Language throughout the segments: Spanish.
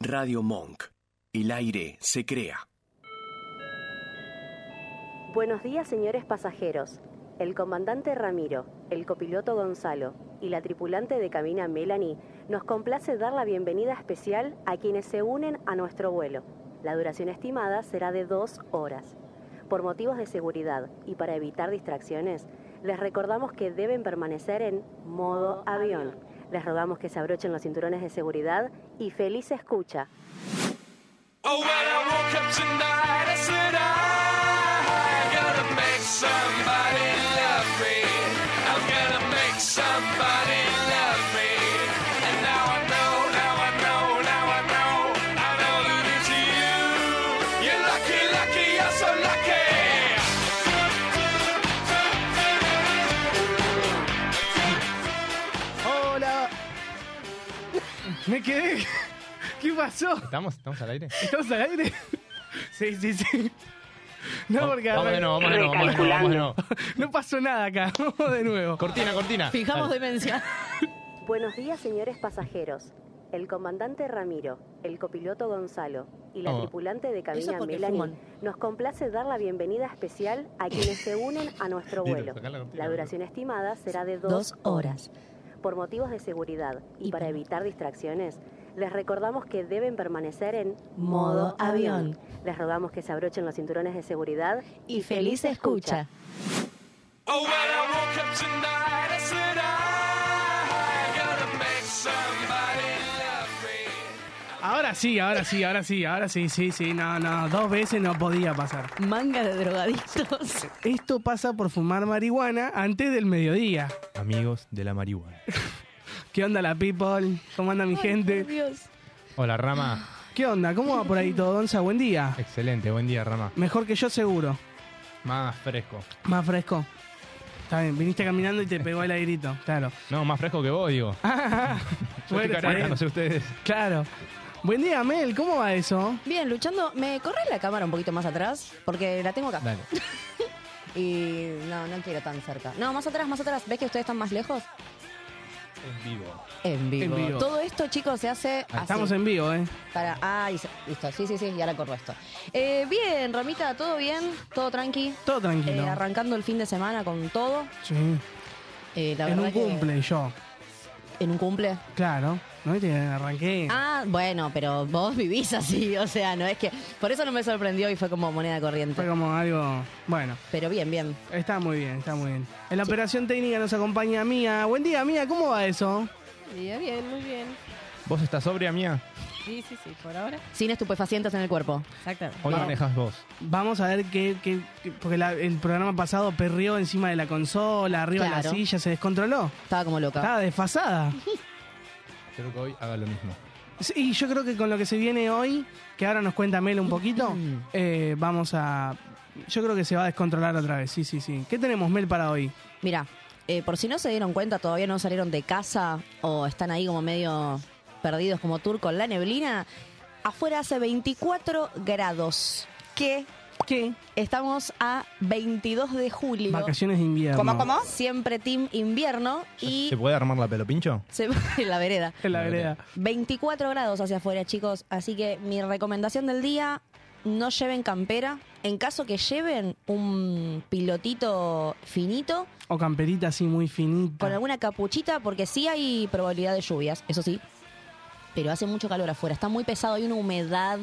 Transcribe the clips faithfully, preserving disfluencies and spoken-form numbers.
Radio Monk. El aire se crea. Buenos días, señores pasajeros. El comandante Ramiro, el copiloto Gonzalo y la tripulante de cabina Melanie nos complace dar la bienvenida especial a quienes se unen a nuestro vuelo. La duración estimada será de dos horas. Por motivos de seguridad y para evitar distracciones, les recordamos que deben permanecer en modo avión. Les rogamos que se abrochen los cinturones de seguridad y feliz escucha. Oh, when I woke up tonight, I said I gotta make somebody love me. I'm gonna make somebody love me. And now I know, now I know, now I know, I know that it's you. You're lucky, lucky, you're so lucky. Hola. Me quedé. ¿Qué pasó? ¿Estamos? ¿Estamos al aire? ¿Estamos al aire? Sí, sí, sí. No, porque Vamos de nuevo, vamos de nuevo, vamos de nuevo, vamos de nuevo. no pasó nada acá. Vamos de nuevo. Cortina, cortina. Fijamos Dale. demencia. Buenos días, señores pasajeros. El comandante Ramiro, el copiloto Gonzalo y la Oh. tripulante de Eso cabina porque Melanie fuman. nos complace dar la bienvenida especial a quienes se unen a nuestro Dilo, vuelo. sacá la cortina, La duración estimada será de dos, Dos horas. Por motivos de seguridad y, Y para para- evitar distracciones, les recordamos que deben permanecer en Modo avión. Les rogamos que se abrochen los cinturones de seguridad Y feliz escucha. Oh, when I woke up tonight, I said I gotta make somebody love me. Ahora sí, ahora sí, ahora sí, ahora sí, sí, sí. No, no, dos veces no podía pasar. Manga de drogadictos. Esto pasa por fumar marihuana antes del mediodía. Amigos de la marihuana. ¿Qué onda la people? ¿Cómo anda mi gente? Dios. Hola, Rama. ¿Qué onda? ¿Cómo va por ahí todo, Gonza? Buen día. Excelente, buen día, Rama. Mejor que yo seguro. Más fresco. Más fresco. Está bien, viniste caminando y te pegó el airito, claro. No, más fresco que vos, digo. Yo Bueno, estoy está careca, bien. no sé ustedes. Claro. Buen día, Mel, ¿cómo va eso? Bien, luchando. ¿Me corres la cámara un poquito más atrás? Porque la tengo acá. Dale. Y no, no quiero tan cerca. No, más atrás, más atrás. ¿Ves que ustedes están más lejos? En vivo. En vivo. En vivo. Todo esto, chicos, se hace así. Estamos en vivo, ¿eh? Para... Ah, y se- listo. Sí, sí, sí. Y ahora corro esto. Eh, bien, Ramita, ¿todo bien? ¿Todo tranqui? Todo tranquilo. Eh, arrancando el fin de semana con todo. Sí. Eh, la En verdad un que- cumple, yo. ¿En un cumple? Claro. ¿No viste? Arranqué. Ah, bueno, pero vos vivís así, o sea, no es que... Por eso no me sorprendió y fue como moneda corriente. Fue como algo... Bueno, Pero bien, bien. está muy bien, está muy bien. En la operación técnica nos acompaña Mía. Buen día, Mía, ¿cómo va eso? Bien, bien, muy bien. ¿Vos estás sobria, mía? Sí, sí, sí, por ahora. Sin estupefacientes en el cuerpo. Exactamente. Hoy Vamos. manejas vos. Vamos a ver qué... qué- qué- porque la- el programa pasado perrió encima de la consola, arriba de Claro. la silla, se descontroló. Estaba como loca. Estaba desfasada. Creo que hoy haga lo mismo. Y yo creo que con lo que se viene hoy, que ahora nos cuenta Mel un poquito, eh, vamos a... Yo creo que se va a descontrolar otra vez, sí, sí, sí. ¿Qué tenemos, Mel, para hoy? Mira, eh, por si no se dieron cuenta, todavía no salieron de casa o están ahí como medio perdidos como turco en la neblina, afuera hace veinticuatro grados. ¿Qué? ¿Qué? Estamos a veintidós de julio. Vacaciones de invierno. ¿Cómo, cómo? Siempre team invierno y... ¿Se puede armar la pelo pincho? Se en la vereda. En la vereda. veinticuatro grados hacia afuera, chicos. Así que mi recomendación del día, no lleven campera. En caso que lleven un pilotito finito, O camperita así muy finita. con alguna capuchita, porque sí hay probabilidad de lluvias, eso sí. Pero hace mucho calor afuera. Está muy pesado, hay una humedad,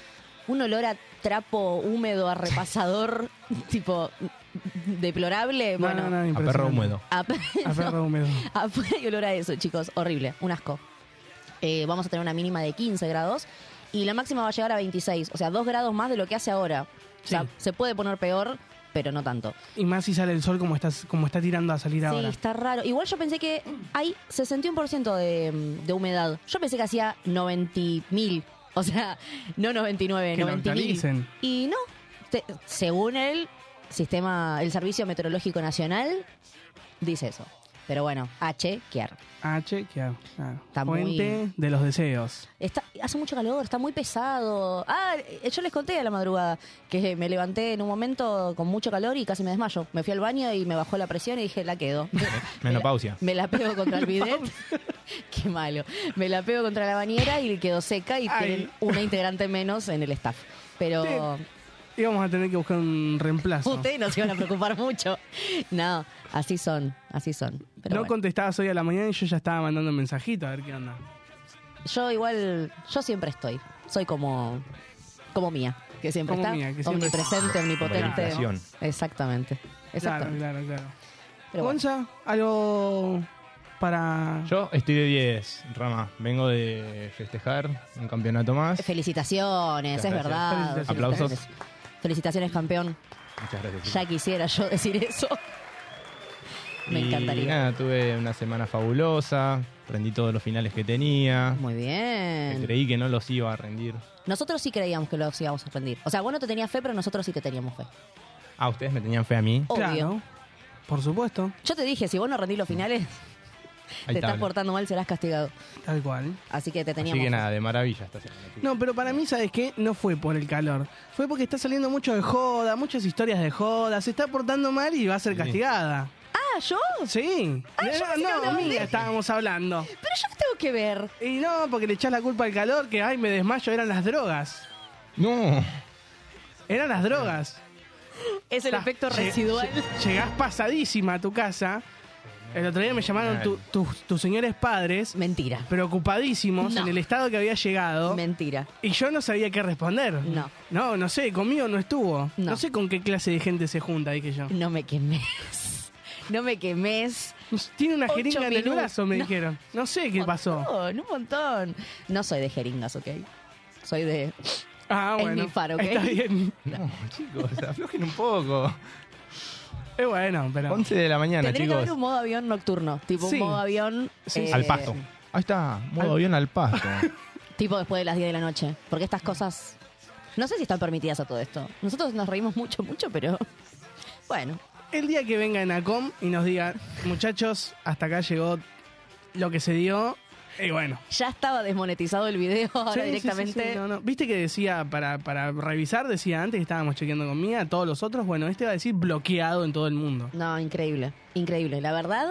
un olor a trapo húmedo, a repasador, tipo deplorable. No, bueno, no, no, A impresionante. perro húmedo. a- A perro húmedo. Afuera hay olor a eso, chicos. Horrible. Un asco. Eh, vamos a tener una mínima de quince grados y la máxima va a llegar a veintiséis. O sea, dos grados más de lo que hace ahora. O sea, Sí. se puede poner peor, pero no tanto. Y más si sale el sol como, estás, como está tirando a salir Sí, ahora. está raro. Igual yo pensé que hay sesenta y uno por ciento de, de humedad. Yo pensé que hacía noventa mil. O sea, no noventa y nueve, Que lo noventa mil. actualicen. Y no. Te- según el sistema, el Servicio Meteorológico Nacional, dice eso. Pero bueno, a chequear. Ah, chequear. Claro. Está Fuente muy- de los deseos. Está, hace mucho calor, está muy pesado. Ah, eh, yo les conté a la madrugada que me levanté en un momento con mucho calor y casi me desmayo. Me fui al baño y me bajó la presión y dije, la quedo. Menopausia. Me la pego contra el bidet. Qué malo. Me la pego contra la bañera y quedó seca y Ay. tienen una integrante menos en el staff. Pero Íbamos a tener que buscar un reemplazo. ustedes no se iban a preocupar mucho. No, así son, así son. Pero no bueno. contestabas hoy a la mañana y yo ya estaba mandando un mensajito a ver qué onda. Yo igual, yo siempre estoy. Soy como, como mía, que siempre Como está. Mía, que siempre omnipresente, está. omnipotente. Revelación. Exactamente. Claro, Exactamente. claro, claro. Pero bueno. Gonza, algo para... Yo estoy de diez, Rama. Vengo de festejar un campeonato más. Felicitaciones, Muchas es gracias. verdad. Felicitaciones. Aplausos. Felicitaciones, campeón. Muchas gracias. Ya quisiera yo decir eso. Me Y encantaría. nada, tuve una semana fabulosa. Rendí todos los finales que tenía. Muy que bien. Creí que no los iba a rendir. Nosotros sí creíamos que los íbamos a rendir. O sea, vos no te tenías fe, pero nosotros sí te teníamos fe. Ah, ustedes me tenían fe a mí. Obvio. Claro, por supuesto, Yo te dije, si vos no rendís los finales, Ahí te estás tabla. portando mal, serás castigado. tal cual. Así que te Así teníamos que fe. nada, de maravilla esta semana. chicos. No, pero para mí, ¿sabes qué? No fue por el calor. Fue porque está saliendo mucho de joda, muchas historias de joda. Se está portando mal y va a ser Sí. castigada. Ah, ¿yo? Sí. Ah, yo no, pensé que no, hablaban de amiga, él. estábamos hablando. Pero yo qué tengo que ver. Y no, porque le echás la culpa al calor, que ay, me desmayo, eran las drogas. No. Eran las drogas. Es el Ta- efecto lle- residual. lle- Llegás pasadísima a tu casa. El otro día me llamaron tu- tus tus señores padres, Mentira. preocupadísimos No. en el estado que había llegado. Mentira. Y yo no sabía qué responder. No. No, no sé, conmigo no estuvo. No. No, sé con qué clase de gente se junta, dije yo. No me quemes. No me quemes. Tiene una Ocho jeringa en el minutos. brazo, me No. dijeron. No sé qué Un pasó. montón, un montón. No soy de jeringas, ¿ok? Soy de... Ah, Es bueno. mi faro, ¿ok? Está bien. No, chicos, aflojen un poco. Es bueno, pero. once de la mañana, Tendría que haber chicos. un modo avión nocturno. Tipo Sí. un modo avión... Sí, eh, Al pasto. Ahí está, modo Al- avión al pasto. Tipo después de las diez de la noche. Porque estas cosas... No sé si están permitidas a todo esto. Nosotros nos reímos mucho, mucho, pero... Bueno, El día que venga Enacom y nos diga, muchachos, hasta acá llegó lo que se dio. Y bueno. ya estaba desmonetizado el video, ahora Sí, sí, sí, directamente... sí, no, no. Viste que decía, para, para revisar, decía antes que estábamos chequeando con Mía, todos los otros. Bueno, este va a decir bloqueado en todo el mundo. No, increíble, increíble. La verdad,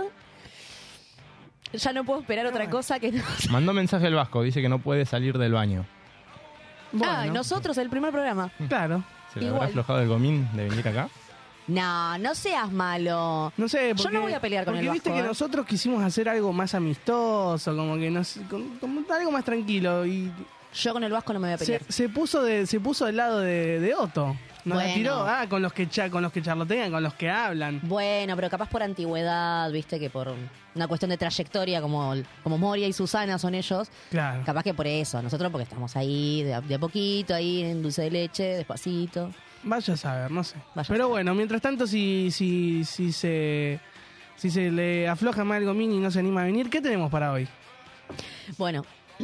ya no puedo esperar otra cosa que... Mandó mensaje al Vasco, dice que no puede salir del baño. Bueno, Ah, nosotros, el primer programa. claro. ¿Se le Igual. habrá aflojado el gomín de venir acá? No, no seas malo. No sé, Yo porque, no voy a pelear con porque el viste Vasco, que ¿eh? nosotros quisimos hacer algo más amistoso, como que nos, como, como algo más tranquilo y Yo con el Vasco no me voy a se, pelear. se puso de se puso del lado de, de Otto. Nos la Bueno. tiró, ah, con los que cha- con los que charlotean, con los que hablan. Bueno, pero capaz por antigüedad, viste, que por una cuestión de trayectoria, como, como Moria y Susana son ellos, Claro. capaz que por eso. Nosotros porque estamos ahí de a, de a poquito, ahí en dulce de leche, despacito. Vaya a saber, no sé. Vaya a Pero bueno, mientras tanto, si, si, si se si se le afloja más el gomín y no se anima a venir, ¿qué tenemos para hoy? Bueno,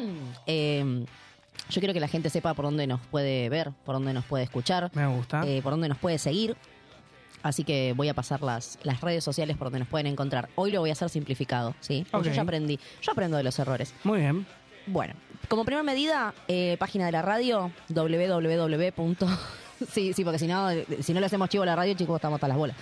eh, yo quiero que la gente sepa por dónde nos puede ver, por dónde nos puede escuchar, Me gusta. eh, por dónde nos puede seguir. Así que voy a pasar las, las redes sociales por donde nos pueden encontrar. Hoy lo voy a hacer simplificado, ¿sí? Porque Ok. yo ya aprendí. Yo aprendo de los errores. Muy bien. Bueno, como primera medida, eh, página de la radio, www. Sí, sí, porque si no, si no le hacemos chivo a la radio, chicos, estamos hasta las bolas.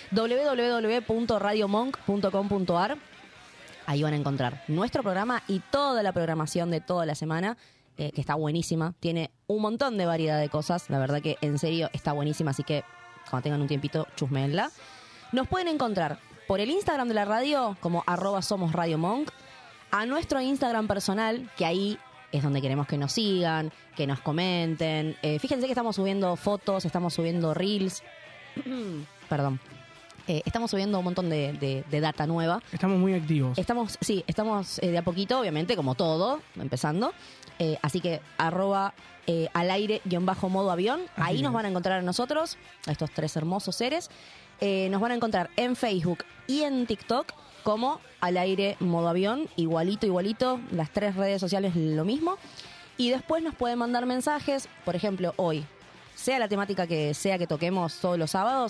www punto radio monk punto com punto a r. Ahí van a encontrar nuestro programa y toda la programación de toda la semana, eh, que está buenísima. Tiene un montón de variedad de cosas. La verdad que en serio está buenísima, así que cuando tengan un tiempito, chusmeenla. Nos pueden encontrar por el Instagram de la radio como arroba somos Radio Monk, a nuestro Instagram personal, que ahí es donde queremos que nos sigan, que nos comenten. Eh, fíjense que estamos subiendo fotos, estamos subiendo reels. Perdón. Eh, estamos subiendo un montón de, de- de data nueva. Estamos muy activos. Estamos, sí, estamos eh, de a poquito, obviamente, como todo, empezando. Eh, así que arroba eh, al aire guión bajo modo avión. Ahí Así nos es. van a encontrar a nosotros, a estos tres hermosos seres. Eh, nos van a encontrar en Facebook y en TikTok como al aire modo avión, igualito, igualito, las tres redes sociales lo mismo. Y después nos pueden mandar mensajes, por ejemplo, hoy, sea la temática que sea que toquemos todos los sábados,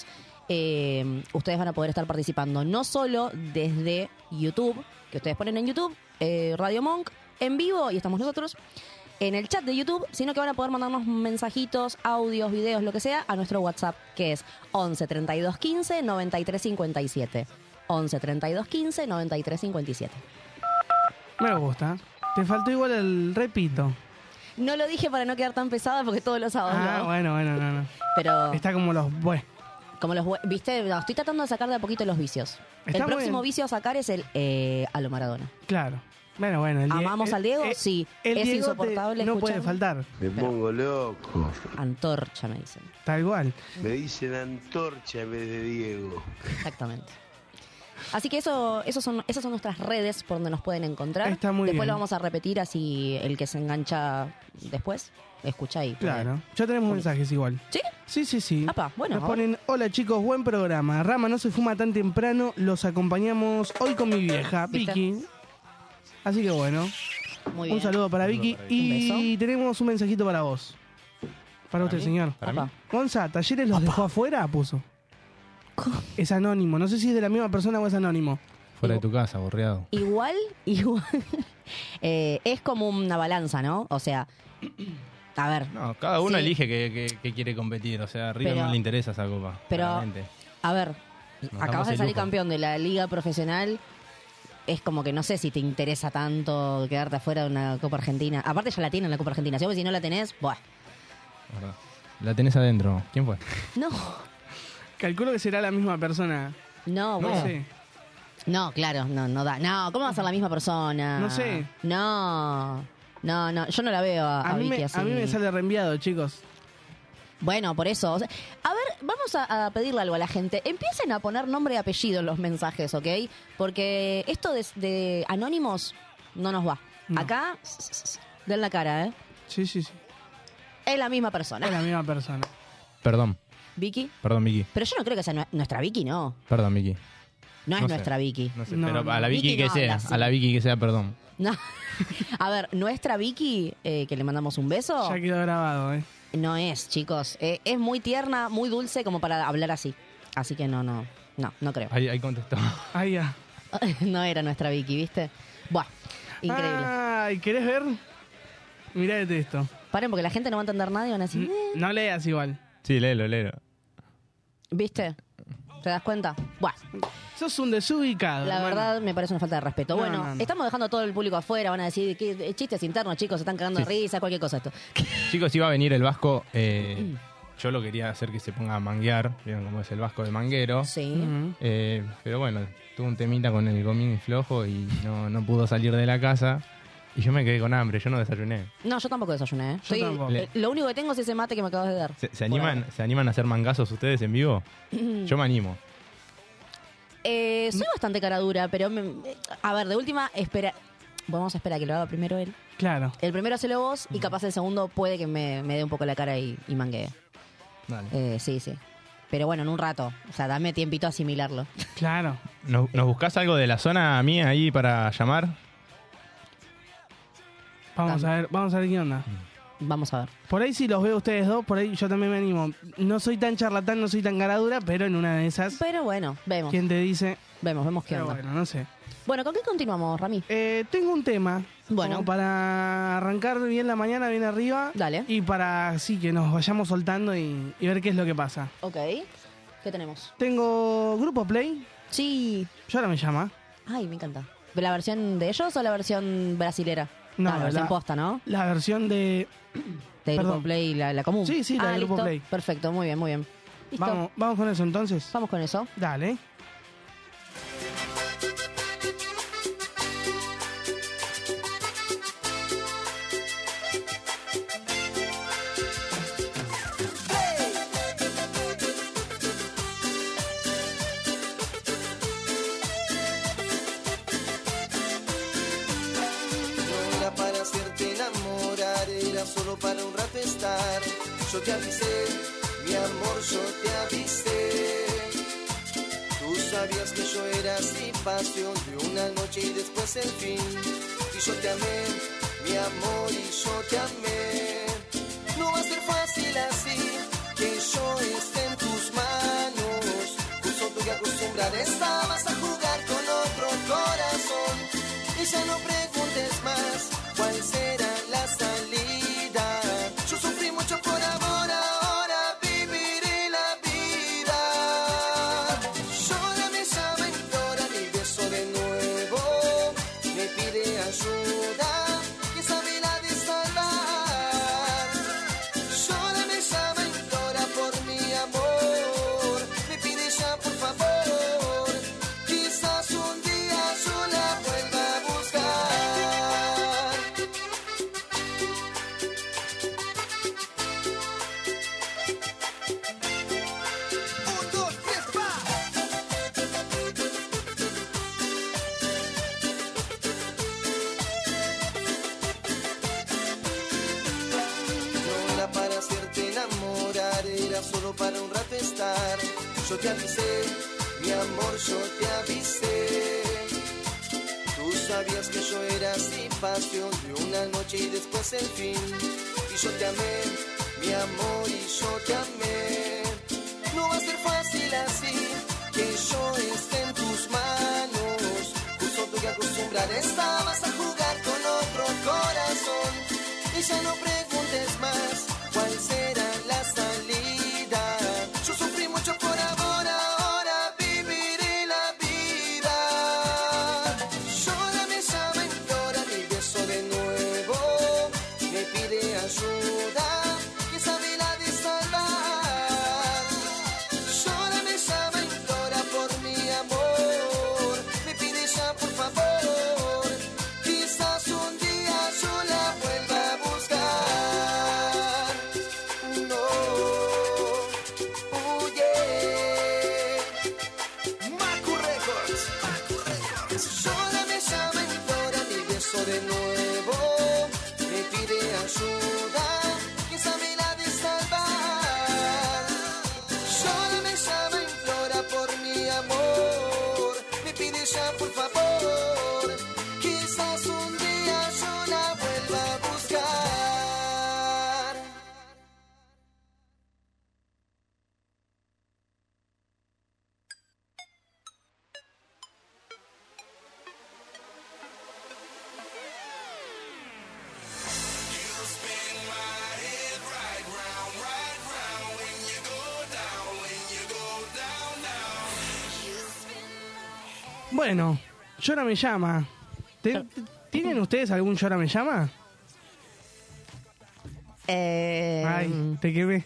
eh, ustedes van a poder estar participando no solo desde YouTube, que ustedes ponen en YouTube, eh, Radio Monk, en vivo, y estamos nosotros, en el chat de YouTube, sino que van a poder mandarnos mensajitos, audios, videos, lo que sea, a nuestro WhatsApp, que es once treinta y dos quince noventa y tres cincuenta y siete. once treinta y dos quince noventa y tres cincuenta y siete. Me gusta. Te faltó igual el repito. No lo dije para no quedar tan pesada porque todos los sábados Ah, lo hago. bueno, bueno, no, no. Pero Está como los... Bueno, como los hue- viste, no, estoy tratando de sacar de a poquito los vicios. Está el muy próximo bien. vicio a sacar es el eh, a lo Maradona. claro. Bueno, bueno. El Die- ¿Amamos el- al Diego? el- Sí. El ¿Es Diego te- insoportable no puede escucharlo? faltar. Me pongo loco. Antorcha, me dicen. Tal cual. Me dicen antorcha en vez de Diego. Exactamente. Así que eso, eso son, esas son nuestras redes por donde nos pueden encontrar. Está muy Después bien. lo vamos a repetir, así el que se engancha después, escucha ahí. Claro. Ya tenemos mensajes igual. ¿Sí? Sí, sí, sí. Apa, bueno, Nos ahora. ponen, hola chicos, buen programa. Rama no se fuma tan temprano, los acompañamos hoy con mi vieja, ¿Viste? Vicky. Así que bueno, Muy bien. un saludo para Vicky. para Y tenemos un mensajito para vos. Para usted, mí? señor. ¿Para Apa. mí? Gonza, ¿Talleres los dejó afuera? Puso. Es anónimo. No sé si es de la misma persona o es anónimo. Fuera de tu casa, aburriado. Igual, igual. eh, es como una balanza, ¿no? O sea, a ver, No, cada uno Sí. elige que, que- que quiere competir. O sea, a River Pero- no le interesa esa copa. pero- claramente. a ver, Nos acabas damos de el salir lujo. campeón de la liga profesional. Es como que no sé si te interesa tanto quedarte afuera de una Copa Argentina. Aparte ya la tienen la Copa Argentina. Si vos si no la tenés, buah. Verdad. La tenés adentro. ¿Quién fue? No, Calculo que será la misma persona. no, No bueno. sé. No, claro, no, no da. No, ¿cómo va a ser la misma persona? No sé. No, no, no, yo no la veo a, A a mí, Vicky me, así. a mí me sale reenviado, chicos. Bueno, por eso. O sea, a ver, vamos a, a pedirle algo a la gente. Empiecen a poner nombre y apellido en los mensajes, ¿ok? Porque esto de, de anónimos no nos va. No. Acá, den la cara, ¿eh? Sí, sí, sí. Es la misma persona. Es la misma persona. Perdón. Vicky. Perdón, Miki. Pero yo no creo que sea nue- nuestra Vicky, no. Perdón, Miki. No es No sé. nuestra Vicky. No sé, No, pero no. a la Vicky, Vicky que no sea. habla así. A la Vicky que sea, perdón. No. A ver, nuestra Vicky, eh, que le mandamos un beso, Ya quedó grabado, ¿eh? no es, chicos. Eh, es muy tierna, muy dulce como para hablar así. Así que no, no, no, no creo. Ahí, ahí contestó. Ahí ya. No era nuestra Vicky, ¿viste? Buah, increíble. Ay, ¿querés ver? Mirá este esto. Paren porque la gente no va a entender nada y van a decir, N- "Eh", No leas igual. Sí, léelo, léelo. ¿viste? ¿Te das cuenta? Buah, Sos un desubicado. la hermano. verdad me parece una falta de respeto. No, bueno, no, no. estamos dejando a todo el público afuera, van a decir que chistes internos, chicos, se están cagando de Sí. risa, cualquier cosa esto. Chicos, iba a venir el Vasco. eh, yo lo quería hacer que se ponga a manguear. Vieron cómo es el Vasco de manguero. Sí. Ujú. Eh, pero bueno, tuvo un temita con el gomín flojo y no, no pudo salir de la casa. Y yo me quedé con hambre, yo no desayuné. No, yo tampoco desayuné, ¿eh? Yo Estoy- tampoco. eh, Lo único que tengo es ese mate que me acabas de dar. ¿Se, se Por animan, ahora. ¿Se animan a hacer mangazos ustedes en vivo? Yo me animo. Eh, soy bastante cara dura, pero me- eh, a ver, de última, espera. Vamos a esperar a que lo haga primero él. Claro. El primero hacelo vos y capaz el segundo puede que me, me dé un poco la cara y, y manguee. Dale. Eh, sí, sí. Pero bueno, en un rato. O sea, dame tiempito a asimilarlo. Claro. ¿Nos, nos buscás algo de la zona mía ahí para llamar? Vamos a ver, vamos a ver qué onda. Vamos a ver. Por ahí si los veo ustedes dos, por ahí yo también me animo. No soy tan charlatán, no soy tan caradura, pero en una de esas, Pero bueno, vemos. ¿quién te dice? Vemos, vemos qué Pero onda. bueno, no sé. Bueno, ¿con qué continuamos, Rami? Eh, tengo un tema. Bueno. Como para arrancar bien la mañana, bien arriba. Dale. Y para así que nos vayamos soltando y, y ver qué es lo que pasa. Ok. ¿Qué tenemos? Tengo Grupo Play. Sí. Yo ahora me llama. Ay, me encanta. ¿La versión de ellos o la versión brasilera? No, Ah, la versión la- posta, ¿no? La versión de... De Grupo Perdón. Play, la, la común. Sí, sí, la ah, de Grupo listo. Play. Perfecto, muy bien, muy bien. Listo. Vamos, vamos con eso entonces. Vamos con eso. Dale. No era para hacerte enamorar, era solo para un rato estar. Yo te avisé, mi amor, yo te avisé. Tú sabías que yo era así, pasión de una noche y después el fin. Y yo te amé, mi amor, y yo te amé. No va a ser fácil así, que yo esté en tus manos. ya no preguntes más cuál será la salida. Yo sufrí mucho por amor, ahora viviré la vida. Llora, me llama, implora mi beso de nuevo. Me pide ayuda, que sabe la de salvar. Llora, me llama, implora por mi amor. Me pide ya por favor, quizás un día yo la vuelva a buscar. Un, dos, tres, va. No era para hacerte enamorar, era solo para un rato estar. Yo te avisé, mi amor, yo te avisé. Tú sabías que yo era así, pasión de una noche y después el fin. Y yo te amé, mi amor, y yo te amé. No va a ser fácil así, que yo esté en tus manos. Justo tú que acostumbrar estabas a jugar con otro corazón. Y ya no preguntes más cuál será la salida. Yo sufrí mucho por amor, ahora viviré la vida. Llora, me llama, implora mi beso de nuevo. Me pide ayuda, que sabe la de salvar. Llora, me llama, implora por mi amor. Me pide ya por favor, quizás un día yo la vuelva a buscar. No, oh yeah. Macu Records, Macu Records. Llora, me llama, implora mi beso de nuevo. Me pide ayuda, que sabe la de salvar. Llora, me llama, implora por mi amor. Me pide ya por favor, quizás un día yo la vuelva a buscar. Bueno, Llora me llama. ¿Te- te- ¿Tienen ustedes algún Llora me llama? Eh, Ay, te quemé.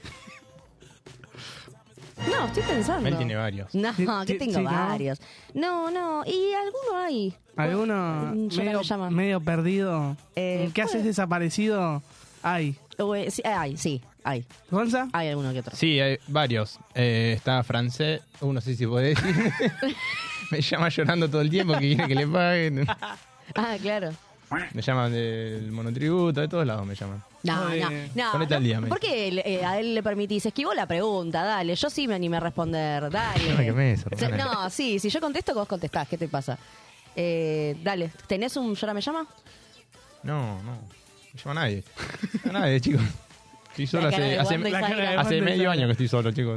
No, estoy pensando. Mel tiene varios. No, Sí, que sí, tengo sí, ¿no? varios. No, no, y alguno hay. ¿Alguno Un Llora medio, me llama. medio perdido? Eh, ¿Qué haces puede- desaparecido? Ay. O, eh, sí, hay, sí, hay. ¿Gonza? Hay alguno que otro. Sí, hay varios. Eh, está francés, uh, no sé si podés decir. Me llama llorando todo el tiempo que quiere que le paguen. Ah, claro. Me llaman del monotributo, de todos lados me llaman. No, Oye, no, no. ponete al día, Mel. ¿Por qué eh, a él le permitís? Esquivó la pregunta, dale. Yo sí me animé a responder, dale. No me quemés, Se- hermana. No, sí, si yo contesto, vos contestás. ¿Qué te pasa? Eh, dale, ¿tenés un Llora me llama? No, no. No llama a nadie. A nadie, chicos. Estoy solo La cara hace, de hace, Wanda y la cara de Zaira. hace Wanda y medio Zaira. año que estoy solo, chicos.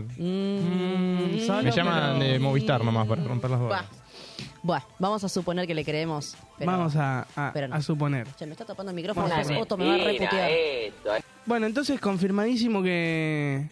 Mm, solo, Me llaman pero- de Movistar nomás para romper las Buah. bolas. Buah, vamos a suponer que le creemos. Pero... Vamos a, a- pero no. a suponer. Che, me está tapando el micrófono, Bueno, después Otto me va a reputear. Bueno, entonces confirmadísimo que.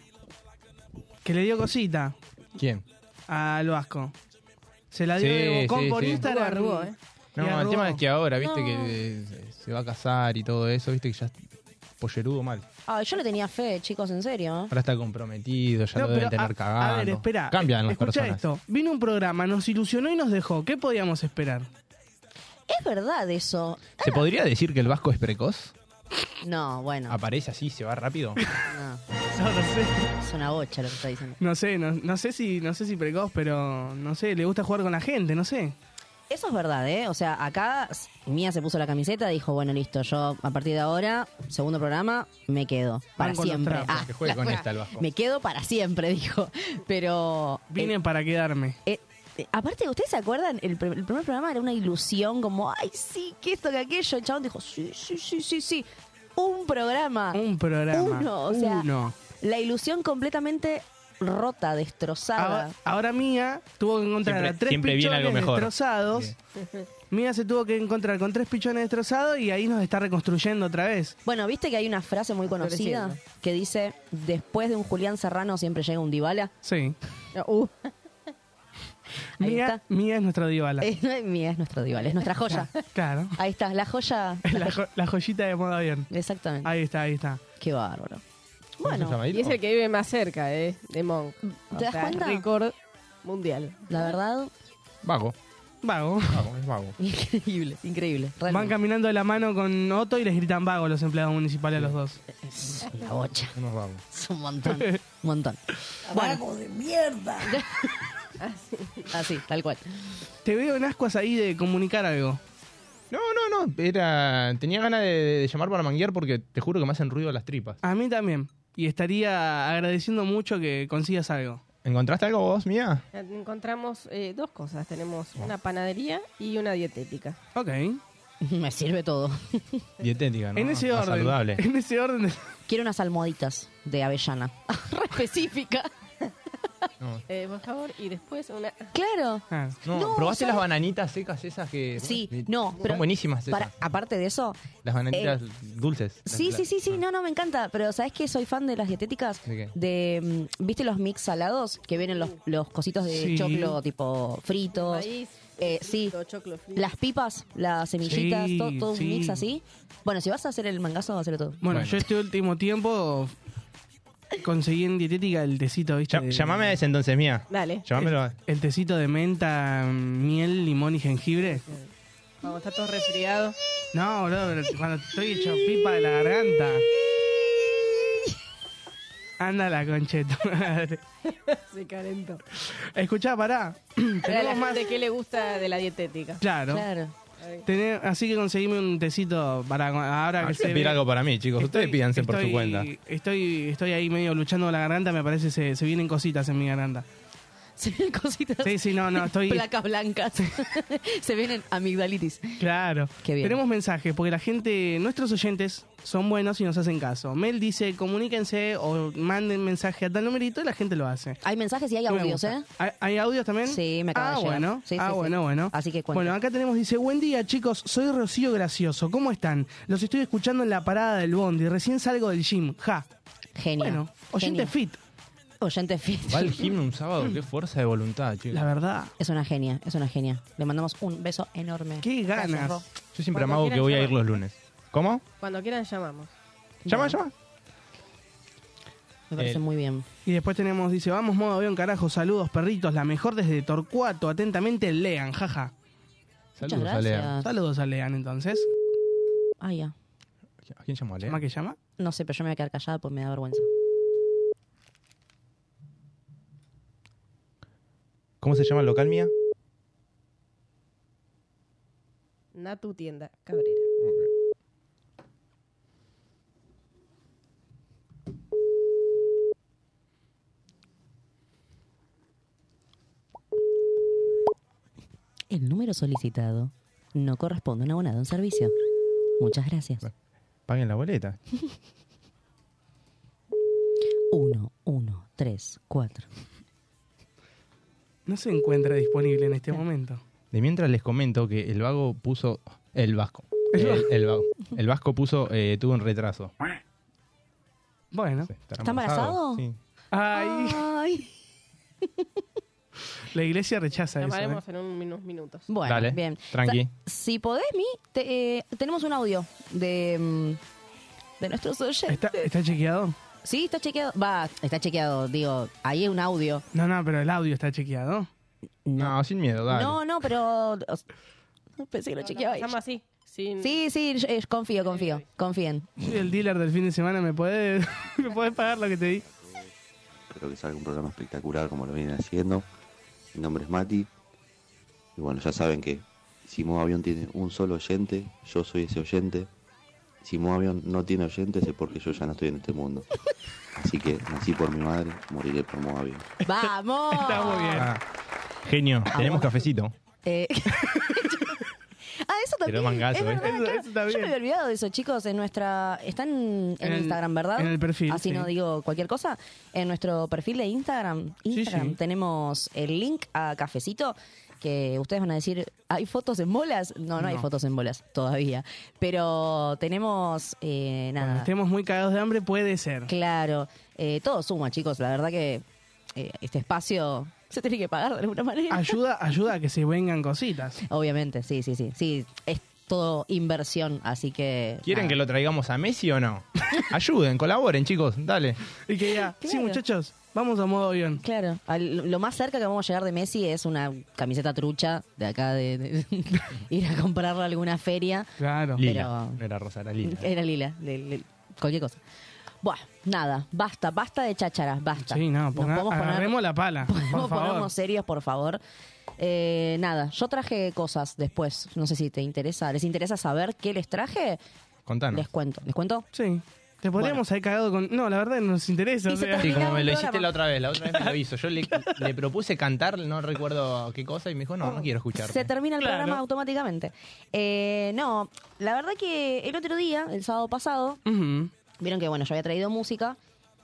que le dio cosita ¿Quién? al Vasco. Se la dio Sí, de bocón sí, por sí. Instagram. Arrugó, eh. y No, el arrugó. tema es que ahora, viste No. que eh, se va a casar y todo eso, viste que ya es pollerudo mal. Ah, yo le tenía fe, chicos, en serio. ¿eh? Ahora está comprometido, ya No, lo deben pero, tener a- cagando. A ver, espera. Cambian las Escucha personas. esto. Vino un programa, nos ilusionó y nos dejó. ¿Qué podíamos esperar? Es verdad eso. ¿Se podría decir que el Vasco es precoz? No, bueno. Aparece así, se va rápido. No, No, no sé. es una bocha lo que está diciendo. No sé, no, no sé si, no sé si precoz, pero no sé, le gusta jugar con la gente, no sé. Eso es verdad, ¿eh? O sea, acá Mía se puso la camiseta, dijo, bueno, listo, yo a partir de ahora, segundo programa, me quedo. Para Van con los siempre. trapos. Que juegue la- con esta el Vasco. Me quedo para siempre, dijo. Pero... Vine eh, para quedarme. eh, eh, aparte, ¿ustedes se acuerdan? El, pr- el primer programa era una ilusión, como, ay, sí, que esto, que aquello. El chabón dijo, sí, sí, sí, sí, sí. Un programa. Un programa. Uno, o sea, Uno. la ilusión completamente rota, destrozada. Ahora, ahora Mía tuvo que encontrar Siempre- a tres siempre viene pichones algo mejor. destrozados. Mía se tuvo que encontrar con tres pichones destrozados y ahí nos está reconstruyendo otra vez. Bueno, viste que hay una frase muy conocida Floreciendo. que dice, después de un Julián Serrano siempre llega un Dybala. Sí. Uh, Ahí Mía, está. Mía es nuestro Dybala. Es, mía, es nuestro Dybala, es nuestra joya. Claro. Ahí está, la joya. la La, joya. jo- la joyita de moda bien. Exactamente. Ahí está, ahí está. Qué bárbaro. ¿Cómo se Bueno, llama? y es el que vive más cerca, ¿eh? De Monk. O ¿Te das sea, cuenta? récord mundial. la verdad, Vago. Vago. Vago, es vago. increíble, increíble. Van Realmente. caminando de la mano con Otto y les gritan vago los empleados municipales a los dos. Es la bocha. Unos vagos. Es un montón. Un montón. Bueno. de mierda. Así, tal cual. Te veo en ascuas ahí de comunicar algo. No, no, no. Era... Tenía ganas de, de llamar para manguear porque te juro que me hacen ruido las tripas. A mí también. Y estaría agradeciendo mucho que consigas algo. ¿Encontraste algo vos, Mía? Encontramos eh, dos cosas. Tenemos una panadería y una dietética. Ok. Me sirve todo. Dietética, ¿no? En ese Más orden. saludable. En ese orden. de- Quiero unas almohaditas de avellana. Re específica. No, Eh, por favor, y después una... Claro. Ah, no, No, ¿probaste ¿sabes? las bananitas secas esas que... Sí, Eh, no, Son pero buenísimas esas. Para, aparte de eso, Las bananitas dulces. sí, Las- sí, sí, sí, ah. no, no, me encanta. Pero ¿sabes qué? Soy fan de las dietéticas. ¿De qué? De, mm, ¿viste los mix salados? Que vienen los, los cositos de Sí. choclo tipo fritos. Maíz, Eh, sí. frito, choclo frito. Las pipas, las semillitas, Sí, todo, todo un sí. mix así. Bueno, si vas a hacer el mangazo, hazlo todo. Bueno, Bueno. yo este último tiempo conseguí en dietética el tecito, ¿viste? Ll- De- Llamame a ese entonces, Mía. Dale. Llamámelo. El tecito de menta, miel, limón y jengibre. Vamos, está todo resfriado. No, boludo, pero cuando estoy hecho pipa de la garganta. Anda la concha de tu madre. Se calentó. Escuchá, pará. Para la Tenemos más. gente que le gusta de la dietética. Claro. Claro. Tené- así que conseguime un tecito para ahora Ah, que yo se voy a pedir ve- algo para mí, chicos. Ustedes Estoy- pídanse por estoy- su cuenta. Estoy, estoy ahí medio luchando con la garganta, me parece se, se vienen cositas en mi garganta. Se ven cositas. Sí, sí, no, no, estoy. Placas blancas. Se vienen amigdalitis. Claro. Qué bien. Tenemos mensajes, porque la gente, nuestros oyentes son buenos y nos hacen caso. Mel dice, comuníquense o manden mensaje a tal numerito y la gente lo hace. Hay mensajes y hay Y me audios, gusta. ¿eh? ¿Hay, hay audios también? Sí, me acaba ah, de llegar. bueno. Sí, ah, sí, sí. bueno, bueno. Así que cuenta. Bueno, acá tenemos, dice, buen día chicos, soy Rocío Gracioso. ¿Cómo están? Los estoy escuchando en la parada del bondi. Recién salgo del gym. Ja. Genio. Bueno, oyente Genio. fit, Oyente fit. Va al gimnasio un sábado, qué fuerza de voluntad, chicos. la verdad. Es una genia, es una genia. Le mandamos un beso enorme. Qué Gracias, ganas. Ro. Yo siempre Cuando amago que quieran voy a ir llamar. los lunes. ¿Cómo? Cuando quieran llamamos. Llama, llama. Me parece El- muy bien. Y después tenemos, dice, vamos modo avión, carajo, saludos perritos, la mejor desde Torcuato, atentamente Lean, jaja. Muchas Saludos a Lea. gracias. Saludos a Lean entonces. Ah, ya. ¿A quién llamó a Lea? ¿Llama que llama? No sé, pero yo me voy a quedar callada porque me da vergüenza. ¿Cómo se llama el local, Mía? Natu Tienda Cabrera. El número solicitado no corresponde a un abonado en servicio. Muchas gracias. Paguen la boleta. Uno, uno, tres, cuatro. No se encuentra disponible en este momento. De mientras les comento que el vago puso... El vasco. El El, el vago. El vasco puso... Eh, tuvo un retraso. Bueno. Sí, ¿estará ¿Está embarazado? Sí. Ay, Ay. la iglesia rechaza eso. Llamaremos ¿eh? en un- unos minutos. Bueno, Dale, bien. tranqui. Sa- Si podés, Mi, te- eh, tenemos un audio de, mm, de nuestros oyentes. ¿Está, ¿Está chequeado? Sí, está chequeado. Va, está chequeado, digo, ahí hay un audio. No, no, pero el audio está chequeado. No, sin miedo, dale. No, no, pero... o- Pensé que lo No, chequeaba no, ella. llama así. Sin... Sí, sí, yo- eh, confío, confío. Confíen. Soy el dealer del fin de semana, ¿me puede, ¿me puede pagar lo que te di? Espero que salga un programa espectacular como lo vienen haciendo. Mi nombre es Mati. Y bueno, ya saben que si Modo Avión tiene un solo oyente, yo soy ese oyente. Si Modo Avión no tiene oyentes es porque yo ya no estoy en este mundo. Así que nací por mi madre, moriré por Modo Avión. ¡Vamos! Está muy bien. Ah, genio, tenemos cafecito. Eh, ah, eso Tiró mangazo, Es ¿eh? verdad, Eso- claro. eso está Yo bien. me había olvidado de eso, chicos. En nuestra. Están en, En el- Instagram, ¿verdad? en el perfil, Así sí. no digo cualquier cosa. En nuestro perfil de Instagram, Instagram sí. tenemos el link a Cafecito. Que ustedes van a decir, ¿hay fotos en bolas? No, no, hay No. fotos en bolas todavía. Pero tenemos. Eh, nada. Cuando estemos muy cagados de hambre, puede ser. Claro. Eh, todo suma, chicos. La verdad que eh, este espacio se tiene que pagar de alguna manera. Ayuda, ayuda a que se vengan cositas. Obviamente, sí, sí, sí. Sí, es todo inversión, así que. ¿Quieren nada. que lo traigamos a Messi o no? Ayuden, colaboren, chicos, dale. Y que ya, sí, Claro. muchachos, vamos a modo avión. Claro, al- lo más cerca que vamos a llegar de Messi es una camiseta trucha de acá de, de- ir a comprarla a alguna feria. Claro. Lila, Pero- no era rosa, era lila. Era lila, le- le- cualquier cosa. Buah, nada, basta, basta de chácharas, basta. Sí, no, Nos ponga- podemos poner- agarremos la pala, por podemos favor. ponernos serios, por favor. Eh, nada, yo traje cosas después. No sé si te interesa. ¿Les interesa saber qué les traje? Contanos. Les cuento. ¿Les cuento? Sí. Te podríamos haber cagado con. No, la verdad no nos interesa. Y o se sea. Sí, como me lo el hiciste programa. la otra vez, la otra vez me lo hizo. Yo le, le propuse cantar, no recuerdo qué cosa, y me dijo, no, no quiero escucharte. Se termina el Claro. programa automáticamente. Eh, no, la verdad que el otro día, el sábado pasado, Ujú. vieron que bueno, yo había traído música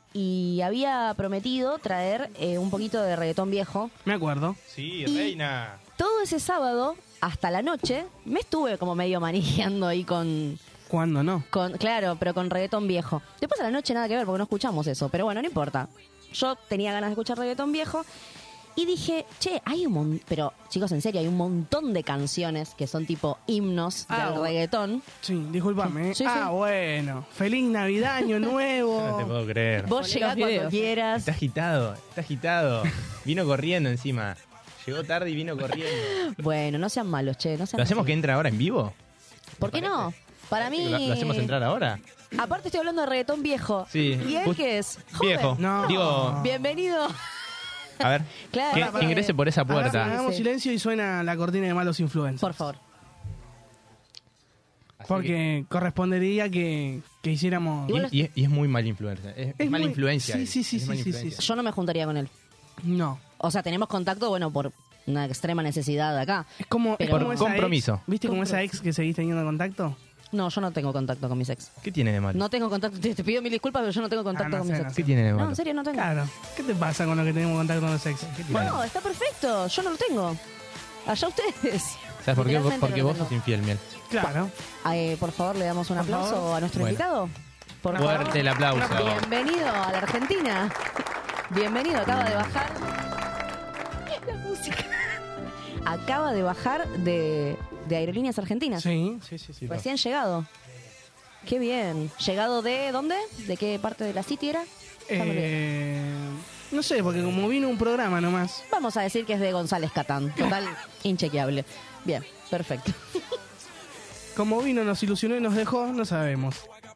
y había prometido traer eh, un poquito de reggaetón viejo. Me acuerdo. Sí, Y- reina. Todo ese sábado, hasta la noche, me estuve como medio manejando ahí con, ¿Cuándo no? con, claro, pero con reggaetón viejo. Después a la noche nada que ver porque no escuchamos eso, pero bueno, no importa. Yo tenía ganas de escuchar reggaetón viejo y dije, che, hay un montón, pero chicos, en serio, hay un montón de canciones que son tipo himnos Ah, del bueno. reggaetón. Sí, disculpame. ¿eh? Sí, sí. Ah, bueno. Feliz Navidad, Año Nuevo. No te puedo creer. Vos Poné llegás los cuando videos. quieras. Está agitado, está agitado. Vino corriendo encima. Llegó tarde y vino corriendo. Bueno, no sean malos, che, no sean ¿Lo hacemos así. que entre ahora en vivo? ¿Por qué no? Para mí... ¿Lo, lo hacemos entrar ahora? Aparte estoy hablando de reggaetón viejo. Sí. ¿Y él Just- qué es? Joven. Viejo. No. Digo, Bienvenido. a ver, Claro, que, pará, que ingrese por esa Hagamos, puerta. hagamos Sí. silencio y suena la cortina de malos influencers. Por favor. Así Porque correspondería que, que hiciéramos. que- y, y es, y es muy mal influencia. Es, es Es mala muy- influencia. sí, él, sí, sí, es mala sí, sí, influencia. Yo no me juntaría con él. No. O sea, tenemos contacto, bueno, por una extrema necesidad acá. Es como. Pero- es como Por esa compromiso. ex- ¿Viste como esa ex que seguís teniendo contacto? No, yo no tengo contacto con mis ex. ¿Qué tiene de malo? No tengo contacto. Te, te pido mil disculpas, pero yo no tengo contacto Ah, no con sé, mis no ex. ¿Qué tiene de malo? No, en serio, no tengo. Claro. ¿Qué te pasa con lo que tenemos contacto con los ex? No, está perfecto. Yo no lo tengo. Allá ustedes. ¿Sabes por qué? Literalmente Porque no lo vos tengo. sos infiel, miel. Claro. Eh, por favor, le damos un Por aplauso favor. a nuestro Bueno. invitado. Por favor. Fuerte el aplauso. Bienvenido a la Argentina. Bienvenido, acaba de bajar. La música. Acaba de bajar de, de Aerolíneas Argentinas. Sí, sí, sí. sí. Recién llegado. Qué bien. ¿Llegado de dónde? ¿De qué parte de la City era? Ya me olvidé. Eh, no sé, porque como vino un programa nomás. Vamos a decir que es de González Catán. Total, inchequeable. Bien, perfecto. Como vino, nos ilusionó y nos dejó, no sabemos.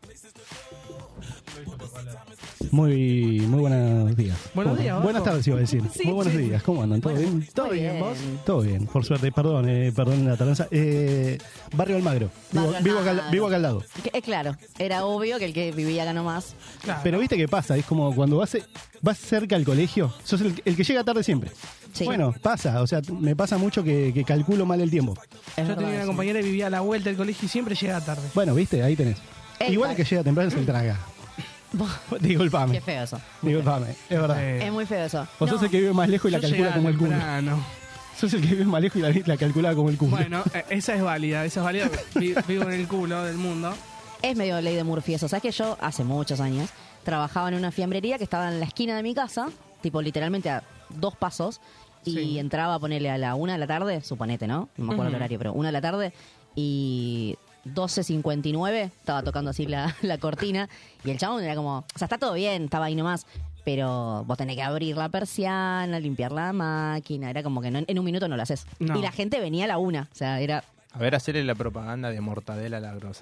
Muy, muy buenos días. Buenos ¿Cómo- días, Bajo. Buenas tardes, iba a decir. Sí, muy buenos sí. días. ¿Cómo andan? ¿Todo bien? ¿Todo Muy bien, vos? Todo bien, por suerte. Perdón, eh, perdón la tardanza. Eh, Barrio Almagro. Vivo, Barrio vivo acá, Almagro. vivo acá al lado. Que- eh, claro, era obvio que el que vivía acá nomás. Claro. Pero viste qué pasa, es como cuando vas, vas cerca al colegio, sos el, el que llega tarde siempre. Sí. Bueno, pasa, o sea, me pasa mucho que, que calculo mal el tiempo. Es Yo verdad tenía una eso. compañera que vivía a la vuelta del colegio y siempre llegaba tarde. Bueno, viste, ahí tenés. Eh, Igual el que llega temprano se el traga. Disculpame, Qué feo eso. disculpame, es verdad. Eh, Es muy feo eso. Vos sos No, el que vive más lejos y la yo calcula llegaba como el culo. temprano. Sos el que vive más lejos y la, la calcula como el culo. Bueno, eh, esa es válida, esa es válida. Vi- Vivo en el culo del mundo. es medio ley de Murphy eso. ¿Sabes que yo hace muchos años trabajaba en una fiambrería que estaba en la esquina de mi casa, tipo literalmente a dos pasos, y Sí. entraba a ponerle a la una de la tarde, suponete, ¿no? No me acuerdo el Ujú. horario, pero una de la tarde, y doce cincuenta y nueve estaba tocando así la, la cortina, y el chabón era como, o sea, está todo bien, estaba ahí nomás, pero vos tenés que abrir la persiana, limpiar la máquina, era como que no- en un minuto no lo haces. No. Y la gente venía a la una, o sea, era A ver, hacerle la propaganda de Mortadela la Grosa.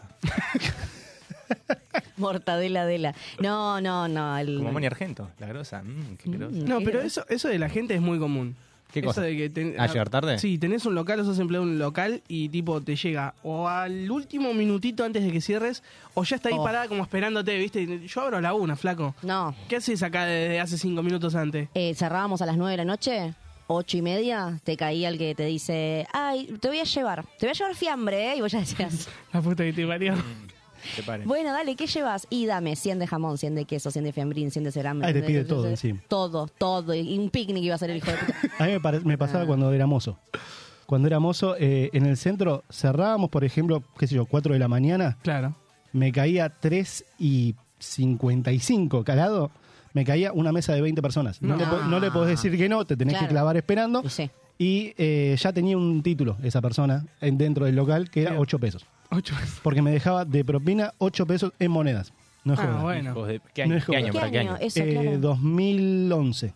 mortadela de la... No, no, no. El... Como Moni Argento, la Grosa. Mmm, qué grosa. Mm. No, ¿Qué? pero eso, eso de la gente es muy común. ¿Qué Eso cosa? de que ten- ¿A llegar tarde? Sí, tenés un local o sos empleado de un local y tipo te llega o al último minutito antes de que cierres o ya está ahí Oh. parada como esperándote, ¿viste? Yo abro a la una, flaco. No. ¿Qué haces acá desde hace cinco minutos antes? Eh, cerrábamos a las nueve de la noche ocho y media, te caía el que te dice, ay, te voy a llevar, te voy a llevar fiambre, ¿eh? Y vos ya decías, La puta que te parió. Te pare. bueno, dale, ¿qué llevas? Y dame cien de jamón, cien de queso, cien de fiambrín, cien de cerame. Ahí te cien pide de- todo encima. Todo, todo. Y un picnic iba a ser el hijo de puta. A mí me, pare- me pasaba Ah. cuando era mozo. Cuando era mozo, eh, en el centro cerrábamos, por ejemplo, qué sé yo, cuatro de la mañana. Claro. Me caía tres y cincuenta y cinco calado. Me caía una mesa de veinte personas. No, No. le, po- no le podés decir que no, te tenés Claro. que clavar esperando. Y sí. Y eh, ya tenía un título esa persona en- dentro del local que era Bien. ocho pesos. Ocho veces. Porque me dejaba de propina ocho pesos en monedas. No es Ah, joda. bueno. Hijos de- ¿Qué No año? es ¿Qué joda. año? ¿Qué ¿Para qué año? año? Eso, Eh, claro. dos mil once.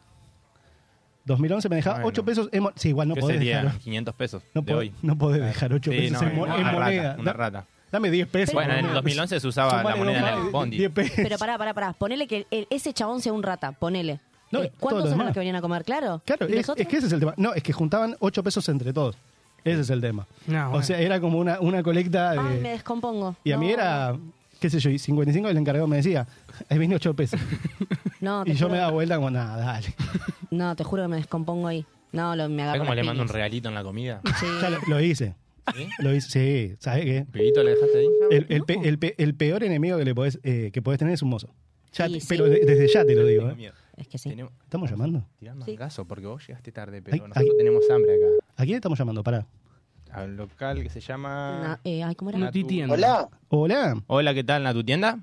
dos mil once me dejaba Bueno. ocho pesos en monedas. Sí, igual no ¿Qué podés sería? dejar. quinientos pesos No, de po- hoy. no podés dejar ocho Sí, pesos no, en, mo- una en rata, moneda. una Da- rata. Dame diez pesos. Bueno, en el boludo. dos mil once se usaba Son la vale moneda dos en el más, bondi. diez pesos. Pero pará, pará, pará. Ponele que el- ese chabón sea un rata, ponele. No, Eh, todo ¿Cuántos lo eran demás. los que venían a comer? Claro. Claro, ¿Y es, los otros? es que ese es el tema. No, es que juntaban ocho pesos entre todos. Ese es el tema. No, O bueno. sea, era como una, una colecta de... Ay, me descompongo. Y a No, mí era, qué sé yo, y cincuenta y cinco el encargado me decía, ahí viene ocho pesos. No, te Y yo juro- me daba vuelta como, nada, dale. No, te juro que me descompongo ahí. No, lo, me ¿Sabes agarro cómo le las mando un piñas. regalito en la comida? Sí. Ya lo, lo hice. ¿Sí? Lo hice, sí, ¿sabes qué? ¿Pibito le dejaste ahí? El, el pe- el pe- el peor enemigo que le podés, eh, que podés tener es un mozo. Ya Sí, te- sí. Pero de- desde ya te lo digo. Tengo ¿eh? miedo. Es que sí. Tenemos- ¿Estamos llamando? Tirá más Sí. gaso porque vos llegaste tarde, pero Ay, nosotros ay. tenemos hambre acá. ¿A quién estamos llamando? Pará. Al local que se llama... Na- eh, ay, ¿cómo era? No te entiendo. Hola. Hola. Hola, ¿qué tal? ¿En tu tienda?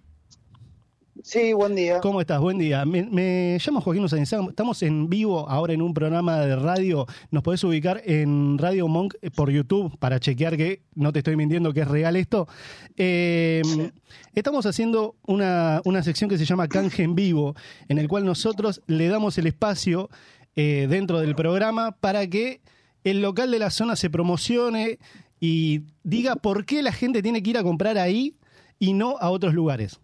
Sí, buen día. ¿Cómo estás? Buen día. Me, me llamo Joaquín Usainzán. Estamos en vivo ahora en un programa de radio. Nos podés ubicar en Radio Monk eh, por YouTube para chequear que no te estoy mintiendo, que es real esto. Eh, Estamos haciendo una, una sección que se llama Canje en Vivo, en el cual nosotros le damos el espacio eh, dentro del programa para que el local de la zona se promocione y diga por qué la gente tiene que ir a comprar ahí y no a otros lugares.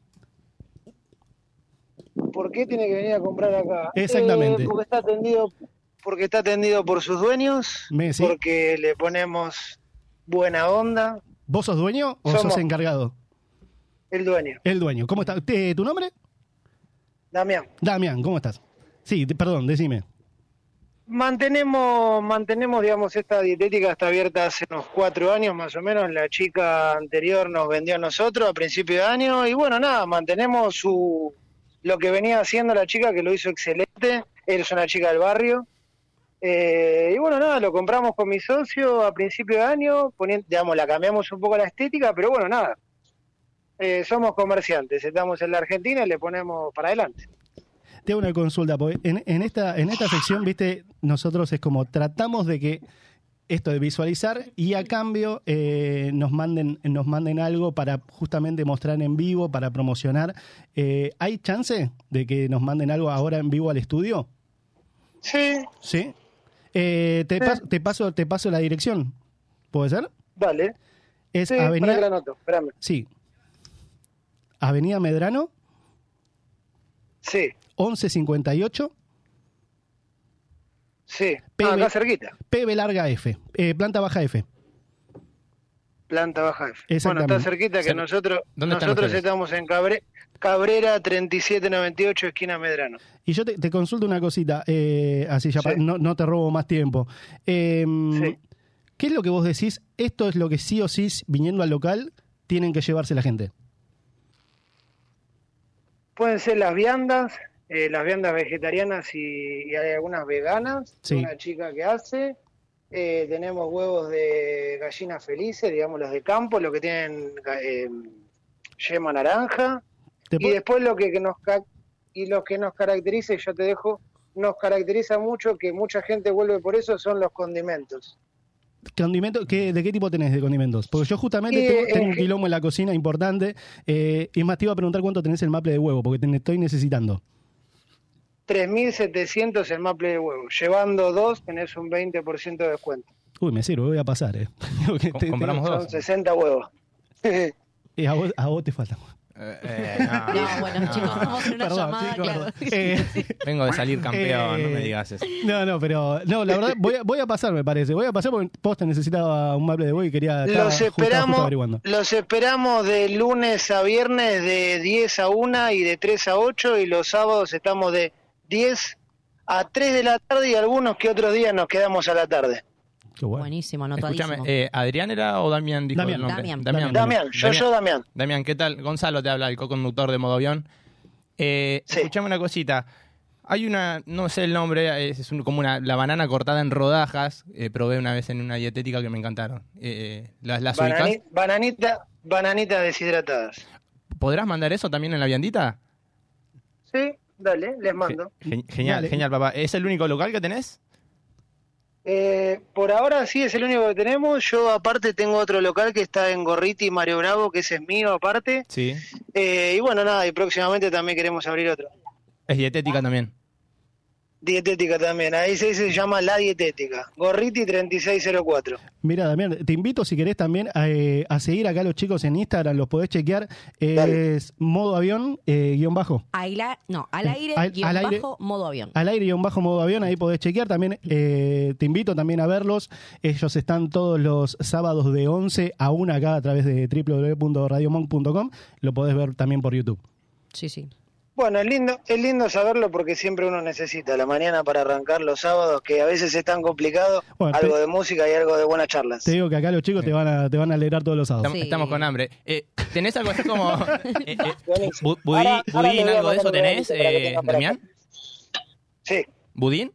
¿Por qué tiene que venir a comprar acá? Exactamente. Eh, porque está atendido, porque está atendido por sus dueños, Messi. porque le ponemos buena onda. ¿Vos sos dueño o Somos. sos encargado? El dueño, El dueño. ¿Cómo estás? ¿Te- ¿Tu nombre? Damián. Damián, ¿cómo estás? Sí, te- perdón, decime. Mantenemos, mantenemos, digamos, esta dietética está abierta hace unos cuatro años más o menos. La chica anterior nos vendió a nosotros a principio de año y bueno, nada, mantenemos su lo que venía haciendo la chica, que lo hizo excelente. Él es una chica del barrio. Eh, y bueno, nada, lo compramos con mi socio a principio de año, poniendo, digamos, la cambiamos un poco la estética, pero bueno, nada. Eh, somos comerciantes, estamos en la Argentina y le ponemos para adelante. Te hago una consulta, porque en, en esta, en esta sección, viste, nosotros es como tratamos de que esto de visualizar y a cambio eh, nos manden nos manden algo para justamente mostrar en vivo, para promocionar. Eh, ¿Hay chance de que nos manden algo ahora en vivo al estudio? Sí, ¿Sí? Eh, te, Sí. paso, te, paso, te paso la dirección. ¿Puede ser? dale. Es Sí, para Avenida... que la anoto, espérame. Sí. Avenida Medrano, Sí, once cincuenta y ocho, sí. P Ah, B acá cerquita. P B larga F, eh, planta baja F. Planta baja F. Bueno, Exactamente. está cerquita que Cer- nosotros ¿Dónde están nosotros ustedes? estamos en Cabre- Cabrera treinta y siete noventa y ocho, esquina Medrano. Y yo te, te consulto una cosita, eh, así ya Sí. pa- no, no te robo más tiempo. Eh, Sí. ¿Qué es lo que vos decís? Esto es lo que sí o sí, viniendo al local, tienen que llevarse la gente. Pueden ser las viandas, eh, las viandas vegetarianas y, y hay algunas veganas. Sí. Una chica que hace. Eh, tenemos huevos de gallinas felices, digamos los de campo, lo que tienen eh, yema naranja. ¿Te Y puedo- después lo que, que nos ca- y lo que nos caracteriza, y yo te dejo, nos caracteriza mucho, que mucha gente vuelve por eso, son los condimentos. condimento, ¿qué, ¿De qué tipo tenés de condimentos? Porque yo justamente Eh, tengo, tengo en un ge- quilombo en la cocina importante. Eh, y es más, te iba a preguntar cuánto tenés el maple de huevo, porque te estoy necesitando. tres mil setecientos el maple de huevo. Llevando dos tenés un veinte por ciento de descuento. Uy, me sirve, voy a pasar, ¿eh? Porque Com- te- compramos te- Son dos. sesenta huevos. eh, a, vos, a vos te falta. Eh, eh, no, No, bueno, no. chicos, vamos a hacer una Perdón, llamada, chicos, claro. eh, Vengo de salir campeón, Eh, no me digas eso. No, no, pero no, la verdad voy a, voy a pasar, me parece. Voy a pasar porque posta necesitaba un maple de huevo y quería estaba Los justo- estaba justo esperamos, averiguando. los esperamos de lunes a viernes de diez a una y de tres a ocho, y los sábados estamos de diez a tres de la tarde y algunos que otros días nos quedamos a la tarde. Qué bueno. Buenísimo, anotadísimo. Escúchame, eh, ¿Adrián era o Damián dijo Damián. el nombre? Damián. Damián, Damián, yo, yo, Damián. Damián, ¿qué tal? Gonzalo te habla, el co-conductor de Modo Avión. Eh, Sí. Escuchame una cosita. Hay una, no sé el nombre, es, es un- como una, la banana cortada en rodajas. Eh, probé una vez en una dietética que me encantaron. Eh, ¿Las, las ubicás? Banani- bananita, bananitas deshidratadas. ¿Podrás mandar eso también en la viandita? Sí, dale, les mando. Ge- genial, Dale. genial, papá. ¿Es el único local que tenés? Eh, por ahora sí es el único que tenemos. Yo aparte tengo otro local que está en Gorriti y Mario Bravo, que ese es mío aparte. Sí. Eh, y bueno, nada, y próximamente también queremos abrir otro. Es dietética también. Dietética también, ahí se, se llama La Dietética, Gorriti treinta y seis cero cuatro. Mira, Damián, te invito si querés también a, eh, a seguir acá a los chicos en Instagram, los podés chequear. Es modo avión, eh, guión bajo. Aila- no, al aire, Al- guión al aire. bajo, modo avión. Al aire guión bajo modo avión, ahí podés chequear. También eh, te invito también a verlos. Ellos están todos los sábados de once a una acá a través de w w w punto radio monk punto com. Lo podés ver también por YouTube. Sí, sí. Bueno, es lindo, es lindo saberlo porque siempre uno necesita la mañana para arrancar los sábados, que a veces es tan complicado, Bueno, algo pe- de música y algo de buenas charlas. Te digo que acá los chicos te van a, te van a alegrar todos los sábados. Estamos, estamos con hambre. Eh, ¿Tenés algo así como eh, eh, Buenísimo. bu- budín, Ahora- ahora budín, te voy a algo de eso mandar un tenés, videito para que eh, tengas para Damián? Sí. ¿Budín?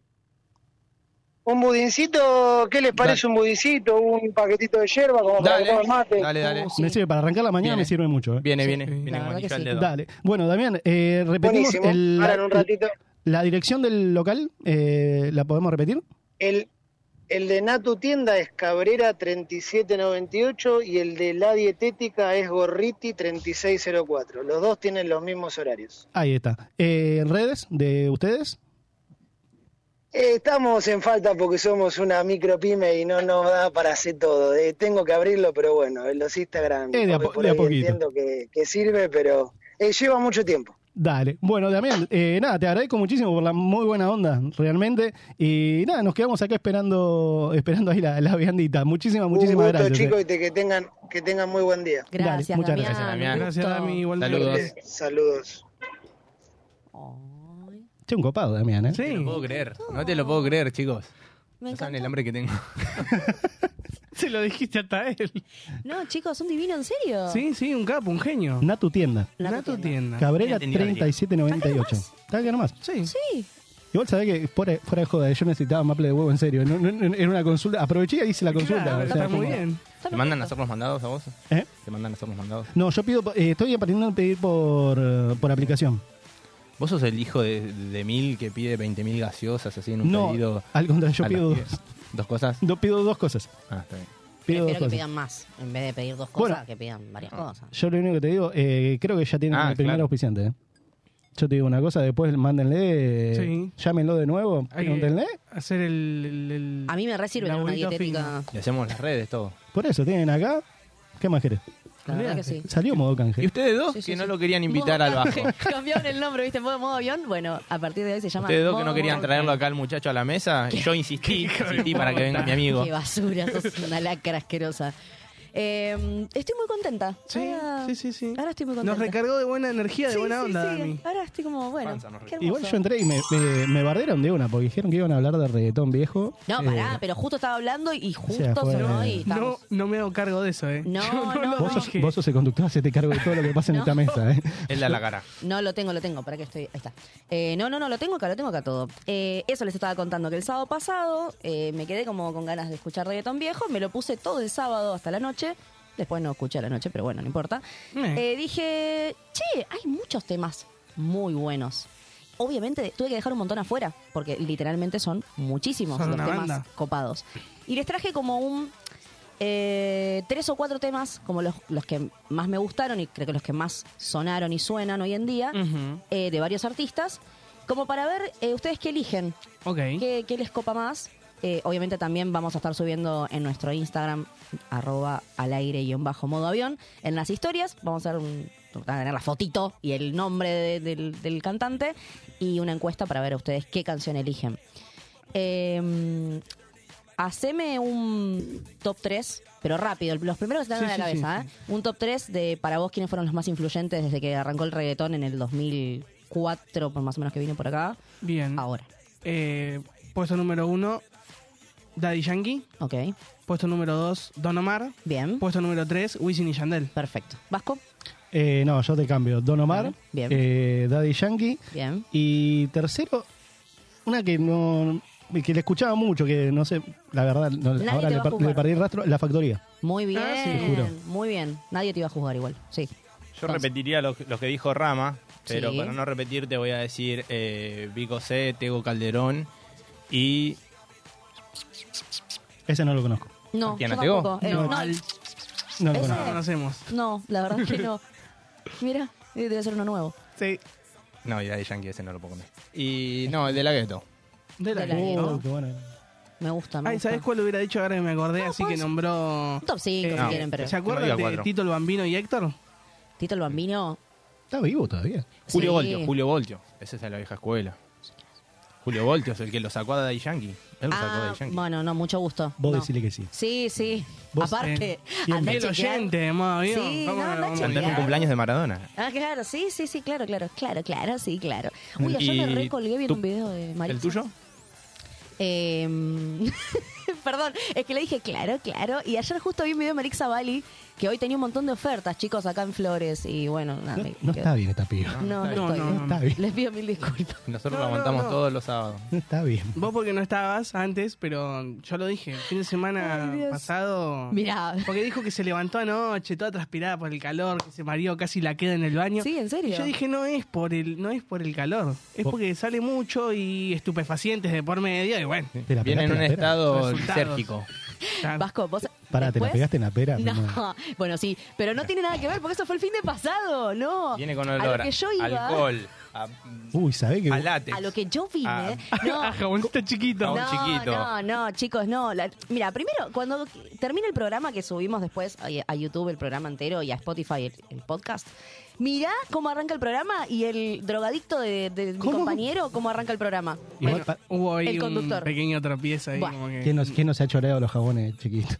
Un budincito, ¿qué les parece un budincito? Un paquetito de yerba como para que Dale, tomen mate. dale, dale. Me sirve para arrancar la mañana, Viene. me sirve mucho. ¿eh? Viene, Sí, viene, la viene verdad como que anillo al sí. dedo. Dale. Bueno, Damián, eh, repetimos Buenísimo. el- Ahora la, en un ratito. la dirección del local, eh, ¿la podemos repetir? El, el de Natu Tienda es Cabrera treinta y siete noventa y ocho y el de La Dietética es Gorriti treinta y seis cero cuatro. Los dos tienen los mismos horarios. Ahí está. Eh, ¿Redes de ustedes? Eh, estamos en falta porque somos una micropyme y no nos da para hacer todo. Eh, tengo que abrirlo, pero bueno, en los Instagram Eh, de a por- po- por de a ahí poquito. entiendo que, que sirve, pero eh, lleva mucho tiempo. Dale. Bueno, Damián, eh, nada, te agradezco muchísimo por la muy buena onda, realmente. Y nada, nos quedamos acá esperando esperando ahí la, la viandita. Muchísimas, muchísimas Un gusto, gracias. chicos, eh. y te- que tengan que tengan muy buen día. Gracias, Dale, muchas Damián. gracias, Damián. un Gracias, gusto. Dami, igualmente. Saludos. Eh, Saludos. Ay, Che, un copado, Damián, ¿eh? No te lo puedo creer, no te lo puedo creer, chicos. me No saben encanta. el hambre que tengo. Se lo dijiste hasta él. No, chicos, un divino, ¿en serio? Sí, sí, un capo, un genio. Natu Tienda. Natu Natu Tienda. Cabrera Ya entendí, treinta y siete noventa y ocho. ¿Está acá nomás? Sí. Sí. Igual sabés que fuera, fuera de joda, yo necesitaba maple de huevo en serio. No, no, no, era una consulta. Aproveché y hice la consulta. Claro, o sea, está muy como- bien. Está ¿Te mandan a perfecto. hacer los mandados a vos? ¿Eh? ¿Te mandan a hacer los mandados? No, yo pido, eh, estoy aprendiendo a pedir por, eh, por aplicación. ¿Vos sos el hijo de, de Mil que pide veinte mil gaseosas así en un No, pedido? al contrario, yo a pido los dos. pibes? ¿Dos cosas? No, pido dos cosas. Ah, está bien. Pido dos Prefiero que cosas. pidan más. En vez de pedir dos Bueno. cosas, que pidan varias cosas. Yo lo único que te digo, eh, creo que ya tienen Ah, el primer claro. auspiciante. ¿eh? Yo te digo una cosa, después mándenle, eh, Sí. llámenlo de nuevo, Hay que pregúntenle. hacer el, el- el- A mí me re sirve la tener una bolita dietética. Y hacemos las redes, todo. Por eso, tienen acá. ¿Qué más querés? La verdad que sí. Salió modo canje. ¿Y ustedes dos Sí, sí, que no sí. lo querían invitar al bajo? Cambiaron el nombre, ¿viste? Modo, modo avión. Bueno, a partir de hoy se llama. Ustedes dos que modo no querían avión. traerlo acá al muchacho a la mesa. Y yo insistí, insistí para que venga mi amigo. Qué basura, sos una lacra asquerosa. Eh, estoy muy contenta. Sí, ahora, sí, sí, sí. Ahora estoy muy contenta. Nos recargó de buena energía, de Sí, buena sí, onda, sí. Dami. Ahora estoy como, bueno, Panza nos qué hermoso. Igual yo entré y me, me, me bardearon de una, porque dijeron que iban a hablar de reggaetón viejo. No, Eh, pará, pero justo estaba hablando y justo fue- sonó y No, estamos. no me hago cargo de eso, ¿eh. No, Yo no, lo Vos, sos, dije. vos sos el conductor, hacete cargo de todo lo que pasa en No. esta mesa. ¿eh? Él da la cara. No, lo tengo, lo tengo, para que estoy, ahí está. Eh, no, no, no, lo tengo acá, lo tengo acá todo. Eh, eso les estaba contando, que el sábado pasado eh, me quedé como con ganas de escuchar reggaetón viejo, me lo puse todo el sábado hasta la noche, después no escuché a la noche, pero bueno, no importa. Eh. Eh, dije, che, hay muchos temas muy buenos. Obviamente tuve que dejar un montón afuera, porque literalmente son muchísimos Son los una temas banda. copados. Y les traje como un... eh, tres o cuatro temas, como los, los que más me gustaron y creo que los que más sonaron y suenan hoy en día, Ujú. eh, de varios artistas, como para ver eh, ustedes qué eligen, Ok. qué, qué les copa más. Eh, obviamente también vamos a estar subiendo en nuestro Instagram, arroba al aire guión bajo modo avión, en las historias. Vamos a hacer un, van a tener la fotito y el nombre de- del, del cantante y una encuesta para ver a ustedes qué canción eligen. Eh, haceme un top tres, pero rápido, los primeros que te dan Sí, a la sí, cabeza. sí, ¿eh? Un top tres de para vos quiénes fueron los más influyentes desde que arrancó el reggaetón en el dos mil cuatro, por más o menos que vine por acá. Bien. Ahora. Eh, puesto número uno, Daddy Yankee. Ok. Puesto número dos, Don Omar. Bien. Puesto número tres, Wisin y Yandel. Perfecto. ¿Vasco? Eh, no, yo te cambio. Don Omar, Bien. eh, Daddy Yankee. Bien. Y tercero, una que no que le escuchaba mucho, que no sé, la verdad, no, Nadie ahora te le, va a per- juzgar. le perdí el rastro, La Factoría. Muy bien. Ah, sí. Te juro. Muy bien. Nadie te iba a juzgar igual. Sí. Yo repetiría lo, lo que dijo Rama, pero Sí. para no repetir te voy a decir eh, Vico C, Tego Calderón y... Ese no lo conozco. No, ¿Quién, yo a Tego? tampoco. Eh, No, no, al- No lo Ese- conozco. No conocemos. no, la verdad es que no. Mira, eh, debe ser uno nuevo. Sí. No, y Daddy Yankee ese no lo puedo comer. Y no, el de la Gueto. De la De la que- Oh, qué bueno. Me gusta, me Ay, gusta. ¿sabés cuál hubiera dicho ahora que me acordé? Así que nombró. Top cinco eh, si quieren, pero... ¿Se acuerdan diga de cuatro. Tito el Bambino y Héctor? Tito el Bambino... Está vivo todavía. Julio Sí. Voltio, Julio Voltio. Ese es de la vieja escuela. Julio Voltio es el que lo sacó a Daddy Yankee. Él lo sacó a Ah, Daddy Yankee. bueno, no, mucho gusto. Vos No. decile que sí. Sí, sí. Vos, Aparte, eh, siempre. andá a El chequear. oyente, de modo avión. Sí, ¿Cómo no, no anda a vamos a- Cantar un chequear. cumpleaños de Maradona. Ah, claro, sí, sí, sí, claro, claro, claro, claro, sí, claro. Uy, ayer Y me recolgué viendo tú- un video de Marisa. ¿El tuyo? Eh, perdón, es que le dije claro, claro. Y ayer justo vi un video de Marixa Bali que hoy tenía un montón de ofertas, chicos, acá en Flores. Y bueno, nada, No, me no quedo- está bien esta piba. No, no, No, estoy no, bien. No está bien. Les pido mil disculpas. Nosotros No, lo no, aguantamos no. todos los sábados. No está bien. Vos porque no estabas antes, pero yo lo dije, el fin de semana Ay, Dios. pasado. Mirá. Porque dijo que se levantó anoche, toda transpirada por el calor, que se mareó, casi la queda en el baño. Sí, ¿en serio? Y yo dije, no es por el, no es por el calor, es Vos- porque sale mucho y estupefacientes de por medio, y bueno. ¿Te la Viene en un pegaste en la pera? estado Resultados. lisérgico. ya- Vasco, vos... Pará, ¿te la después- pegaste en la pera? No, bueno, sí, pero no tiene nada que ver porque eso fue el fin de pasado, no. Viene con A olor lo que yo iba, alcohol, a, Uy, ¿sabés qué? a látex. a lo que yo vine, Ah. no. Ah, jaboncito chiquito. Jabón No, chiquito. no, no, chicos, no. La- mira, primero, cuando termine el programa que subimos después a, a YouTube, el programa entero, y a Spotify, el, el podcast, mirá cómo arranca el programa y el drogadicto de, de mi ¿Cómo? compañero, cómo arranca el programa. Igual Bueno, pa- hubo ahí el un conductor. pequeño tropiezo ahí, Buah. como que. ¿Quién no, quién no se ha choreado los jabones chiquitos?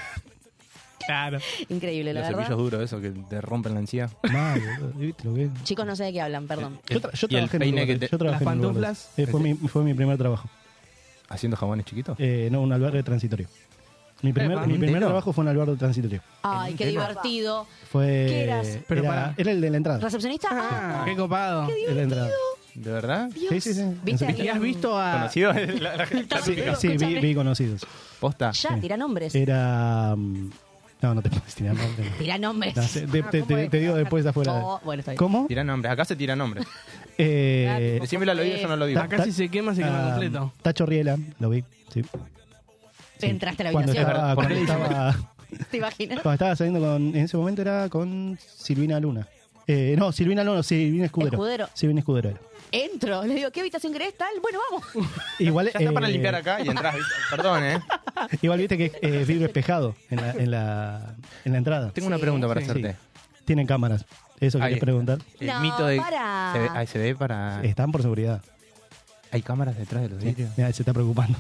Claro. Increíble, la Los verdad. cepillos duros, eso que te rompen la encía. Mal, boludo, ¿viste lo que es? Chicos, no sé de qué hablan, perdón. Yo, tra- yo Y el trabajé en peine un lugar- que te- yo trabajé Las en un lugar de pantuflas. eso. Eh, fue, mi, fue mi primer trabajo. ¿Haciendo jabones chiquitos? Eh, no, un albergue transitorio. Mi primer, Epa. mi primer ¿Entero? trabajo fue un albergue transitorio. Ay, qué divertido. Fue. ¿Qué eras? Pero era, pará. era el de la entrada. ¿Recepcionista? Ah, Ah, qué copado. qué El de la divertido. entrada. ¿De verdad? Dios. Sí, sí, sí. ¿Viste ¿En serio? ¿Y has visto a. ¿Conocido? La- la- Está Sí, bien. sí, vi, Escúchame. vi conocidos. ¿Posta? Ya, tira nombres. Era. mm, No, no te puedes tirar nombre. Tira nombres. No, sé, de- Ah, te, ¿cómo te- es? te digo después afuera. Oh, bueno, está bien. ¿Cómo? Tira nombres. Acá se tira nombres. Eh, Decímelo al oído, yo no lo digo. Acá si se quema, se quema ah, completo. Tacho Riela, lo vi. Sí. Sí. Entraste a la Cuando habitación. estaba, ¿Por cuando, qué le dicen estaba, ¿Te imaginas? cuando estaba saliendo con. En ese momento era con Silvina Luna. Eh, no, Silvina Luna, no, Silvina Escudero. Escudero. Silvina Escudero era. Entro, le digo, ¿qué habitación querés? Tal, bueno, vamos. Igual, Ya está para eh, limpiar acá y entras. ¿viste? Perdón, ¿eh? Igual viste que eh, es vidrio espejado en la, en la, en la entrada. Tengo una Sí. pregunta para Sí. hacerte. Tienen cámaras. Eso Ahí. querés preguntar. El No, mito de. para. Se ve, ahí se ve para. Están por seguridad. ¿Hay cámaras detrás de los vidrios? Mira, se está preocupando.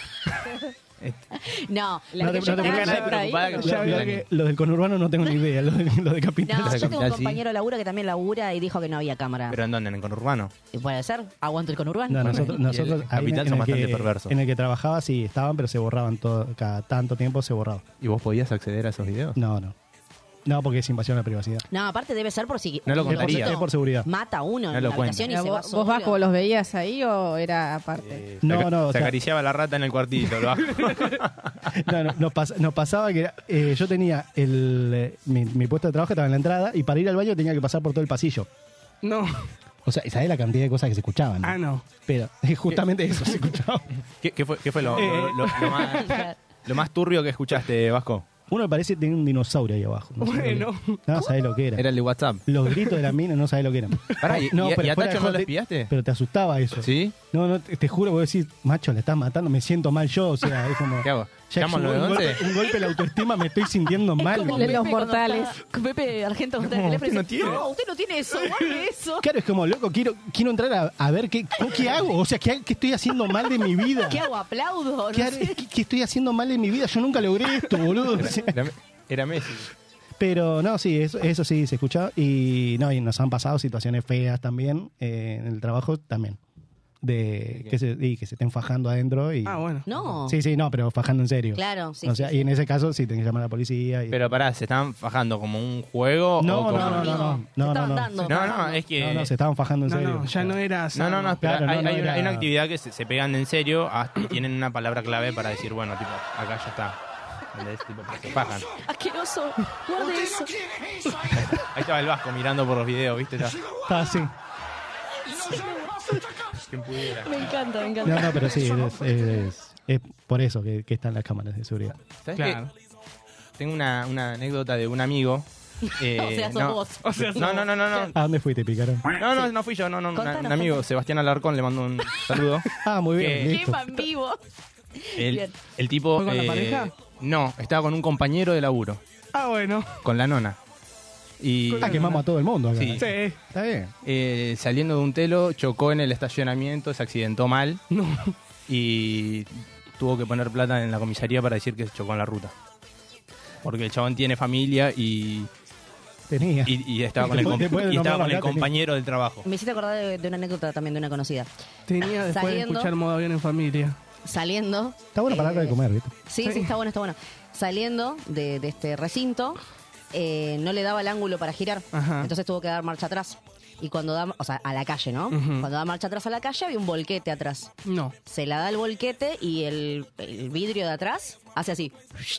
No, la No que te- yo no te tengo- preocupes. Cara de preocupada que Ya, escucha mirá Melanie. que lo del conurbano no tengo ni idea. Lo de, lo de Capital. No, Los de yo tengo un Capital, sí. compañero de laburo que también labura y dijo que no había cámara. ¿Pero en dónde? ¿En el conurbano? ¿Y puede ser? ¿Aguanto el conurbano? No, nosotros, Y el nosotros ahí Capital en, son el bastante que, perversos. en el que trabajaba sí estaban, pero se borraban todo, cada tanto tiempo se borraba. ¿Y vos podías acceder a esos videos? No, no. No, porque es invasión a la privacidad. No, aparte debe ser por si No lo un contaría. loquito Es por seguridad. mata a uno No en lo la habitación y Pero se va ¿Vos, solo. vos Vasco, los veías ahí o era aparte? No, Se aca- no, o Se sea- acariciaba la rata en el cuartito. Lo bajo. No, no, nos, pas- nos pasaba que eh, yo tenía el, eh, mi, mi puesto de trabajo estaba en la entrada y para ir al baño tenía que pasar por todo el pasillo. No. O sea, ¿sabés la cantidad de cosas que se escuchaban? Ah, no. Pero eh, justamente eso se escuchaba. ¿Qué, qué fue, qué fue lo, Eh. lo- lo- lo más, lo más turbio que escuchaste, Vasco? Uno me parece que tenía un dinosaurio ahí abajo. No sé lo que era. Bueno. No, ¿sabés lo que era? Era el de WhatsApp. Los gritos de la mina no sabés lo que eran. Pará, ¿y, y- y a fuera Tacho de no joder, lo espiaste? Pero te asustaba eso. ¿Sí? No, no, te, te juro, vos decís, macho, le estás matando, me siento mal yo, o sea, es como... ¿Qué hago? Ya ¿Llamo al llegó un, nueve once? golpe, un golpe a la autoestima, me estoy sintiendo mal. Como De Pepe los cuando mortales. está- Pepe Argento está en No, el usted no tiene. No, usted no tiene eso, guarde eso. Claro, es como, loco, quiero, quiero entrar a, a ver qué, qué hago, o sea, qué, qué estoy haciendo mal de mi vida. ¿Qué hago? ¿Aplaudo? No ¿Qué, sé. qué- qué estoy haciendo mal de mi vida? Yo nunca logré esto, boludo. O sea, Era, era Messi. pero no, sí, eso, eso sí se escuchaba. Y no, y nos han pasado situaciones feas también, eh, en el trabajo también. de que se, y que se estén fajando adentro. Y, Ah, bueno. No. Sí, sí, no, pero fajando en serio. Claro, sí, O sea, sí, y en ese caso sí tenés que llamar a la policía. Y... Pero pará, ¿se estaban fajando como un juego? No, o como... no, no, no, no, no, no, no. dando. No, no, es que... No, no, se estaban fajando en No, serio. no, ya no era... No, no, no, espera, Claro, no, hay, no hay una, era- hay una actividad que se, se pegan en serio hasta- y tienen una palabra clave para decir, bueno, tipo, acá ya está. ¿Entendés? Tipo, se fajan. Asqueroso. Guarde eso. Ahí estaba el Vasco mirando por los videos, ¿viste? Ya. Está así. ¿Quién pudiera? Me encanta, me encanta. No, no, pero sí, es, es, es por eso que, que están las cámaras de seguridad. ¿Sabes Claro. qué? Tengo una, una anécdota de un amigo. eh, O sea, sos no, vos. O sea, no, no, no, no, no. ¿A dónde fuiste, Picarón? No, no, no fui yo, no, no, una- Contanos, un amigo, contanos. Sebastián Alarcón, le mando un saludo. Ah, muy bien, Que- Qué listo. en vivo. El, Bien. el tipo... ¿Fue con la eh, pareja? No, estaba con un compañero de laburo, Ah, bueno. con la nona. Y Ah, quemamos a todo el mundo acá. Sí. Sí. Está bien. eh, saliendo de un telo, chocó en el estacionamiento, se accidentó mal No. y tuvo que poner plata en la comisaría para decir que se chocó en la ruta. Porque el chabón tiene familia y, Tenía. y, y estaba con el, com- Después de y estaba nombrarlo con el acá, tenía. compañero del trabajo. Me hiciste acordar de, de una anécdota también de una conocida. Tenía después de Saliendo. escuchar modo avión en familia. Saliendo. Está bueno para eh, algo de comer, ¿viste? Sí, sí, Sí. está bueno, está bueno. Saliendo de, de este recinto, eh, no le daba el ángulo para girar. Ajá. Entonces tuvo que dar marcha atrás. Y cuando da, o sea, a la calle, ¿no? Ujú. Cuando da marcha atrás a la calle, había un volquete atrás. No. Se la da el volquete y el, el vidrio de atrás hace así.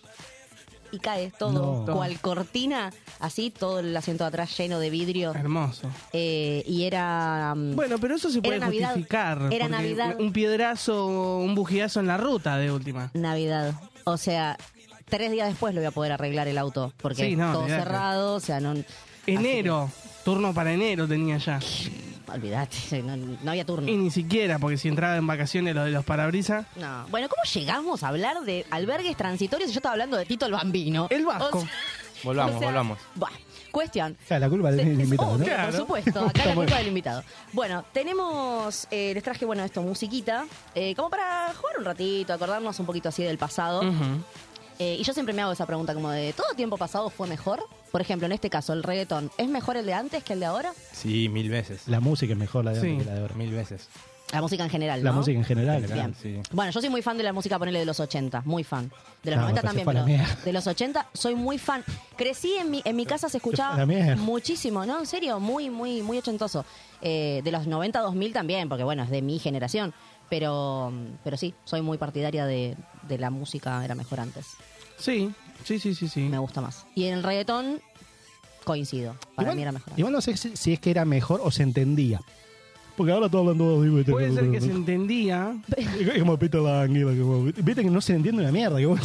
Y cae todo, No. cual cortina, así, todo el asiento de atrás lleno de vidrio. Hermoso. Eh, y era... mm, Bueno, pero eso se puede Era Navidad. justificar. Era porque Navidad. Un piedrazo, un bujiazo en la ruta de última. Navidad. O sea, tres días después lo voy a poder arreglar el auto. Porque Sí, no, todo olvidate. cerrado, o sea, no... Enero. Turno para enero tenía ya. Olvídate, no, no había turno. Y ni siquiera, porque si entraba en vacaciones lo de los parabrisas. No. Bueno, ¿cómo llegamos a hablar de albergues transitorios y yo estaba hablando de Tito el Bambino? El Vasco. O sea, Volvamos, o sea, volvamos. Buah, cuestión. O sea, la culpa Se- del es invitado, ¿no? obvio, Claro. por supuesto. Acá Está la muy culpa bien. del invitado. Bueno, tenemos... eh, les traje, bueno, esto, musiquita. eh, como para jugar un ratito, acordarnos un poquito así del pasado. Ujú. Eh, y yo siempre me hago esa pregunta como de, ¿todo tiempo pasado fue mejor? Por ejemplo, en este caso, el reggaetón, ¿es mejor el de antes que el de ahora? Sí, mil veces. La música es mejor la de Sí. antes que la de ahora. Mil veces. La música en general, La ¿no? música en general. Bien. Sí. Bueno, yo soy muy fan de la música, ponele, de los ochenta, muy fan. De los No, noventa pero se también, fue a la pero mierda. de los ochenta soy muy fan. Crecí en mi, en mi casa, se fue a la escuchaba mierda. muchísimo, ¿no? En serio, muy, muy, muy ochentoso. Eh, de los noventa a dos mil también, porque bueno, es de mi generación. Pero, pero sí, soy muy partidaria de, de la música, era mejor antes. Sí, sí, sí, sí, sí. Me gusta más. Y en el reggaetón, coincido. Para Igual, mí era mejor antes. igual no sé si, si es que era mejor o se entendía. Porque ahora todo hablando de... Puede ser que se entendía. Es como Peter la anguila. Como, viste que no se entiende una mierda. Que vos...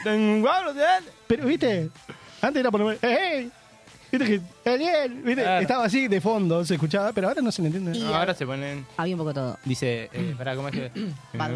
Pero, viste, antes era poner... ¡Hey! Viste que... ¡Ariel! ¿Viste? Claro. Estaba así de fondo, se escuchaba, pero ahora no se le entiende. Y No, ahora se ponen... había un poco de todo. Dice, eh, pará, ¿cómo es que...? Bad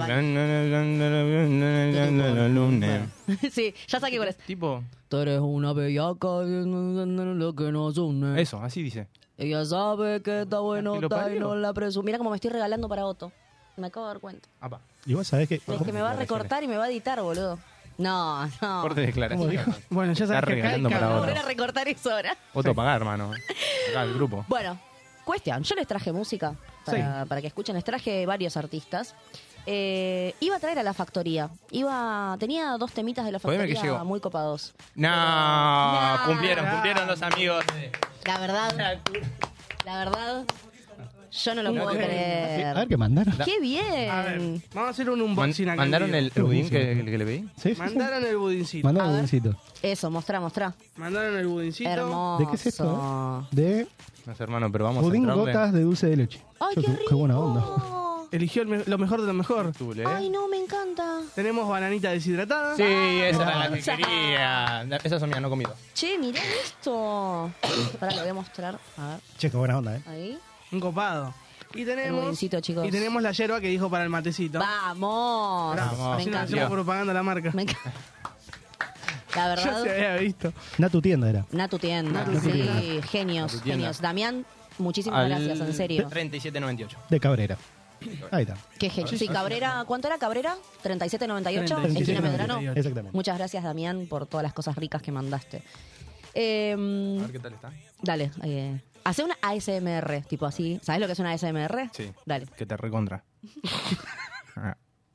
Sí, ya saqué cuál es. Tipo, Tú eres una bellaca, lo que nos une. eso, así dice. Ella sabe que está bueno ¿Y lo y parió? no la presume. Mira cómo me estoy regalando para Otto. Me acabo de dar cuenta. Apa. Y vos sabés que... Es que me va a recortar y me va a editar, boludo. No, no. Corte de declaración. Bueno, ya Está sabes que acá hay regalando para cagada. otro. Volver a recortar eso ahora. Otro pagar, hermano. Acá el grupo. Bueno, cuestión. Yo les traje música para, para que escuchen. Les traje varios artistas. Eh, iba a traer a La Factoría. Iba, tenía dos temitas de La Jodeme que Factoría llegó. muy copados. No, No. cumplieron, cumplieron los amigos. La verdad, la verdad, yo no lo puedo A creer. ver qué mandaron. ¡Qué bien! A ver, vamos a hacer un Man- unboxing acá. ¿Mandaron en el, vivo. el budín que, que le pedí? Sí, sí, sí. Mandaron el budincito. Mandaron A un ver. besito. Eso, mostrá, mostrá. Mandaron el budincito. Hermoso. ¿De qué es esto? eh? De No sé, hermano, pero vamos pudín a entrarle. gotas de dulce de leche. ¡Ay, Yo, qué rico! qué buena onda. Eligió el me- lo mejor de lo mejor. Tule. ¡Ay, no, me encanta! Tenemos bananita deshidratada. Sí, esa era la que Chao. quería. Esas son mías, no comido. Che, mirá esto. Ahora lo voy a mostrar. A ver, Che, qué buena onda, ¿eh? ahí. Un copado. Y El tenemos, budincito, chicos. y tenemos la yerba que dijo para el matecito. ¡Vamos! Vamos. Me Así no encanta. hacemos propaganda a la marca. Me encanta. La Ya se verdad, había visto. Natu tienda era. Natu Tienda. Natu Sí, Tienda. genios, Natu Tienda. genios. Damián, muchísimas Al gracias, en serio. treinta y siete noventa y ocho. De Cabrera. Ahí está. Qué genio. Sí, Cabrera, ¿cuánto era Cabrera? ¿treinta y siete noventa y ocho? treinta y siete Esquina noventa y Medrano. ocho. Exactamente. Muchas gracias, Damián, por todas las cosas ricas que mandaste. Eh, A ver qué tal está. dale, eh, Hace una A S M R, tipo así. ¿Sabes lo que es una A S M R? Sí. Dale. Que te recontra. Ah.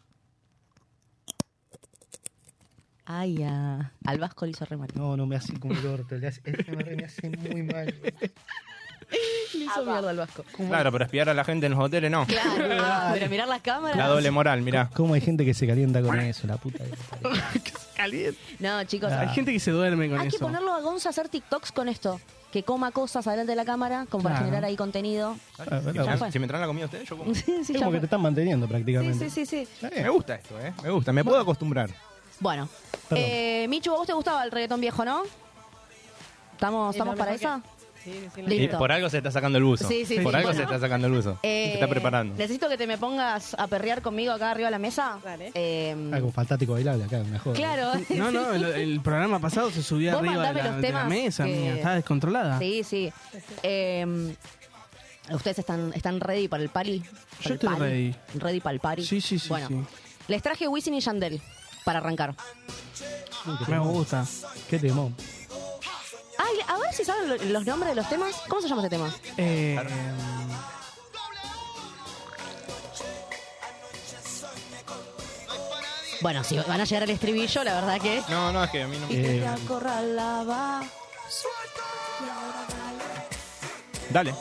Ay, ya. Al Vasco le hizo re mal. No, no me hace como el orto. Le hace, me, me hace muy mal. Le hizo mierda al Vasco. Claro, pero espiar a la gente en los hoteles no. Claro, pero mirar las cámaras. La doble moral, mirá. ¿Cómo hay gente que se calienta con eso? La puta. Caliente. No, chicos. Hay gente que se duerme con Hay eso. que ponerlo a Gonza a hacer TikToks con esto. Que coma cosas adelante de la cámara, como para Claro. generar ahí contenido. Ah, Si, Ya fue. si me traen la comida ustedes, yo como. Sí, sí, Es ya como que fue. te están manteniendo Sí, prácticamente. sí, sí, sí. Me gusta esto, ¿eh? Me gusta. Me puedo acostumbrar. Bueno, Perdón. eh, Michu, ¿a vos te gustaba el reggaetón viejo, no? ¿Estamos, Sí, ¿estamos lo para mejor esa? que- Sí, sí, Y Listo. por algo se está sacando el buzo. Sí, sí, por sí. algo Bueno. se está sacando el buzo. Eh, se está preparando. Necesito que te me pongas a perrear conmigo acá arriba de la mesa. Dale. Eh, Ah, como fantástico bailable acá, una joda. claro. No, no, el, el programa pasado se subía Vos arriba de mandame la, los de la temas mesa, que- mía. Estaba descontrolada. Sí, sí. Eh, ¿Ustedes están, están ready para el pali? ¿Para Yo el estoy pali? ready. ¿Ready para el party? Sí, sí, sí, Bueno, sí. les traje Wisin y Yandel para arrancar. Uy, qué Me temón. gusta. Qué temón. Ay, a ver si saben lo- los nombres de los temas. ¿Cómo se llama este tema? Eh, Bueno, si van a llegar al estribillo, la verdad que... No, no, es que a mí no Y me. te Eh. acorralaba. Dale.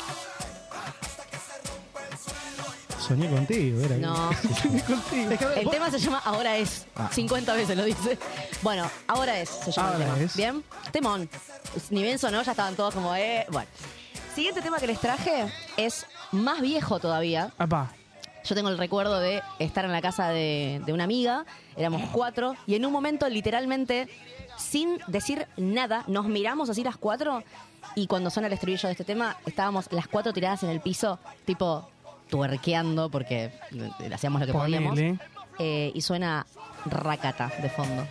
Soñé contigo, era. No. Es que, El vos- tema se llama Ahora es. cincuenta veces lo dice. Bueno, Ahora es se llama Ahora el tema. es. ¿Bien? Temón. Ni bien sonó, ya estaban todos como, eh. Bueno. Siguiente tema que les traje es más viejo todavía. apá. Yo tengo el recuerdo de estar en la casa de, de una amiga, éramos cuatro, y en un momento, literalmente, sin decir nada, nos miramos así las cuatro, y cuando suena el estribillo de este tema, estábamos las cuatro tiradas en el piso, tipo tuerqueando, porque eh, hacíamos lo que podíamos. Ponele. Eh, y suena Rakata de fondo.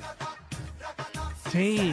Sí.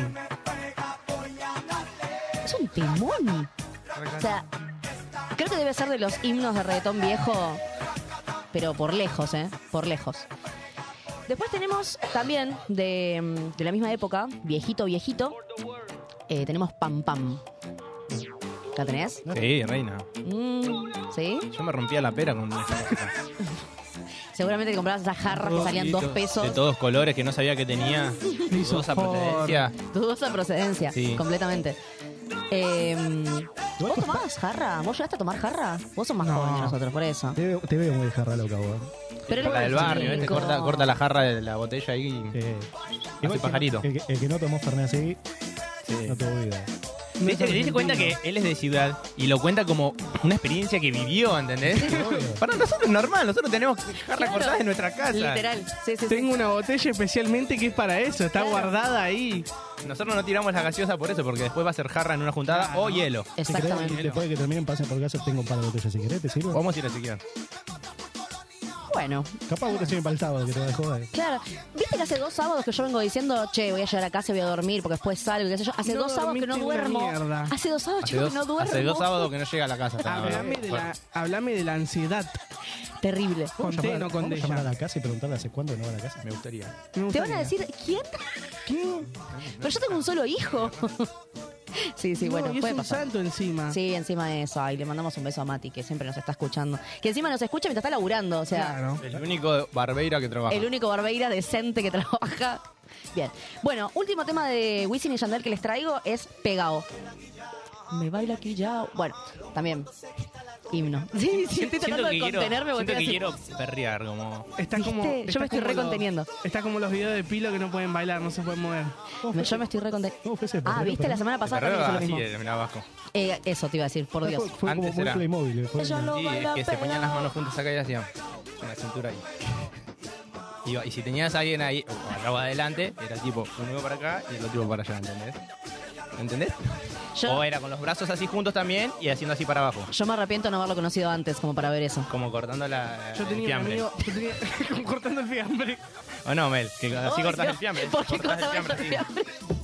Es un temón. O sea, creo que debe ser de los himnos de reggaetón viejo, pero por lejos, ¿eh? Por lejos. Después tenemos también de, de la misma época, viejito, viejito, eh, tenemos Pam Pam. ¿La tenés? Sí, reina. Mm, ¿Sí? Yo me rompía la pera con esta música. Seguramente te comprabas esas jarras que salían dos De pesos. todos colores que no sabía que tenía. Dudosa procedencia. Dudosa procedencia, Sí. completamente. Eh, ¿Vos tomabas jarra? ¿Vos llegaste a tomar jarra? Vos sos más No. joven que nosotros, por eso. Te veo, te veo muy jarra loca, vos. Pero él La del es barrio, ¿viste? chico. Corta, corta la jarra de la botella ahí y Eh, hace que- pajarito. El, que- el que no tomó Fernet así, Sí. no tuvo vida. ¿Viste? ¿Te diste cuenta que él es de ciudad y lo cuenta como una experiencia que vivió, ¿entendés? Para nosotros es normal, nosotros tenemos jarras Claro. cortadas en nuestra casa. Literal. Sí, sí, sí. Tengo una botella especialmente que es para eso. Está Claro. guardada ahí. Nosotros no tiramos la gaseosa por eso, porque después va a ser jarra en una juntada o hielo. Si querés, Exactamente. después de que terminen, pasen por casa, tengo un par de botellas. Si querés, ¿te sirve? Vamos a ir a chequear. Bueno, Capaz vos te sirve para el sábado, que te va a joder. claro. ¿Viste que hace dos sábados que yo vengo diciendo, che, voy a llegar a casa y voy a dormir porque después salgo y qué sé yo? Hace No dos sábados que no dormiste una duermo. mierda. Hace dos sábados, Hace chicos, dos, que no duermo. hace dos sábados que no llega a la casa. está- Hablame de, la, hablame de la ansiedad. Terrible. Con té, no con ¿Vamos a llamar a ella. la casa y preguntarle hace cuándo no va a la casa? Me gustaría. Me Te van gustaría. a decir, ¿quién? Pero yo tengo un solo hijo. Sí, sí, No, bueno, y es puede un pasar. santo encima. Sí, encima de eso. Ay, le mandamos un beso a Mati, que siempre nos está escuchando. Que encima nos escucha mientras está laburando. O sea, Claro. El único barbeira que trabaja. el único barbeira decente que trabaja. Bien. Bueno, último tema de Wisin y Yandel que les traigo es Pegao. Me baila aquí ya. Bueno, también. Himno. Sí, sí, estoy Siento tratando que de quiero, contenerme siento porque que estoy así. quiero perrear, como... Está como, ¿Viste? Yo está me estoy como reconteniendo. los- Está como los videos de Pilo que no pueden bailar, no se pueden mover. Me- Yo me estoy reconteniendo. ¿Cómo fue ese Ah, perreo, ¿viste? La perreo? semana pasada Perreo también hizo lo así, mismo. de mirá abajo. Eh, eso te iba a decir, por Dios. Fue, fue como Antes muy era- Playmobil. Fue Ella lo Sí, baila es que se ponían las pegao. manos juntas acá y hacían con la cintura ahí. Iba- y si tenías a alguien ahí, o acá o adelante, era tipo uno iba para acá y el otro iba para allá, ¿entendés? ¿Entendés? Yo- O era con los brazos así juntos también y haciendo así para abajo. Yo me arrepiento de no haberlo conocido antes, como para ver eso. Como cortando la, Yo el tenía un fiambre. amigo. Yo tenía, como cortando el fiambre. ¿O no, Mel? Que así Ay, cortas Dios, el fiambre. ¿Por qué cortás cortaba el fiambre, el sí. fiambre?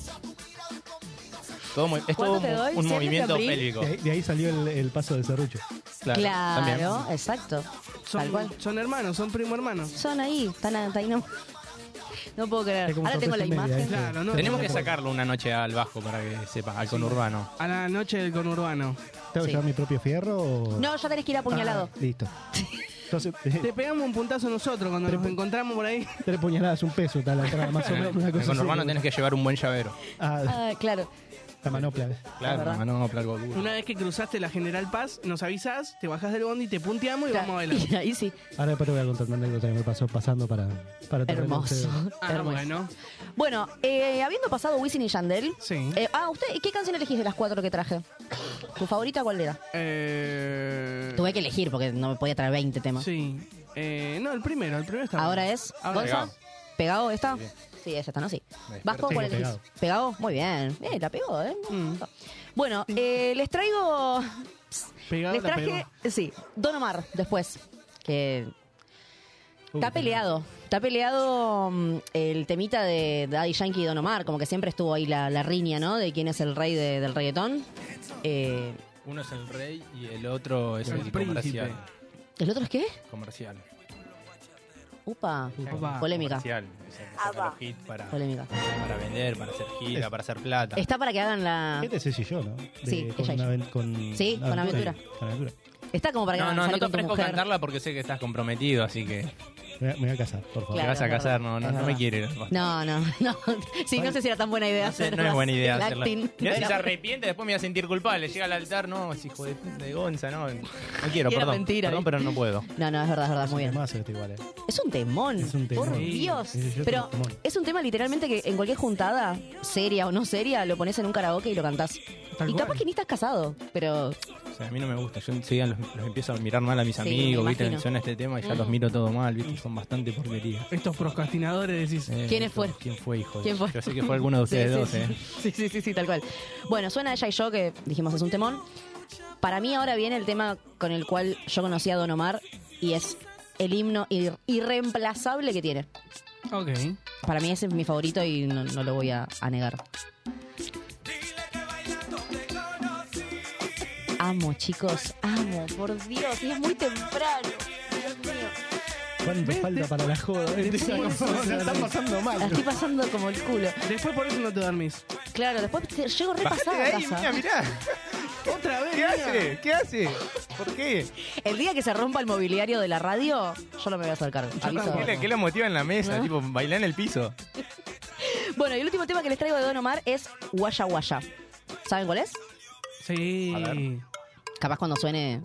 Todo muy- es ¿Cuánto todo te un, doy? un ¿Siete movimiento fiambrín? pélvico. De ahí, de ahí salió el, el paso de serrucho. Claro, también. Claro, exacto. Tal cual. Son, son hermanos, son primo hermanos. Son ahí, están, ahí no. No puedo creer. Es como Ahora tengo la Torres y media, imagen. ¿eh? Claro, no, Tenemos no que puedo. sacarlo una noche al Vasco para que sepa, al conurbano. A la noche del conurbano. ¿Tengo que Sí. llevar mi propio fierro o...? No, ya tenés que ir apuñalado. Ah, listo. Entonces, Te pegamos un puntazo nosotros cuando nos encontramos por ahí. tres puñaladas, un peso, tal, la entrada, más o menos. Una En cosa el conurbano así. tenés que llevar un buen llavero. Ah, Ah, claro. la manopla. Claro, verdad. la manopla, algo duro. Una vez que cruzaste la General Paz, nos avisás, te bajás del bondi, te punteamos y vamos a bailar. Y ahí sí. Ahora después te voy a contar una anécdota que me pasó pasando para... para terreno Hermoso. ustedes. Ah, Hermoso. bueno. Bueno, eh, habiendo pasado Wisin y Yandel. Sí. eh, ah, ¿usted qué canción elegís de las cuatro que traje? ¿Tu favorita cuál era? Eh... Tuve que elegir porque no me podía traer veinte temas. Sí. Eh, no, el primero, el primero está Ahora bueno. es. Ahora ¿Gonza? Pegado. ¿Pegado esta? Sí, esa está, ¿no? Sí. ¿Vasco Sí, cuál elegís? pegado. ¿Pegado? Muy bien. Eh, la pegó, ¿eh? Mm. Bueno, eh, les traigo. Pegado, les la traje. pegó. Sí, Don Omar después. Que. Uh, Está peleado. Está peleado mm, el temita de Daddy Yankee y Don Omar. Como que siempre estuvo ahí la, la riña, ¿no? De quién es el rey de- del reggaetón. Eh, Uno es el rey y el otro es El el, príncipe. comercial. ¿El otro es qué? Comercial. Upa. Opa. Polémica. Comercial. Es el que saca los hits para, Polémica. para vender, para hacer gira, para hacer plata. Está para que hagan la. Este es ese y yo, ¿no? De- Sí, con, ella y yo. aven- con Sí, con Aventura. Con aventura. Está como para que No, hagan no, no salir te con tu ofrezco mujer. cantarla porque sé que estás comprometido, así que Me, voy a- me voy a casar, por favor. te Claro, vas a es casar. verdad, No, no, es no me verdad. quiere. No, no, no. Sí, no sé si era tan buena idea No, sé, hacer no es buena idea el hacerla. acting. Mirá si Era- se arrepiente, después me voy a sentir culpable. Llega al altar, no, es hijo de, de Gonza, no. No quiero, Y era perdón. mentira, perdón, ¿viste? pero no puedo. No, no, es verdad, es verdad, muy bien. Más este igual, ¿eh? Es un temón. Es un temón. Por Sí. Dios. Ese yo Pero tengo temón. es un tema literalmente que en cualquier juntada, seria o no seria, lo pones en un karaoke y lo cantás. Tal Y cual. capaz que ni estás casado, pero O sea, a mí no me gusta. Yo enseguida los, los empiezo a mirar mal a mis Sí, amigos, me ¿viste? imagino. Suena este tema y ya Mm. los miro todo mal, ¿viste? Son bastante porquería. Estos procrastinadores decís. Eh, ¿Quiénes fueron? ¿Quién fue, hijo? de- ¿Quién fue? Yo sé que fue alguno de Sí, ustedes sí, dos, sí. ¿eh? Sí, sí, sí, sí, tal cual. Bueno, suena Ella y Yo, que dijimos es un temón. Para mí ahora viene el tema con el cual yo conocí a Don Omar y es el himno ir- irreemplazable que tiene. Ok. Para mí ese es mi favorito y no, no lo voy a, a negar. Amo, chicos, amo, por Dios, y es muy temprano. Dios mío. ¿Cuánto falta para la joda? Sí, No, sí, la sí, están sí. pasando mal. La estoy pasando como el culo. Después por eso no te dormís. Claro, después te- llego Bajate repasada de a ahí, casa. mira, mirá. Otra vez. ¿Qué mira. hace? ¿Qué hace? ¿Por qué? El día que se rompa el mobiliario de la radio, yo no me voy a hacer cargo. Aviso. ¿Qué, le- qué lo motiva en la mesa? ¿No? Tipo, bailar en el piso. Bueno, y el último tema que les traigo de Don Omar es Guaya Guaya. ¿Saben cuál es? Sí. A ver. Capaz cuando suene.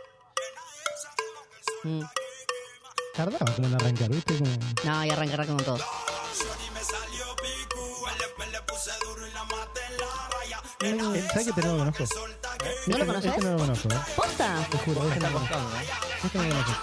Mm. Tardaba como en arrancar, ¿viste? Como... No, y arranca, arranca con todo. Eh, ¿Sabes que te no lo conozco? ¿No lo Este conoces? Este no lo conozco, ¿eh? ¿Posta? Te juro, este no lo conozco. Este no lo conozco.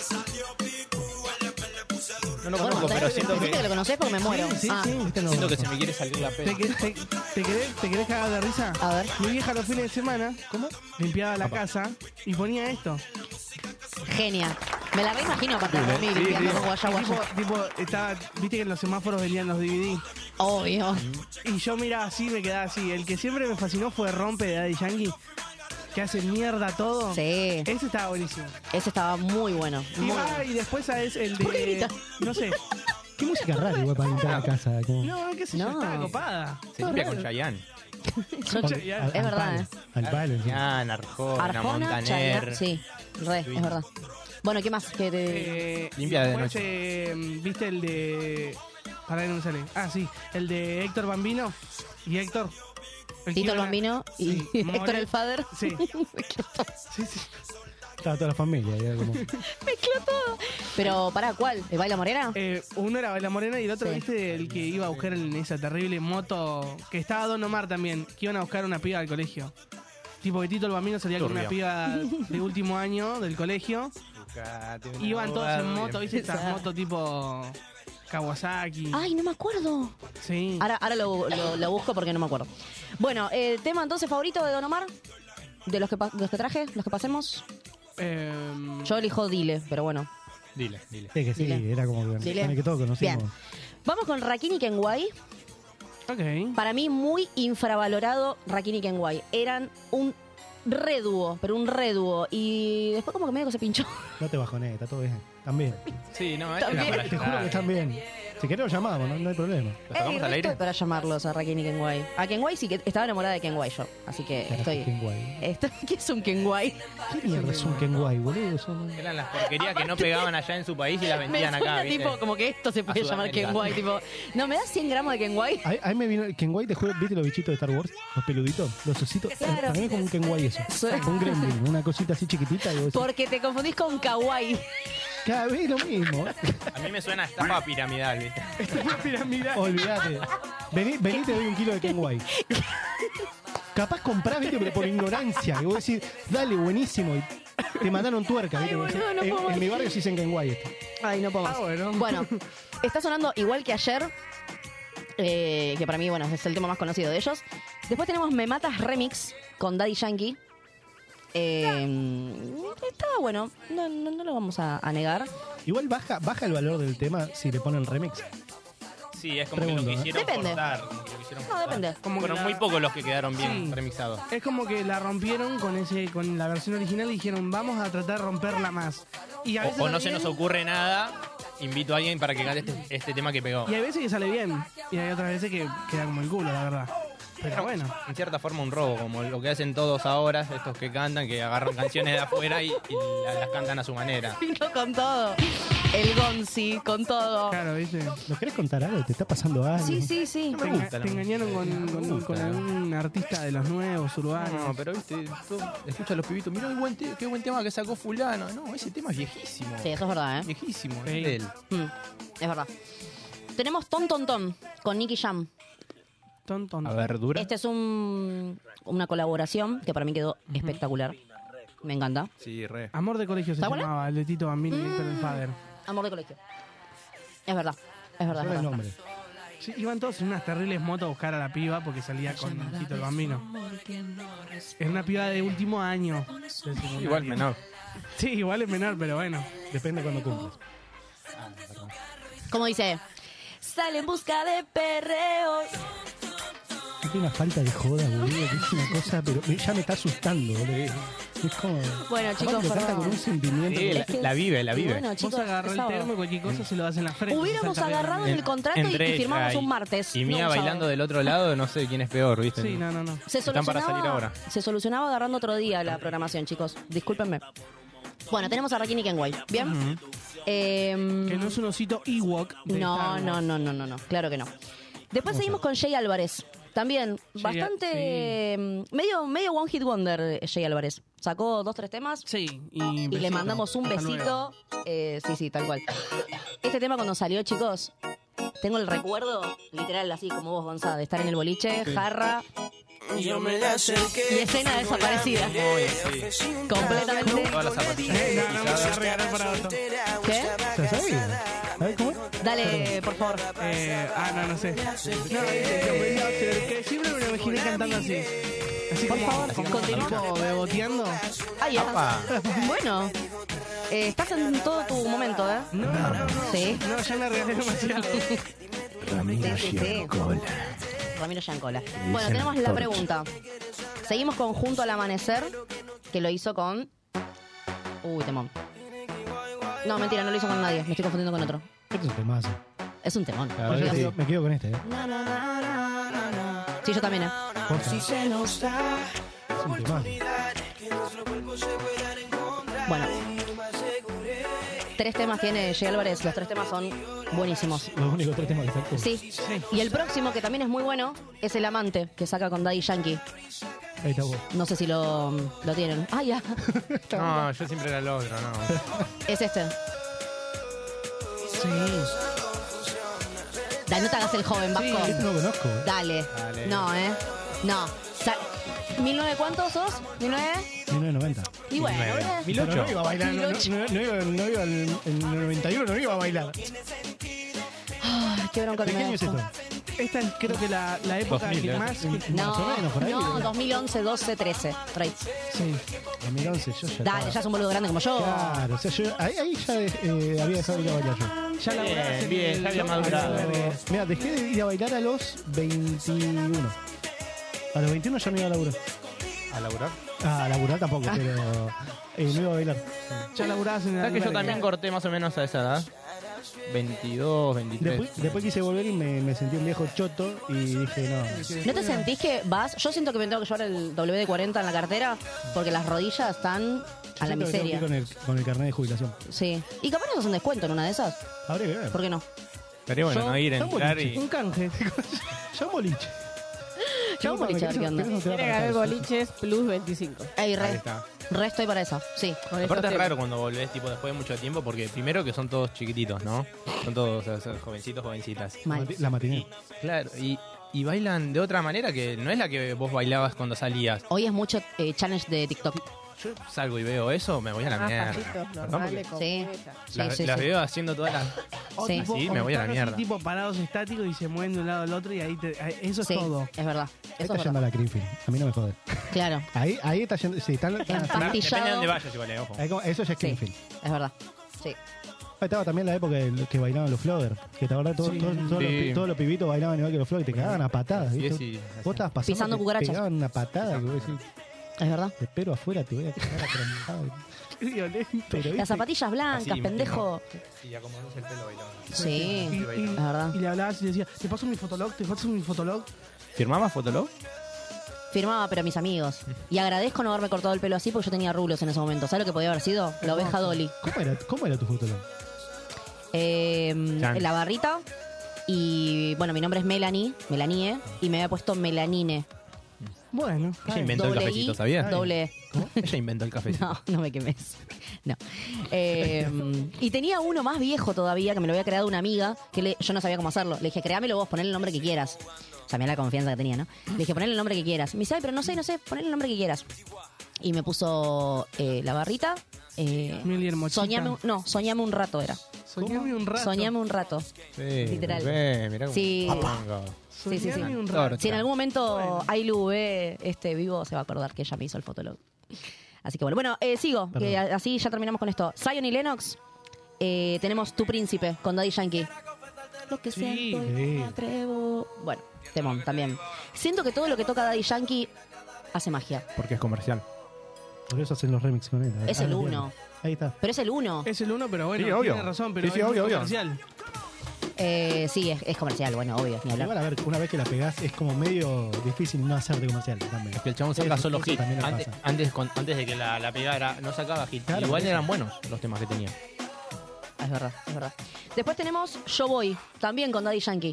No lo Bueno, conozco, pero siento dijiste que que, lo conocés porque me muero. Sí, Ah, sí, este no lo siento que conozco. se me quiere salir la ¿Te, pena. que- te, te querés, ¿Te querés cagar de risa? A ver. Mi vieja los fines de semana, ¿cómo? Limpiaba la casa y ponía esto. Genia. Me la reimagino aparte de mí limpiando con Guaya Tipo, Guaya. tipo, estaba, viste que en los semáforos venían los D V D. Obvio. Y yo miraba así, me quedaba así. El que siempre me fascinó fue Rompe de Daddy Yankee, que hace mierda todo. Sí. Ese estaba buenísimo. Ese estaba muy bueno. Y, Muy va, bueno. y después sabes el ¿Por qué de. grita? No sé. Qué música rara igual para limpiar la casa. Como... No, qué sé yo, No. estaba copada. Se limpia con Chayanne. Yo- Con- ya- Al- es al verdad, palo, ¿eh? Al palo. sí. Chayanne, Arjona, Arjona, Montaner. Chayanne, sí, re, es verdad. Bueno, ¿qué más? Que te- Eh, Limpia de después, noche. eh, ¿viste el de. Para que no me sale. Ah, sí. El de Héctor Bambino. Y Héctor. El que Tito iba el a- Bambino y Sí, Héctor More. el Father. Sí. Sí, sí. Estaba toda la familia. y era como... Mezcló todo. Pero, ¿para cuál? ¿El Baila Morena? Eh, uno era Baila Morena y el otro, Sí. ¿viste? El que iba a buscar en esa terrible moto. Que estaba Don Omar también. Que iban a buscar una piba al colegio. Tipo que Tito el Bambino salía con una Turbio. piba de último año del colegio. Iban todos en moto, ¿viste? Estas Esa. motos tipo Kawasaki. Ay, no me acuerdo. Sí. Ahora, ahora lo, lo- lo busco porque no me acuerdo. Bueno, eh, tema entonces favorito de Don Omar. De los que, pa- de los que traje, los que pasemos. Em, Yo elijo Dile, pero bueno. Dile, dile. Es que sí, Dile. era como que, Dile. con el que todos conocimos. Bien. Vamos con Rakim y Kenway. ok. Para mí, muy infravalorado Rakim y Kenway. Eran un redúo, pero un redúo. Y después como que medio que se pinchó. No te bajones, está todo bien. También. Sí, no, Está era bien. para Te juro que llorar. están bien. Si querés lo llamamos, no, no hay problema. ¿Lo sacamos Ey, al re aire? estoy para llamarlos a Raquel y Kenway. A Kenway sí que estaba enamorada de Kenway yo. Así que Carajo, estoy. Kenway. estoy ¿Qué es un Kenway? ¿Qué mierda es un Kenway, boludo? Son- Eran las porquerías que no pegaban allá en su país y las Me vendían suena acá, ¿viste? tipo como que esto se puede A llamar Sudamérica. Kenway. Tipo, no, ¿me das cien gramos de Kenway? A, a mí me vino el Kenway, te juro, ¿viste los bichitos de Star Wars? Los peluditos, los ositos. Claro. Para mí es como un Kenway eso. Suena- Un gremlin, una cosita así chiquitita. Y vos decís, Porque te confundís con Kawaii. cada vez lo mismo. A mí me suena a estafa piramidal, ¿viste? Olvídate. Vení, vení, te doy un kilo de Kenway. Capaz comprás, viste, pero por ignorancia. Y vos decís, dale, buenísimo. Y te mandaron tuerca, viste. Ay, Vos decís, boludo, no en, puedo más. en mi barrio sí dicen Kenway esto. Ay, no puedo más. Ah, bueno. Bueno, está sonando igual que ayer. eh, que para mí, bueno, es el tema más conocido de ellos. Después tenemos Me Matas Remix con Daddy Yankee. Eh, estaba bueno, no, no, no lo vamos a, a negar. Igual baja, baja el valor del tema si le ponen remix. Sí, es como Pregunto, que ¿eh? lo quisieron Depende. forzar. como que lo quisieron No, forzar. depende. Como que Fueron la- muy pocos los que quedaron bien Sí. remixados. Es como que la rompieron con ese con la versión original y dijeron, vamos a tratar de romperla más. Y a veces O, o no sale se nos bien, ocurre nada, invito a alguien para que cante este, este tema que pegó. Y hay veces que sale bien. Y hay otras veces que queda como el culo, la verdad. Pero bueno. En cierta forma un robo, como lo que hacen todos ahora, estos que cantan, que agarran canciones de afuera y, y la- las cantan a su manera. Vino con todo. El Gonzi, con todo. Claro, ¿viste? ¿Nos querés contar algo? ¿Te está pasando algo? Sí, sí, sí. Te, me gusta, enga- te no. engañaron con, Me con, gusta, con no. algún artista de los nuevos, urbanos. No, pero viste, tú escuchas a los pibitos, mirá qué buen, te- qué buen tema que sacó fulano. No, ese tema es viejísimo. Sí, eso es verdad, ¿eh? Viejísimo, es Sí. de él. Mm, es verdad. Tenemos Ton Ton Ton con Nicky Jam. Ton, ton. A ver, dura. Este es un, una colaboración que para mí quedó espectacular. Me encanta. Sí, re. Amor de colegio se ¿Está buena? llamaba, el de Tito Bambini, Víctor del Fader. Amor de colegio. Es verdad. Es verdad. Solo Es el verdad. nombre. Sí, iban todos en unas terribles motos a buscar a la piba porque salía con Tito el Bambino. Es una piba de último año. de secundaria. Igual menor. Sí, igual es menor, pero bueno. Depende cuando cumplas. Como dice, sale en busca de perreos. Tiene una falta de joda, boludo. Que es una cosa, pero ya me está asustando, boludo. Es como. Bueno, chicos, Aparte lo canta perdón. con un sentimiento. Sí, la, que- la vive, la vive. Bueno, Vos chicos, agarrás el sábado. termo y cualquier cosa se lo das en la frente. Hubiéramos Salta agarrado bien. el contrato y, Entre y firmamos ella un martes. Y no Mía un sábado. bailando del otro lado, no sé quién es peor, ¿viste? Sí, no, no, no. Se Están para salir solucionaba, ahora. se solucionaba agarrando otro día la programación, chicos. Discúlpenme. Bueno, tenemos a Rakim y Kenway. ¿Bien? Em, Que no es un osito Ewok. de no, Star Wars. no, no, no, no, no. Claro que no. Después seguimos con Jay Álvarez. También, Jay- bastante. em, Medio, medio One Hit Wonder, eh, Jay Álvarez. Sacó dos, tres temas. Sí, y, Y le besito. mandamos un Hasta besito. luego. Eh, sí, sí, tal cual. Este tema cuando salió, chicos, tengo el recuerdo, literal, así como vos, Gonzalo, de estar en el boliche, jarra Yo me le acerqué. y escena desaparecida. Completamente. Todas las zapatillas. Eh, no, no, me voy a regalar para otro. ¿Qué? ¿Ya sabes? ¿Sabes cómo? Dale, por favor. Eh, ah, no, no sé. No, dice, yo me lo acerqué. Siempre me lo imaginé cantando así. Así Por como, favor, como continúa. tipo beboteando. Ahí Apa. estás. Bueno, eh, estás en todo tu momento, ¿eh? No, no, no. Sí. No, ya me regalé demasiado. Sí, sí, sí. Ramiro Giancola. Bueno, tenemos la pregunta. Seguimos con Junto al Amanecer, que lo hizo con... Uy, temón. No, mentira, no lo hizo con nadie. Me estoy confundiendo con otro. Esto es un temazo. Es un temón. Bueno, yo me quedo- me quedo con este, ¿eh? Sí, yo también, ¿eh? Porfa, es un temazo. Bueno. Tres temas tiene Jay Álvarez. Los tres temas son buenísimos. Los únicos tres temas que sacó. Sí. Y el próximo, que también es muy bueno, es El Amante, que saca con Daddy Yankee. Ahí está vos. No sé si lo, lo tienen. Ah, ya. No, yo siempre era el otro, no. Es este. Sí. Dale, no te hagas el joven, Vasco. Este no conozco. ¿eh? Dale. Dale. No, ¿eh? No. Sa- ¿mil nueve cuántos sos? ¿mil nueve? mil novecientos noventa. Y bueno, nueve. ¿verdad? Mil Pero ocho. no iba a bailar, no, no, no, no iba, no iba al- en el noventa y uno, no iba a bailar. Ay, qué bronca que ¿De qué me año es dejo. esto? Esta es creo que la, la época dos mil, que ¿eh? más... No, Más o menos, por ahí. no, dos mil once, doce, trece. Por ahí. Sí. dos mil once, yo ya Dale, estaba- ya es un boludo grande como yo. Claro, o sea, yo ahí, ahí ya eh, había dejado de ir a bailar yo. Ya la Bien, bien, ya había madurado. Mira, dejé de ir a bailar a los veintiuno. A los veintiuno ya me iba a laburar. ¿A laburar? Ah, laburar tampoco, Ah. pero eh, no iba a bailar. Ya laburabas en el ¿Sabes que yo albergue. también corté más o menos a esa edad? veintidós, veintitrés. Después, después quise volver y me, me sentí un viejo choto y dije, no. ¿No te sentís que vas? Yo siento que me tengo que llevar el W D cuarenta en la cartera porque las rodillas están a la Yo siento que tengo que ir miseria. Con el, con el carnet de jubilación. Sí. Y capaz nos hacen descuento en una de esas. Habría que ver. ¿Por qué no? Estaría bueno, Yo- ¿no? Ir, yo entrar boliche. y... Un canje. Ya un boliche. Yo un boliche, a ver qué onda. Tiene que haber boliches plus veinticinco. Ey, Ahí re, está. re estoy para esa. Sí. Con Aparte esos es raro temas. cuando volvés tipo después de mucho tiempo porque primero que son todos chiquititos, ¿no? Son todos o sea, jovencitos, jovencitas. Mal. La matiné. Claro, y, y bailan de otra manera que no es la que vos bailabas cuando salías. Hoy es mucho eh, challenge de TikTok. Yo salgo y veo eso, me voy a la Ah, mierda. pasitos Perdón, normales, porque Sí. completa. Sí, las, sí, las sí. veo haciendo todas las... O Sí. tipo, Así o me voy a la están mierda. Así, tipo parados estáticos y se mueven de un lado al otro y ahí te- ahí- eso es Sí, todo. es verdad. Ahí Eso está es yendo a verdad. la Greenfield. A mí no me jode. Claro, Ahí, ahí está yendo. Sí, están, están- Empastillado. Depende de dónde vayas igual, eh, ojo. ahí como- eso ya es Sí. Greenfield. es verdad. Sí. Ahí estaba también la época de- que bailaban los floggers. Que te acordás, todos, Sí. todos, todos los, Sí. pi- todos los pibitos bailaban igual que los floggers y te cagaban a patadas. Sí, ¿viste? sí, Vos estabas pasando. Pisando te cucarachas. pegaban una patada. Que vos decís, Es verdad. te espero afuera, te voy a cagar a trompadas. Qué violento. Pero, ¿viste? Las zapatillas blancas, Así, pendejo. Y acomodándose el pelo bailando. Sí, Y, y- es verdad. y le hablabas y le decías, ¿te paso mi fotolog? ¿Te paso mi fotolog? ¿Firmabas Fotolog? Firmaba, pero a mis amigos. Y agradezco no haberme cortado el pelo así porque yo tenía rulos en ese momento. ¿Sabes lo que podía haber sido? La oveja Dolly. ¿Cómo era, ¿Cómo era tu fotolog? Eh, Chan. la barrita. Y bueno, mi nombre es Melanie, Melanie, y me había puesto Melanine. Bueno, Ella inventó el Doble cafecito, I, ¿sabías? doble E. Ella inventó el cafecito. No, no me quemes. No. Eh, y tenía uno más viejo todavía que me lo había creado una amiga que le- yo no sabía cómo hacerlo. Le dije, créamelo vos, ponle el nombre que quieras. O sea, mira la confianza que tenía, ¿no? Le dije, ponle el nombre que quieras. Me dice, ay, pero no sé, no sé, ponle el nombre que quieras. Y me puso eh, la barrita. Eh, Mili Hermochita. soñame, un- no, soñame un rato era. Soñame un rato. Soñame un rato. Sí, Literal. ve, mirá cómo Sí. pongo. Sí, sí, sí. Soñame un rato. Si en algún momento Ailu ve este vivo, se va a acordar que ella me hizo el fotolog. Así que bueno, bueno, eh, sigo, que a- así ya terminamos con esto. Zion y Lennox, eh, tenemos Tu Príncipe con Daddy Yankee. Lo que Sí. siento y Sí. me atrevo. Bueno, temón también. Siento que todo lo que toca Daddy Yankee hace magia. Porque es comercial. Por eso hacen los remix con él. Es Ah, el lo uno. entiendo. Ahí está. Pero es el uno. Es el uno, pero bueno, Sí, obvio. tiene razón, pero Sí, sí, es obvio, muy obvio. comercial. Eh, sí, es, es comercial, bueno, obvio, ni Igual, hablar. a ver, una vez que la pegás, es como medio difícil no hacerte comercial también. Es que el chabón saca Eso- solo eso hits. también le Antes, pasa. antes, con- antes de que la, la pegara, no sacaba hits. Claro, Igual por eso. eran buenos los temas que tenía. Es verdad, es verdad. Después tenemos Yo Voy, también con Daddy Yankee.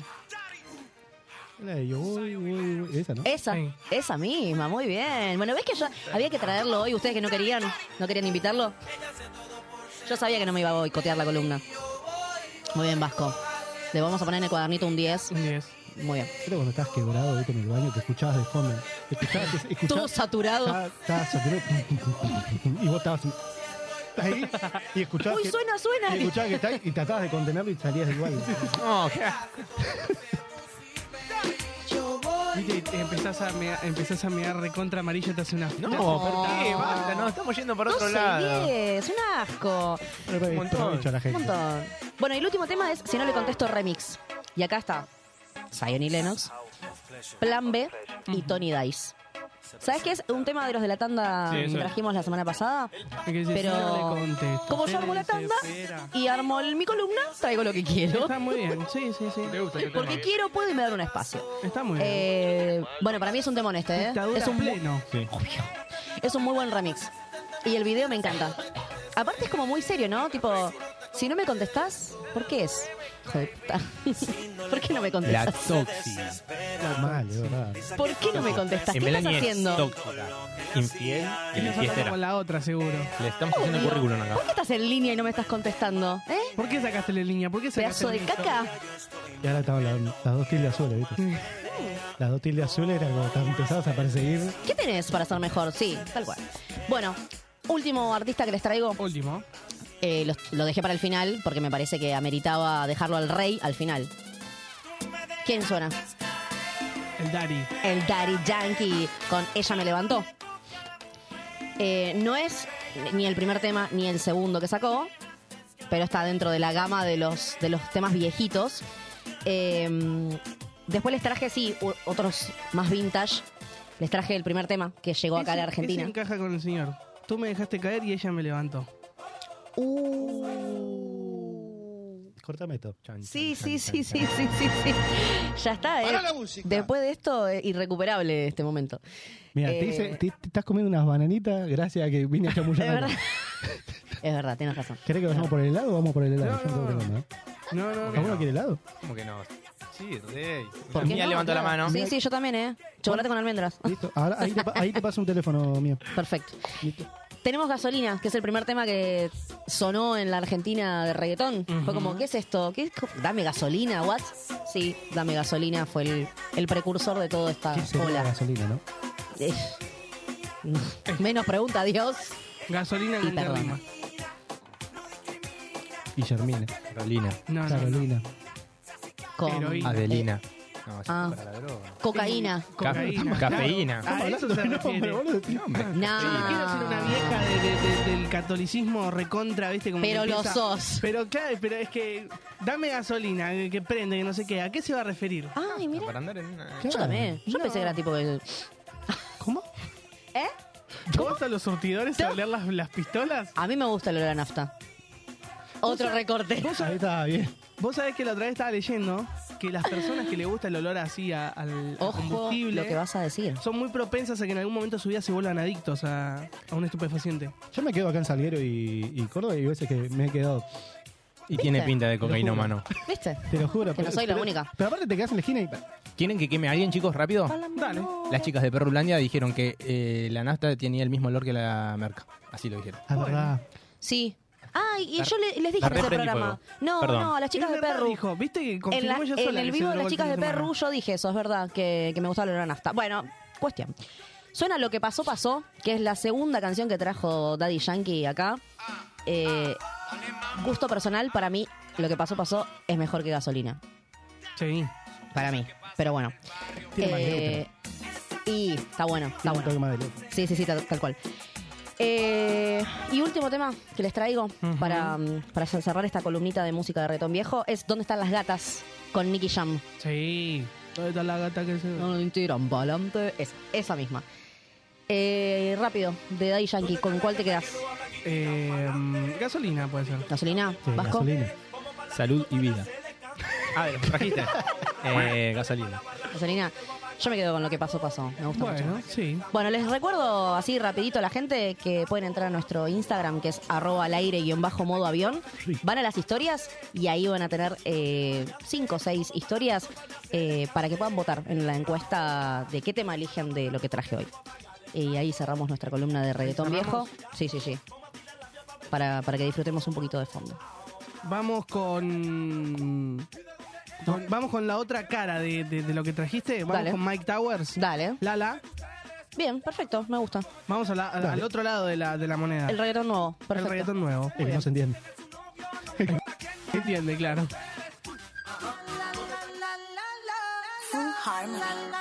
La de yo voy, voy, voy, esa, ¿no? Esa, Sí. esa misma, muy bien. Bueno, ¿ves que yo había que traerlo hoy? Ustedes que no querían, no querían invitarlo. Yo sabía que no me iba a boicotear la columna. Muy bien, Vasco. Le vamos a poner en el cuadernito un diez. Un diez. Muy bien. Pero cuando estabas quebrado ¿viste? En el baño, te escuchabas de fondo. Escuchabas, escuchabas, Todo saturado. Estaba, estaba saturado. Y vos estabas ahí y escuchabas. Uy, que, suena, suena. Y escuchabas que está y tratabas de contenerlo y salías igual. No, ¿qué? Viste, y empezás a mear, empezás a mear recontra amarillo, te hace una... No, No. ¿por qué? Basta, no, estamos yendo para otro doce, lado. diez, un asco. Pero, Un montón. aprovecho a la Un gente. montón. Bueno, y el último tema es Si no le contesto remix. Y acá está Zion y Lennox, Plan B y Tony Dice. ¿Sabes qué es un tema de los de la tanda Sí, que eso. trajimos la semana pasada? Que dice, Pero si no le contesto, como se yo armo la tanda desespera. y armo el- mi columna, traigo lo que quiero. Está muy bien, sí, sí, sí. Me gusta que Porque quiero, puedo y me dan un espacio. Está muy bien. Eh, bueno, para mí es un temón este, ¿eh? Dictadura Es un, mu- pleno. Sí. es un muy buen remix. Y el video me encanta. Aparte es como muy serio, ¿no? Tipo, si no me contestás, ¿por qué es? Hijo de puta. ¿Por qué no me La contestas? tóxica. Está mal, de verdad. ¿Por qué no me contestas? En ¿Qué estás Melanie es haciendo? tóxica, infiel y Esa falta fiestera. como la otra, seguro. Le estamos haciendo Obvio. currículum acá. ¿Por qué estás en línea y no me estás contestando? ¿Eh? ¿Por qué sacaste la línea? ¿Por qué sacaste Pedazo de el visto? caca. Y ahora estaban las, las dos tildes azules, ¿viste? Las dos tildes azules eran como tan pesadas a perseguir. ¿Qué tenés para ser mejor? Sí, tal cual. Bueno, último artista que les traigo. Último. Eh, lo, lo dejé para el final porque me parece que ameritaba dejarlo al rey al final. ¿Quién suena? El Daddy. El Daddy Yankee con Ella me levantó. Eh, no es ni el primer tema ni el segundo que sacó, pero está dentro de la gama de los, de los temas viejitos. Eh, después les traje, sí, u- otros más vintage. Les traje el primer tema que llegó acá a la Ese- Argentina. ese encaja con el señor. Tú me dejaste caer y ella me levantó. Cortame esto. Sí, sí, sí, sí, sí, sí, sí. Ya está, ¿eh? Para la música. Después de esto, es irrecuperable este momento. Mira, Eh, te, dice, te, te estás comiendo unas bananitas gracias a que vine a chamullar. Es verdad. Es verdad, tienes razón. ¿Querés que vayamos por el helado o vamos por el helado? Yo no tengo problema, ¿eh? No, no, ¿Alguno quiere helado? ¿Cómo que no? Sí, rey. ¿Por La qué mía no? levantó la Claro. mano. Sí, sí, yo también, ¿eh? Chocolate con almendras. Listo. Ahora ahí te, pa- ahí te paso un teléfono mío. Perfecto. Tenemos Gasolina, que es el primer tema que sonó en la Argentina de reggaetón. Fue como, ¿qué es esto? ¿Qué es? Dame gasolina, ¿what? Sí, Dame Gasolina fue el, el precursor de toda esta ¿Qué sería la ola. gasolina, no? Eh, Menos pregunta, Dios. Gasolina Y con qué perdona. rima. Y Germina. Carolina. No, no, Carolina. Con Heroína. Adelina. No, eso Ah. es para la droga. cocaína. Cocaína. Ca- cafeína. Claro. A eso se refiere. boludo. Sí, quiero ser una vieja de- de- de- del catolicismo recontra, ¿viste? Como Pero que lo empieza- sos. Pero claro, pero es que dame gasolina, que, que prende, que no sé qué. ¿A qué se va a referir? Ay, mira. Para andar en una... Yo también. Yo pensé que era tipo que... ¿Cómo? ¿Eh? ¿Cómo están los surtidores a oler las, las pistolas? A mí me gusta el olor a nafta. Otro recorte. Ahí está, bien. Vos sabés que la otra vez estaba leyendo que las personas que le gusta el olor así a- al al Ojo combustible lo que vas a decir. son muy propensas a que en algún momento de su vida se vuelvan adictos a, a un estupefaciente. Yo me quedo acá en Salguero y, y Córdoba y hay veces que me he quedado. Y tiene pinta de cocainómano. ¿Viste? Te lo juro. Que no soy la única. Pero aparte te quedas en la esquina y. ¿Quieren que queme a alguien, chicos, rápido? Dale. Las chicas de Perrulandia dijeron que eh, la nafta tenía el mismo olor que la merca. Así lo dijeron. Ah, verdad. Sí. Ay, y La- yo le- les dije la en ese reprendí programa. fuego. No, Perdón. no, a las chicas Es de verdad, Perru. dijo, ¿viste que En, confirmó la- ella en sola el que vivo se de las drogó el chicas fin de semana? Perru yo dije eso, es verdad, que, que me gustaba el olor a nafta. Bueno, cuestión. Suena Lo que pasó, pasó, que es la segunda canción que trajo Daddy Yankee acá. Eh, gusto personal, para mí, Lo que pasó, pasó es mejor que Gasolina. Sí. Para mí. Pero bueno. Tiene más Eh, y está bueno, está Tiene un toque bueno. más de loco. Sí, sí, sí, tal, tal cual. Eh, y último tema que les traigo para, mm, para cerrar esta columnita de música de reggaetón viejo es ¿Dónde están las gatas? Con Nicky Jam. Sí. ¿Dónde está la gata que se.? No tiran pa'lante. Esa, esa misma. Eh, rápido, de Daddy Yankee, ¿con cuál te quedas? Eh, mm, gasolina puede ser. ¿Gasolina? Sí, ¿Vasco? gasolina. Salud y vida. Ah, ¿los trajiste? eh, gasolina. ¿Gasolina? Yo me quedo con Lo que pasó, pasó. Me gusta mucho. Bueno, sí. Bueno, les recuerdo así rapidito a la gente que pueden entrar a nuestro Instagram, que es arroba al aire guión bajo modo avión. Van a las historias y ahí van a tener eh, cinco o seis historias eh, para que puedan votar en la encuesta de qué tema eligen de lo que traje hoy. Y ahí cerramos nuestra columna de reggaetón viejo. Sí, sí, sí. Para, para que disfrutemos un poquito de fondo. Vamos con. con- Vamos con la otra cara de, de- de lo que trajiste. Vamos Dale. con Mike Towers. Dale. Lala. Bien, perfecto, me gusta. Vamos a la- a- Dale. al otro lado de la, de la moneda. El reggaetón nuevo, El perfecto. reggaetón nuevo. El que no se entiende. Entiende, claro. Full Harmony.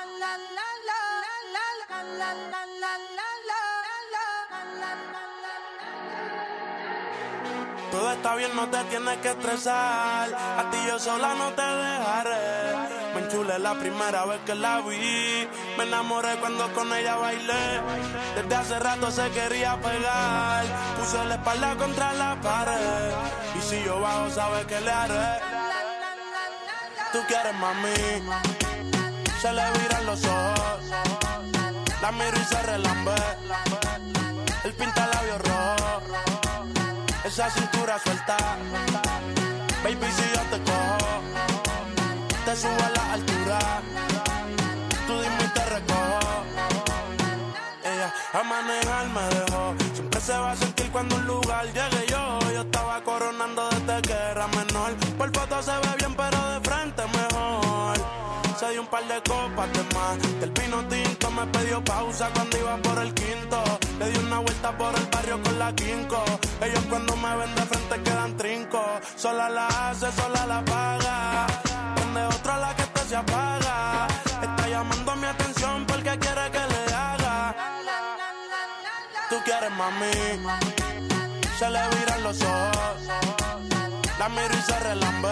Todo está bien, no te tienes que estresar. A ti yo sola no te dejaré. Me enchulé la primera vez que la vi. Me enamoré cuando con ella bailé. Desde hace rato se quería pegar. Puse la espalda contra la pared. Y si yo bajo, sabes que le haré. Tú quieres, mami. Se le viran los ojos. La miro y se relambe. El pinta labios rojo. Esa cintura suelta. Baby, si yo te cojo, te subo a la altura. Tú dime y te recojo. Ella a manejar me dejó. Siempre se va a sentir cuando un lugar llegue yo. Yo estaba coronando desde que era menor. Por foto se ve bien, pero de frente mejor. Se dio un par de copas de más. Del vino tinto me pidió pausa cuando iba por el quinto. Le di una vuelta por el barrio con la quinco. Ellos cuando me ven de frente quedan trinco. Sola la hace, sola la paga. Prende otra la que este se apaga. Está llamando mi atención porque quiere que le haga. Tú quieres, mami. Se le viran los ojos. La miro y se relambe.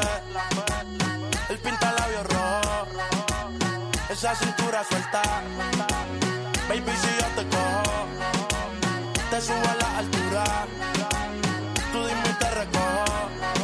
El pinta labios rojo. Esa cintura suelta. Baby, si yo te cojo, te subo a la altura. Tú dime y te recojo.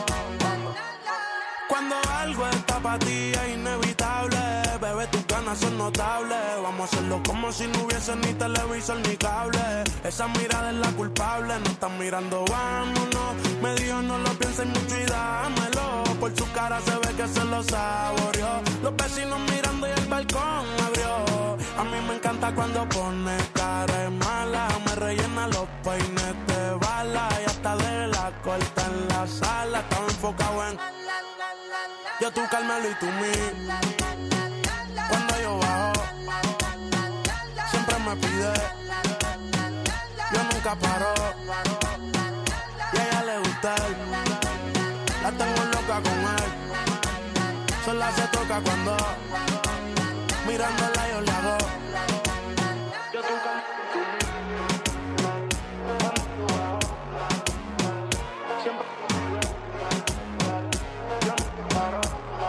Cuando algo está para ti es inevitable, bebé, tus ganas son notables. Vamos a hacerlo como si no hubiese ni televisor ni cable. Esa mirada es la culpable, no están mirando, vámonos. Me dijo no lo pienses mucho y dámelo. Por su cara se ve que se lo saboreó. Los vecinos mirando y el balcón abrió. A mí me encanta cuando pone cara de mala. Me rellena los peines de bala. Y hasta de la corta en la sala. Estaba enfocado en yo, tú, Carmelo y tú, mí. Cuando yo bajo, siempre me pide. Yo nunca paro. Y a ella le gusta él. La tengo loca con él. Sola se toca cuando mirándola yo le hago. Yo, tú, Carmelo y tú, mí. Cuando yo bajo, siempre me pide. Yo nunca paro.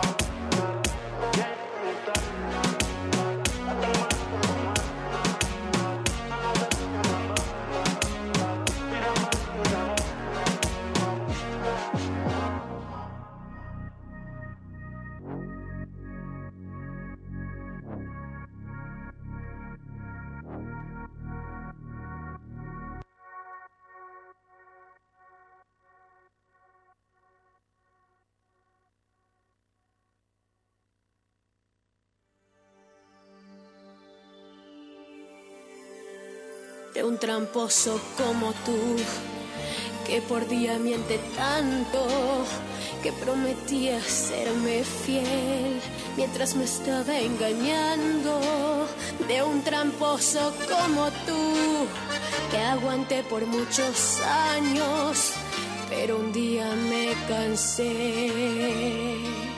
De un tramposo como tú, que por día miente tanto, que prometía serme fiel mientras me estaba engañando. De un tramposo como tú, que aguanté por muchos años, pero un día me cansé.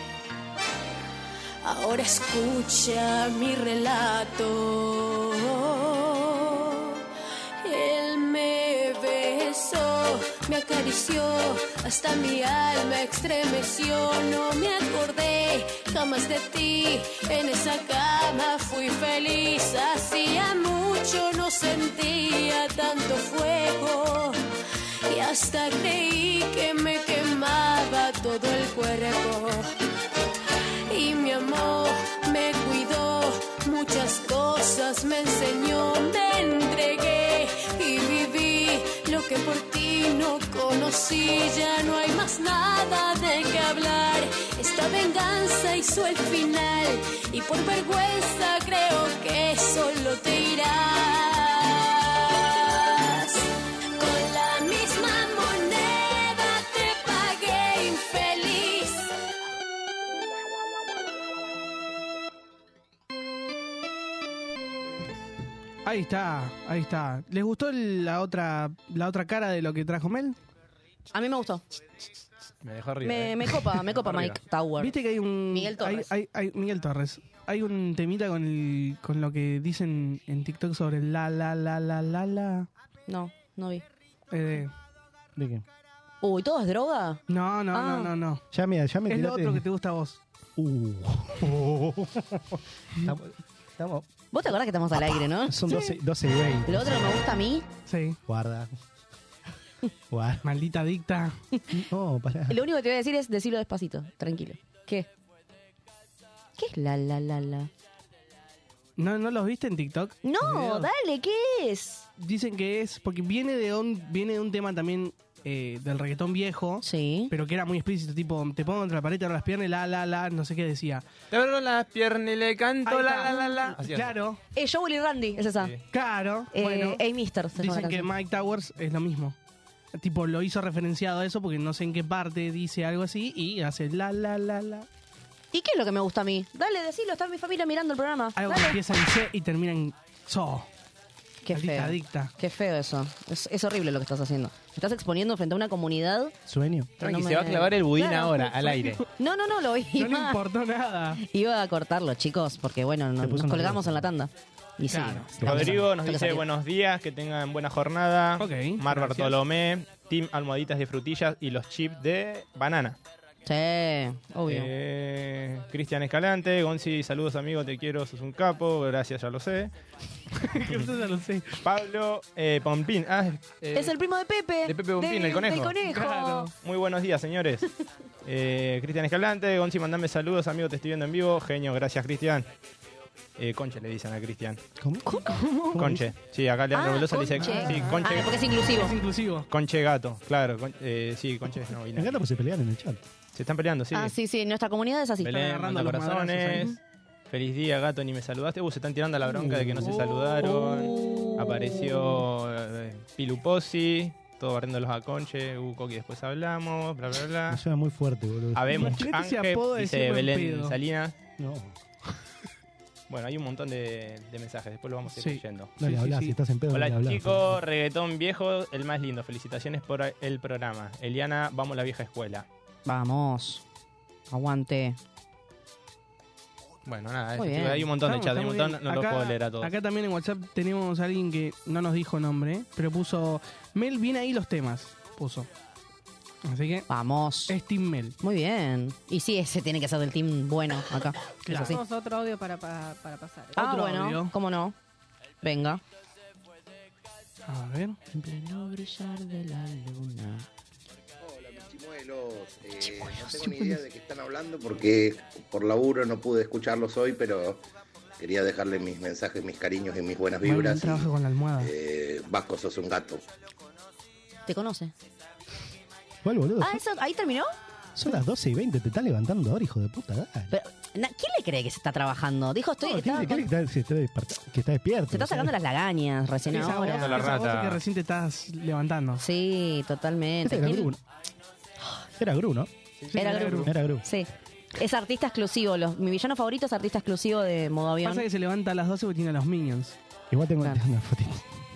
Ahora escucha mi relato. Él me besó, me acarició, hasta mi alma estremeció. No me acordé jamás de ti, en esa cama fui feliz. Hacía mucho no sentía tanto fuego y hasta creí que me quemaba todo el cuerpo. Y mi amor me cuidó, muchas cosas me enseñó, me entregué y viví lo que por ti no conocí. Ya no hay más nada de qué hablar, esta venganza hizo el final y por vergüenza creo que solo te irás. Con la misma moneda te pagué infeliz. Ahí está, ahí está. ¿Les gustó la otra, la otra cara de lo que trajo Mel? A mí me gustó. Me dejó arriba. Me, eh. me copa, me copa Arriba. Mike Tower. Viste que hay un... Miguel Torres. Hay, hay- hay- Miguel Torres. Hay un temita con, el, con lo que dicen en TikTok sobre el la, la, la, la, la, la. No, no vi. Eh, ¿De qué? Uy, ¿todo es droga? no, no, Ah. no, no, no. Ya, mira, ya me Es lo tiraste. otro que te gusta a vos. Uh. estamos, estamos- Vos te acordás que estamos al aire, ¿no? Son doce, doce y veinte. Lo otro que me gusta a mí, Sí. Guarda. Guarda. Maldita adicta. No, pará. lo único que te voy a decir es decirlo despacito, tranquilo. ¿Qué? ¿Qué es la la la la? ¿No, ¿No los viste en TikTok? No, los videos? dale, ¿qué es? Dicen que es... Porque viene de un, viene de un tema también eh, del reggaetón viejo. Sí. Pero que era muy explícito. Tipo, te pongo contra la pared, te abro las piernas y la, la, la, no sé qué decía. Te abro las piernas y le canto Ahí la, está. la, la, la. Así es. Claro, Eh, Joel y Randy, es esa. Sí. claro. Eh, bueno, Hey Mister, se llama la dicen que canción. Mike Towers es lo mismo. Tipo, lo hizo referenciado a eso porque no sé en qué parte dice algo así y hace la, la, la, la. ¿Y qué es lo que me gusta a mí? Dale, decilo, está mi familia mirando el programa. Algo que Dale. empieza en C y termina en So. Qué Maldita feo. adicta. Qué feo eso. Es, es horrible lo que estás haciendo. Te estás exponiendo frente a una comunidad. Sueño. Tranqui, No se va a me- clavar el budín Claro. ahora, al aire. No, no, no, lo No iba, le importó nada. iba a cortarlo, chicos, porque bueno, no- Se puso nos colgamos nervioso. en la tanda. Y sí. Claro. Rodrigo nos Toca dice salir. buenos días, que tengan buena jornada. Ok, Mar gracias. Bartolomé, Team Almohaditas de Frutillas y los chips de banana. Sí, obvio. Eh, Cristian Escalante, Gonzi, saludos amigo, te quiero, sos un capo, gracias, ya lo sé. Eso ya lo sé. Pablo eh, Pompín, ah, eh, Es el primo de Pepe. de Pepe Pompín, de- el conejo. del conejo. Claro. Muy buenos días, señores. Eh, Cristian Escalante, Gonzi, mandame saludos, amigo, te estoy viendo en vivo. Genio, gracias, Cristian. Eh, Conche le dicen a Cristian. ¿Cómo? ¿Cómo? Conche. Sí, acá Leandro Ah, Velosa le dice. Conche. Sí, Conche. Ah, porque es inclusivo. Es inclusivo. Conche gato, claro. Con- eh, sí, Conche es no Me binario. encanta porque se pelean en el chat. Se están peleando, sí. Ah, sí, sí, nuestra comunidad es así. Belén, agarrando manda los madrazos corazones. Feliz día, gato, ni me saludaste. Uh, se están tirando la bronca de que no se saludaron. Apareció eh, Pilu Pozzi, todo barriéndolos a Conche. Uh, Coqui, después hablamos, bla, bla, bla. Me suena muy fuerte, boludo. Habemos Imagínate ese Ángel, apodo de dice siempre en Belén pedo. Salinas. No, Bueno, hay un montón de, de mensajes, después lo vamos a ir Sí. leyendo. no le Sí, sí, hablás, sí. si estás en pedo, no le Hola hablás. chicos, reggaetón viejo, el más lindo. Felicitaciones por el programa. Eliana, vamos a la vieja escuela. Vamos. Aguante. Bueno, nada, Muy eso, bien. hay un montón de Estamos- chats, hay un estamos montón, no bien. los Acá- puedo leer a todos. Acá también en WhatsApp tenemos a alguien que no nos dijo nombre, pero puso Mel, viene ahí los temas. Puso. Así que Vamos. es Team Mel. Muy bien. Y sí, ese tiene que ser del team bueno acá. Claro. Eso sí. Tenemos otro audio para, para, para pasar. Ah, Otro bueno, audio. cómo no. Venga. A ver. En pleno brillar de la luna. Hola, mis chimuelos. Eh, no tengo ni idea de qué están hablando porque por laburo no pude escucharlos hoy, pero quería dejarle mis mensajes, mis cariños y mis buenas Bueno, vibras. trabajo con la almohada. Eh, Vasco, sos un gato. ¿Te conoce? ¿Cuál, boludo? Ah, ¿eso, ¿ahí terminó? Son las doce y veinte, te están levantando ahora, hijo de puta. Dale. Pero, na- ¿quién le cree que se está trabajando? Dijo, estoy. No, estaba ¿quién- quién con- está- que está despierto? Que está despierto. se está sacando las lagañas recién Esa voz, ahora. la esa voz rata. que recién te estás levantando. Sí, totalmente. Era ¿Quién- Gru, ¿no? Era Gru, ¿no? Era Gru. Era Gru. Sí. Es artista exclusivo. Los, mi villano favorito es artista exclusivo de modo avión. Pasa que se levanta a las doce porque tiene a los Minions. Igual tengo Claro. una fotito.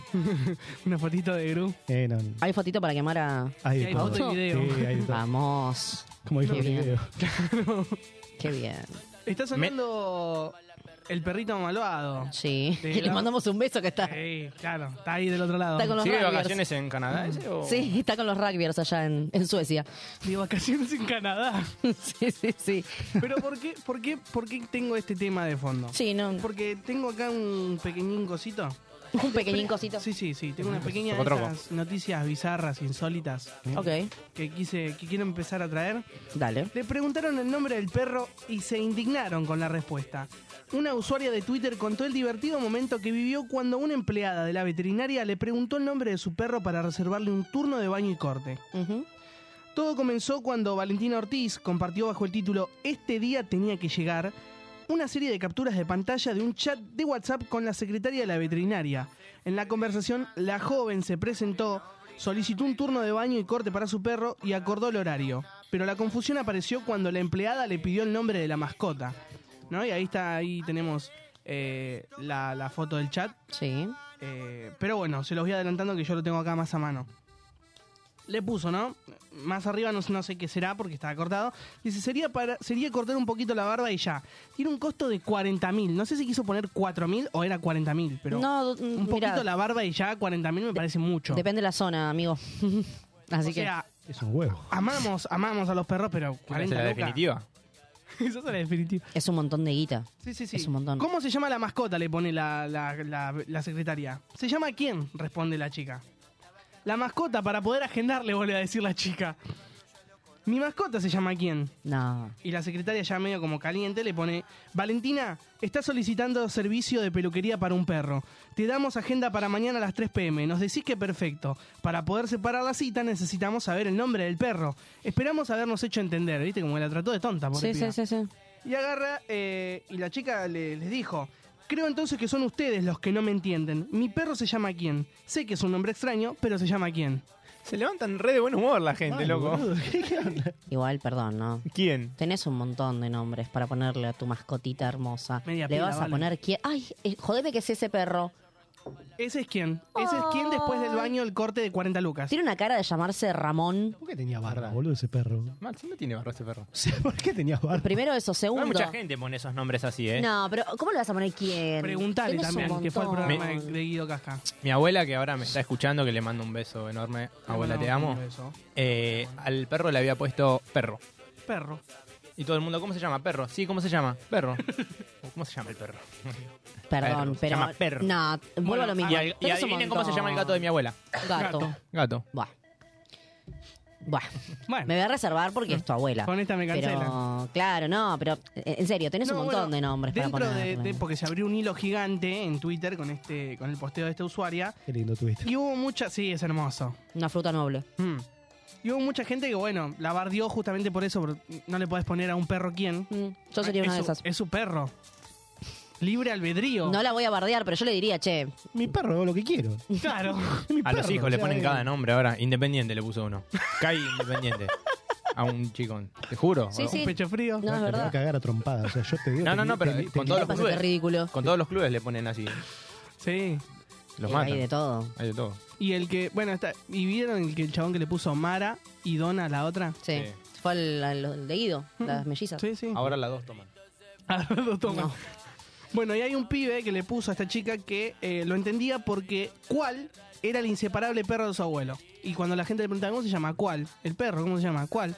Una fotito de Gru. Eh, no, Hay fotito para quemar a. hay de hay todo. foto y video. Sí, hay de todo. Vamos. Como dijo Qué el bien. video. Qué bien. Está sonando el perrito malvado. Sí. Sí, Que le ¿no? mandamos un beso que está. Sí, claro, está ahí del otro lado. Está con los ¿Sigue de rugbyers. vacaciones en Canadá ese o...? Sí, está con los rugbyers allá en, en Suecia. De vacaciones en Canadá. Sí, sí, sí. Pero ¿por qué, por qué, por qué tengo este tema de fondo? Sí, no. Porque tengo acá un pequeñín cosito. Un pequeñín cosito. Sí, sí, sí. Tengo una pequeña de Troco, troco. esas noticias bizarras, insólitas, Ok, que quise, que quiero empezar a traer. dale. Le preguntaron el nombre del perro y se indignaron con la respuesta. Una usuaria de Twitter contó el divertido momento que vivió cuando una empleada de la veterinaria le preguntó el nombre de su perro para reservarle un turno de baño y corte. Ujú. Todo comenzó cuando Valentina Ortiz compartió bajo el título "Este día tenía que llegar" una serie de capturas de pantalla de un chat de WhatsApp con la secretaria de la veterinaria. En la conversación, la joven se presentó, solicitó un turno de baño y corte para su perro y acordó el horario. Pero la confusión apareció cuando la empleada le pidió el nombre de la mascota, ¿no? Y ahí está, ahí tenemos eh, la, la foto del chat. Sí. Eh, pero bueno, se los voy adelantando que yo lo tengo acá más a mano. Le puso, ¿no? Más arriba no, no sé qué será porque estaba cortado. Dice, sería para sería cortar un poquito la barba y ya. Tiene un costo de cuarenta mil. No sé si quiso poner cuatro mil o era cuarenta mil, pero No, un mm, poquito mirá. la barba y ya cuarenta mil me parece mucho. Depende de la zona, amigo. Así o que. sea, Es un huevo. amamos, amamos a los perros, pero ¿Esa es cuarenta la lucas. definitiva? Esa es la definitiva. Es un montón de guita. Sí, sí, sí. Es un montón. ¿Cómo se llama la mascota? Le pone la, la, la, la secretaria. ¿Se llama quién? Responde la chica. La mascota para poder agendarle, vuelve a decir la chica. Mi mascota se llama quién. No. Y la secretaria ya medio como caliente le pone, Valentina, está solicitando servicio de peluquería para un perro. Te damos agenda para mañana a las tres pm. Nos decís que perfecto. Para poder separar la cita necesitamos saber el nombre del perro. Esperamos habernos hecho entender, ¿viste? Como la trató de tonta, por Sí, sí, sí, sí. Y agarra, eh, y la chica le- les dijo, creo entonces que son ustedes los que no me entienden. Mi perro se llama quién. Sé que es un nombre extraño, pero se llama quién. Se levantan re de buen humor la gente, Ay, loco. boludo, ¿qué- qué onda? Igual, perdón, ¿no? ¿Quién? Tenés un montón de nombres para ponerle a tu mascotita hermosa. Media Le pila, vas a vale. poner quién. Ay, eh, jodeme que es ese perro. Ese es quién. Ese es quién después del baño el corte de cuarenta lucas. Tiene una cara de llamarse Ramón. ¿Por qué tenía barba, boludo, ese perro? Mal, sí no tiene barro este perro. ¿Por qué tenía barba? Primero eso, No segundo. hay mucha gente pone esos nombres así, ¿eh? No, pero ¿cómo le vas a poner quién? Preguntale Tenés un también, que fue el programa de, montón. de Guido Casca. Mi abuela, que ahora me está escuchando, que le mando un beso enorme. Abuela, te amo. Un beso. Eh, al perro le había puesto perro. Perro. Y todo el mundo, ¿cómo se llama? Perro. Sí, ¿cómo se llama? Perro. ¿Cómo se llama el perro? Perdón, Perro. Se pero. llama perro. No, vuelvo a lo mismo. Y, y Tenés un adivinen cómo se llama el gato de mi abuela. Gato. Gato. Buah. Buah. Me voy a reservar porque es tu abuela. Con esta me cancela. Pero, claro, no, pero en serio, tenés No, un montón bueno, de nombres para Dentro de, ponerle. de- porque se abrió un hilo gigante en Twitter con este con el posteo de esta usuaria. Qué lindo Twitter. Y hubo mucha... Sí, es hermoso. Una fruta noble. Mm. Y hubo mucha gente que, bueno, la bardeó justamente por eso. Porque no le podés poner a un perro quién. Yo sería es una de su- esas. Es su perro. Libre albedrío. No la voy a bardear, pero yo le diría, che. Mi perro hago lo que quiero. Claro. A los hijos le ponen cada cada nombre ahora. Independiente le puso uno. Kai Independiente. A un chico. Te juro. Sí, sí. Un pecho frío. No, es Te voy a verdad. cagar a trompada. O sea, yo te digo. No, te- no, no, pero te- con te- todos los Pasa clubes. que ridículo. Con todos los clubes le ponen así. Sí. Los Eh, matan. Hay de todo. Hay de todo. Y el que... Bueno, está, ¿y vieron el, que el chabón que le puso Mara y Donna a la otra? Sí. Sí. Fue el, el- el de Guido, las mellizas. Sí, sí. Ahora las dos toman. Ahora lo toman. No. Bueno, y hay un pibe que le puso a esta chica que eh, lo entendía porque ¿cuál era el inseparable perro de su abuelo? Y cuando la gente le preguntaba ¿cómo se llama? ¿Cuál? El perro, ¿cómo se llama? ¿Cuál?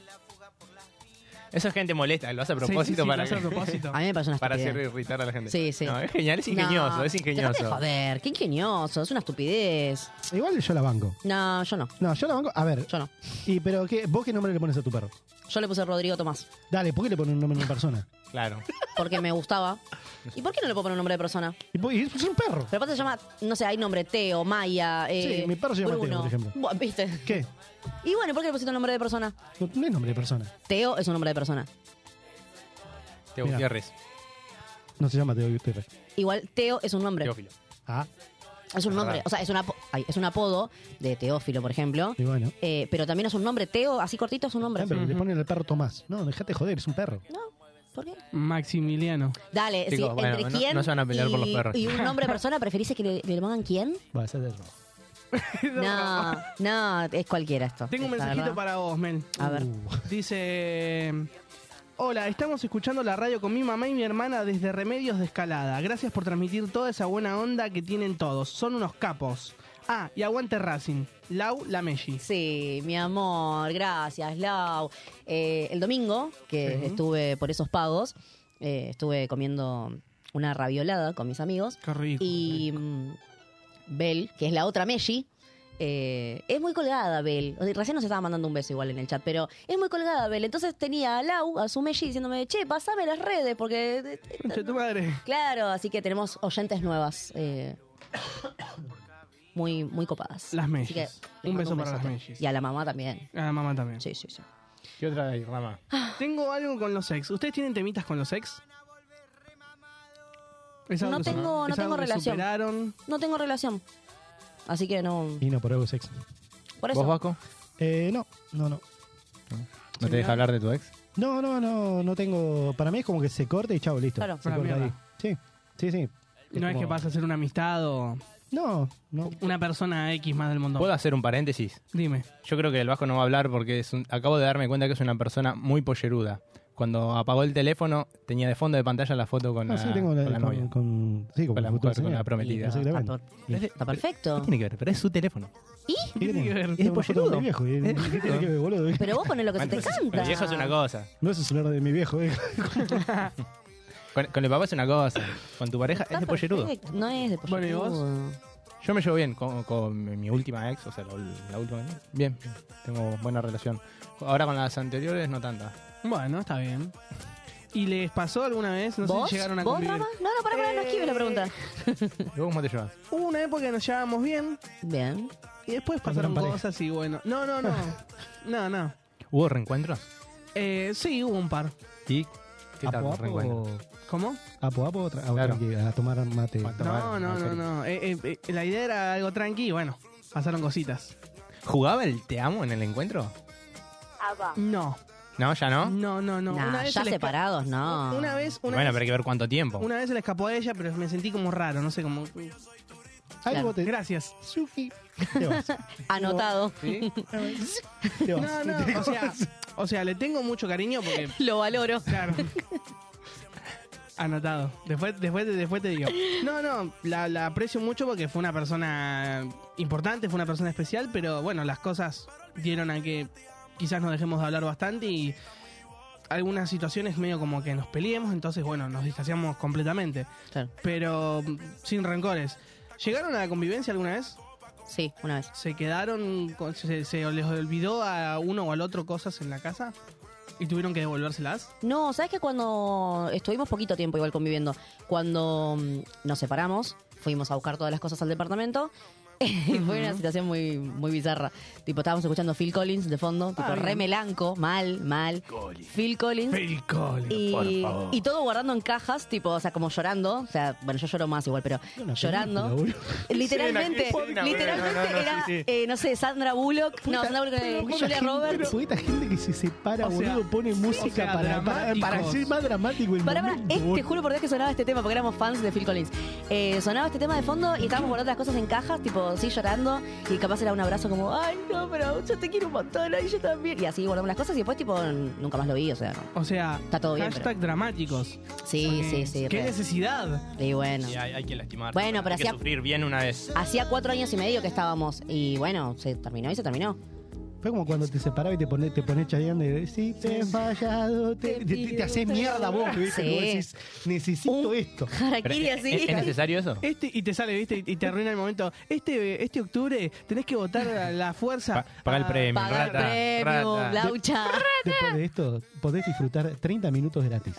Esa gente molesta, lo hace a Sí, sí, propósito sí, para lo hace a que- propósito. A mí me parece una para hacer estupidez. irritar a la gente. Sí, sí. No, es genial, es ingenioso, No, es dejate de ingenioso. joder, qué ingenioso, es una estupidez. Igual yo la banco. No, yo no, No, yo la banco. A ver. yo no. ¿Y pero qué? ¿Vos qué nombre le pones a tu perro? Yo le puse Rodrigo Tomás, Dale, ¿por qué le pones un nombre a una persona? Claro. porque me gustaba. ¿Y por qué no le puedo poner un nombre de persona? Y po- y es un perro. Pero aparte se llama, no sé, hay nombre, Teo, Maya, eh, Sí, mi perro se llama Teo, Bruno. por ejemplo. Buah, ¿viste? ¿Qué? Y bueno, ¿por qué le pusiste un nombre de persona? No, no es nombre de persona. Teo es un nombre de persona. Teo Mira. Gutiérrez. No se llama Teo Gutiérrez. Igual Teo es un nombre. Teófilo. Ah, Es un Es nombre, verdad. o sea, es, una, apo- ay, es un apodo de Teófilo, por ejemplo. y bueno. Eh, pero también es un nombre, Teo, así cortito es un nombre. Ah, pero le ponen al perro Tomás. No, dejate joder, es un perro. No, ¿por qué? Maximiliano. Dale, Chicos, sí, bueno, entre no- quién no se van a pelear y, por los perros. y un nombre de persona, ¿preferís que le, le pongan quién? Va a ser de rojo. No, no, es cualquiera esto. Tengo un la mensajito verdad. para vos, Mel. A ver. Uh, Dice... Hola, estamos escuchando la radio con mi mamá y mi hermana desde Remedios de Escalada. Gracias por transmitir toda esa buena onda que tienen todos. Son unos capos. Ah, y aguante Racing. Lau Lamelli. Sí, mi amor, gracias, Lau. Eh, el domingo, que Sí. estuve por esos pagos, eh, estuve comiendo una raviolada con mis amigos. Qué rico. Y mm, Bel, que es la otra Messi, eh, es muy colgada Bel. O sea, recién nos estaba mandando un beso igual en el chat, pero es muy colgada Bel. Entonces tenía a Lau, a su Messi, diciéndome, che, pasame las redes, porque... Concha tu madre. Claro, así que tenemos oyentes nuevas. eh, muy, muy copadas. Las Así Messis. que les Un beso mando para las besote. Messis. Y a la mamá también. A la mamá también. Sí, sí, sí. ¿Qué otra hay, Rama? Tengo algo con los ex. ¿Ustedes tienen temitas con los ex? ¿Es algo No que su- tengo- no es algo tengo que relación. superaron? No tengo relación. Así que no. y no, por algo sexo. Por eso. ¿Vos, Vasco? Eh, no, no, no. ¿No te deja hablar de tu ex? No, no, no, no tengo. Para mí es como que se corta y chao, listo. Claro. Se Para corta mierda. ahí. Sí, sí, sí. No es como- que pasa a ser una amistad o No, no. una persona X más del mundo. ¿Puedo hacer un paréntesis? Dime. Yo creo que el Vasco no va a hablar porque es un- acabo de darme cuenta que es una persona muy polleruda. Cuando apagó el teléfono, tenía de fondo de pantalla la foto con, Ah, la, sí, tengo la, con la con, novia. con- sí, con, Con la mi futura mujer, con señora. la prometida. Exactamente. Está, per- está perfecto. ¿Qué tiene que ver? Pero es su teléfono. ¿Y? ¿Qué tiene que ver? Es Tengo una foto pollerudo. de mi viejo. ¿y- ¿Qué tiene que ver, boludo? Pero vos ponés lo que se te canta. El viejo es una cosa. No es el celular de mi viejo, eh. Con, con el papá es una cosa. Con tu pareja Está es de pollerudo. perfecto. No es de Bueno, ¿y vos? pollerudo. Yo me llevo bien con, con mi última ex, o sea, la, la última. Bien, tengo buena relación. Ahora con las anteriores no tanta. Bueno, está bien. ¿Y les pasó alguna vez? No sé ¿Vos? si llegaron a ¿Vos, convivir. Rama? No, no, para, para, no esquives la pregunta. ¿Y vos cómo te llevas? Hubo una época que nos llevábamos bien Bien. y después Cuando pasaron eran pareja. cosas y bueno. No, no, no. no, no. ¿Hubo reencuentros? Eh, sí, hubo un par. ¿Y qué tal Apo, los reencuentros? apo, ¿Cómo? apo, apo, otra, a, Claro. tranqui, a tomar mate. A tomar. No, no, no, no. Eh, eh, eh, la idea era algo tranqui y bueno, pasaron cositas. ¿Jugaba el te amo en el encuentro? No, No, ya no. no, no, no. Nah, una vez ya se le esca- separados, no. Una vez, una Bueno, vez, pero hay que ver cuánto tiempo. una vez se le escapó a ella, pero me sentí como raro, no sé cómo. Algo te... Gracias. Sufi. Te vas. Anotado. ¿Sí? Te vas. No, no, o sea, o sea, le tengo mucho cariño porque Lo valoro. claro. Anotado. Después, después, después te digo. No, no, la, la aprecio mucho porque fue una persona importante, fue una persona especial, pero bueno, las cosas dieron a que quizás nos dejemos de hablar bastante y algunas situaciones medio como que nos peleemos, entonces bueno, nos distanciamos completamente. Claro. Pero mm, sin rencores. ¿Llegaron a la convivencia alguna vez? Sí, una vez. ¿Se quedaron, con- se, se les olvidó a uno o al otro cosas en la casa? ¿Y tuvieron que devolvérselas? No, ¿sabes que cuando estuvimos poquito tiempo igual conviviendo, cuando mm, nos separamos, fuimos a buscar todas las cosas al departamento y fue una situación muy muy bizarra. Tipo, estábamos escuchando Phil Collins de fondo, tipo Ah, re bien. melanco, mal, mal. Phil Collins. Phil Collins, y, por favor. y todo guardando en cajas, tipo, o sea, como llorando. O sea, bueno, yo lloro más igual, pero llorando. Literalmente, Sí, una- una- literalmente no, no, no, era, sí, sí. eh, no sé, Sandra Bullock. No, Sandra Bullock, eh, Pero Julia gente- Roberts. Porque esta gente que se separa, O sea, boludo, pone música o sea, para, para, para dramáticos. ser más dramático el Para, para, momento, eh, te boludo. juro por Dios que sonaba este tema porque éramos fans de Phil Collins. Eh, sonaba este tema de fondo y estábamos guardando las cosas en cajas, tipo, sí, llorando. Y capaz era un abrazo como, ay, no, pero yo te quiero un montón, ay, yo también. Y así guardamos las cosas y después, tipo, nunca más lo vi, o sea, no. O sea, Está todo bien, hashtag dramáticos. Sí, Porque, sí, sí. ¿Qué re. necesidad? Y bueno. Sí, hay, hay que lastimar. Bueno, pero hay que hacía- sufrir bien una vez. Hacía cuatro años y medio que estábamos. Y bueno, se terminó y se terminó. Fue como cuando te separabas y te pones te pones Chayanne de si te he fallado, te, te, te, te haces mierda vos, ¿viste? Sí. Como decís, necesito esto. Harakiri Pero, así. ¿es, es necesario eso? Este, y te sale, ¿viste? Y te arruina el momento. Este este octubre tenés que votar a la fuerza. Pa- paga el a- premio, Paga el rata, premio, rata. Laucha. Después de esto, podés disfrutar treinta minutos gratis.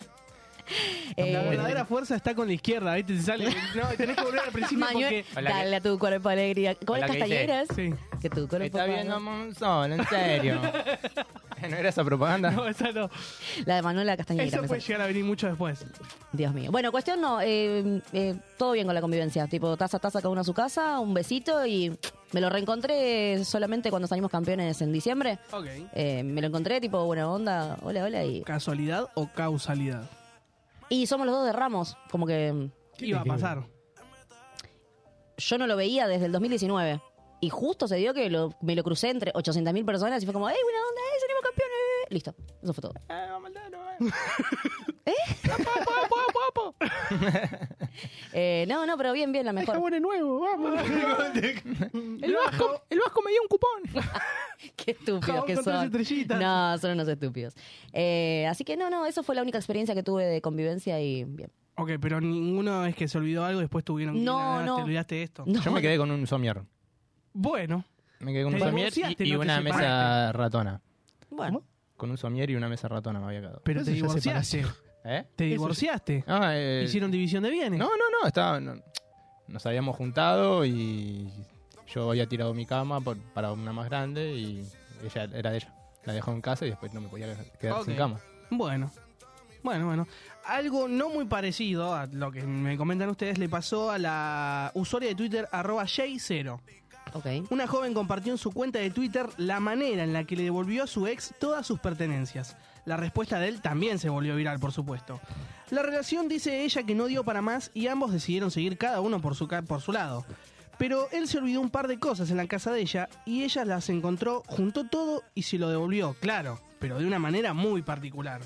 Eh, La verdadera fuerza está con la izquierda, ¿viste? Te sale. No, tenés que volver al principio Manuel, porque. Hola, dale a tu cuerpo alegría. ¿Cómo Hola, es ¿qué dice? Castañeras? Sí. Que tu cuerpo Está viendo alegría. Monzón, en serio. ¿No era esa propaganda? No, esa no. La de Manuela Castañera. Eso me puede sale. llegar a venir mucho después. Dios mío. Bueno, cuestión no. eh, eh, todo bien con la convivencia. Tipo, taza a taza cada uno a su casa, un besito y me lo reencontré solamente cuando salimos campeones en diciembre. Ok. Eh, me lo encontré, tipo, buena onda, hola, hola. Y, ¿Casualidad o causalidad? y somos los dos de Ramos. Como que ¿Qué iba a pasar? yo no lo veía desde el dos mil diecinueve. Y justo se dio que lo- me lo crucé entre ochocientas mil personas y fue como, ¡ey, buena onda! ¡Eh, salimos campeones! Listo, eso fue todo. Eh, no, no, pero bien, bien, la mejor. Jabón nuevo, vamos. El Vasco, el Vasco me dio un cupón. Qué estúpidos Jabón que con tres son. estrellitas. No, son unos estúpidos. Eh, así que no, no, eso fue la única experiencia que tuve de convivencia y bien. Ok, pero ninguno es que se olvidó algo y después tuvieron que ir No, a- no. te olvidaste de esto. No. Yo me quedé con un somier. Bueno, Me quedé con un Te somier divorciaste, y, y no te una separaste. mesa ratona. Bueno, Con un somier y una mesa ratona me había quedado. pero Eso te ya divorciaste. separación. ¿Eh? Te Eso divorciaste. Ah, eh, Hicieron división de bienes. No, no, no, estaba, no, nos habíamos juntado y yo había tirado mi cama por- para una más grande y ella era de ella. La dejó en casa y después no me podía quedar Ok. sin cama. Bueno, bueno, bueno. Algo no muy parecido a lo que me comentan ustedes le pasó a la usuaria de Twitter arroba Jay cero. ok. Una joven compartió en su cuenta de Twitter la manera en la que le devolvió a su ex todas sus pertenencias. La respuesta de él también se volvió viral, por supuesto. La relación dice ella que no dio para más y ambos decidieron seguir cada uno por su, ca- por su lado. Pero él se olvidó un par de cosas en la casa de ella y ella las encontró, juntó todo y se lo devolvió, claro, pero de una manera muy particular.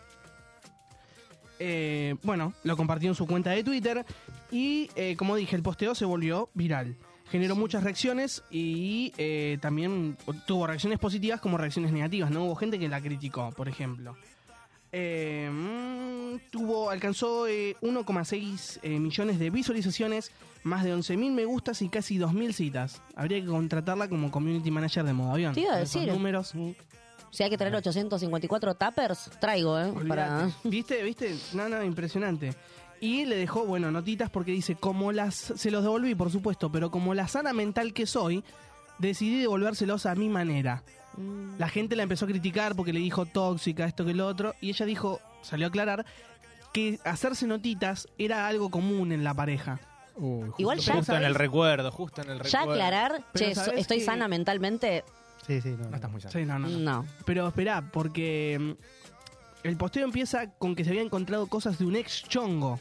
Eh, bueno, lo compartió en su cuenta de Twitter y, eh, como dije, el posteo se volvió viral. Generó muchas reacciones y eh, también tuvo reacciones positivas como reacciones negativas. No hubo gente que la criticó, por ejemplo. Eh, mm, tuvo, alcanzó eh, uno coma seis eh, millones de visualizaciones, más de once mil me gustas y casi dos mil citas. Habría que contratarla como community manager de modo avión. Te iba a Con esos decir. números. Si hay que traer ochocientos cincuenta y cuatro tappers, traigo, ¿eh? Para... Olvídate. ¿Viste? ¿Viste? No, no, impresionante. Y le dejó, bueno, notitas porque dice, como las... Se los devolví, por supuesto, pero como la sana mental que soy, decidí devolvérselos a mi manera. Mm. La gente la empezó a criticar porque le dijo tóxica, esto que lo otro, y ella dijo, salió a aclarar, que hacerse notitas era algo común en la pareja. Uy, justo, Igual ya justo en sabés- el recuerdo, justo en el Ya recuerdo. aclarar, Pero che, so- ¿sabés estoy qué? sana mentalmente. Sí, sí, no. No estás muy sano. Sí, no, no. no. No. Pero espera, porque mm, el posteo empieza con que se había encontrado cosas de un ex chongo.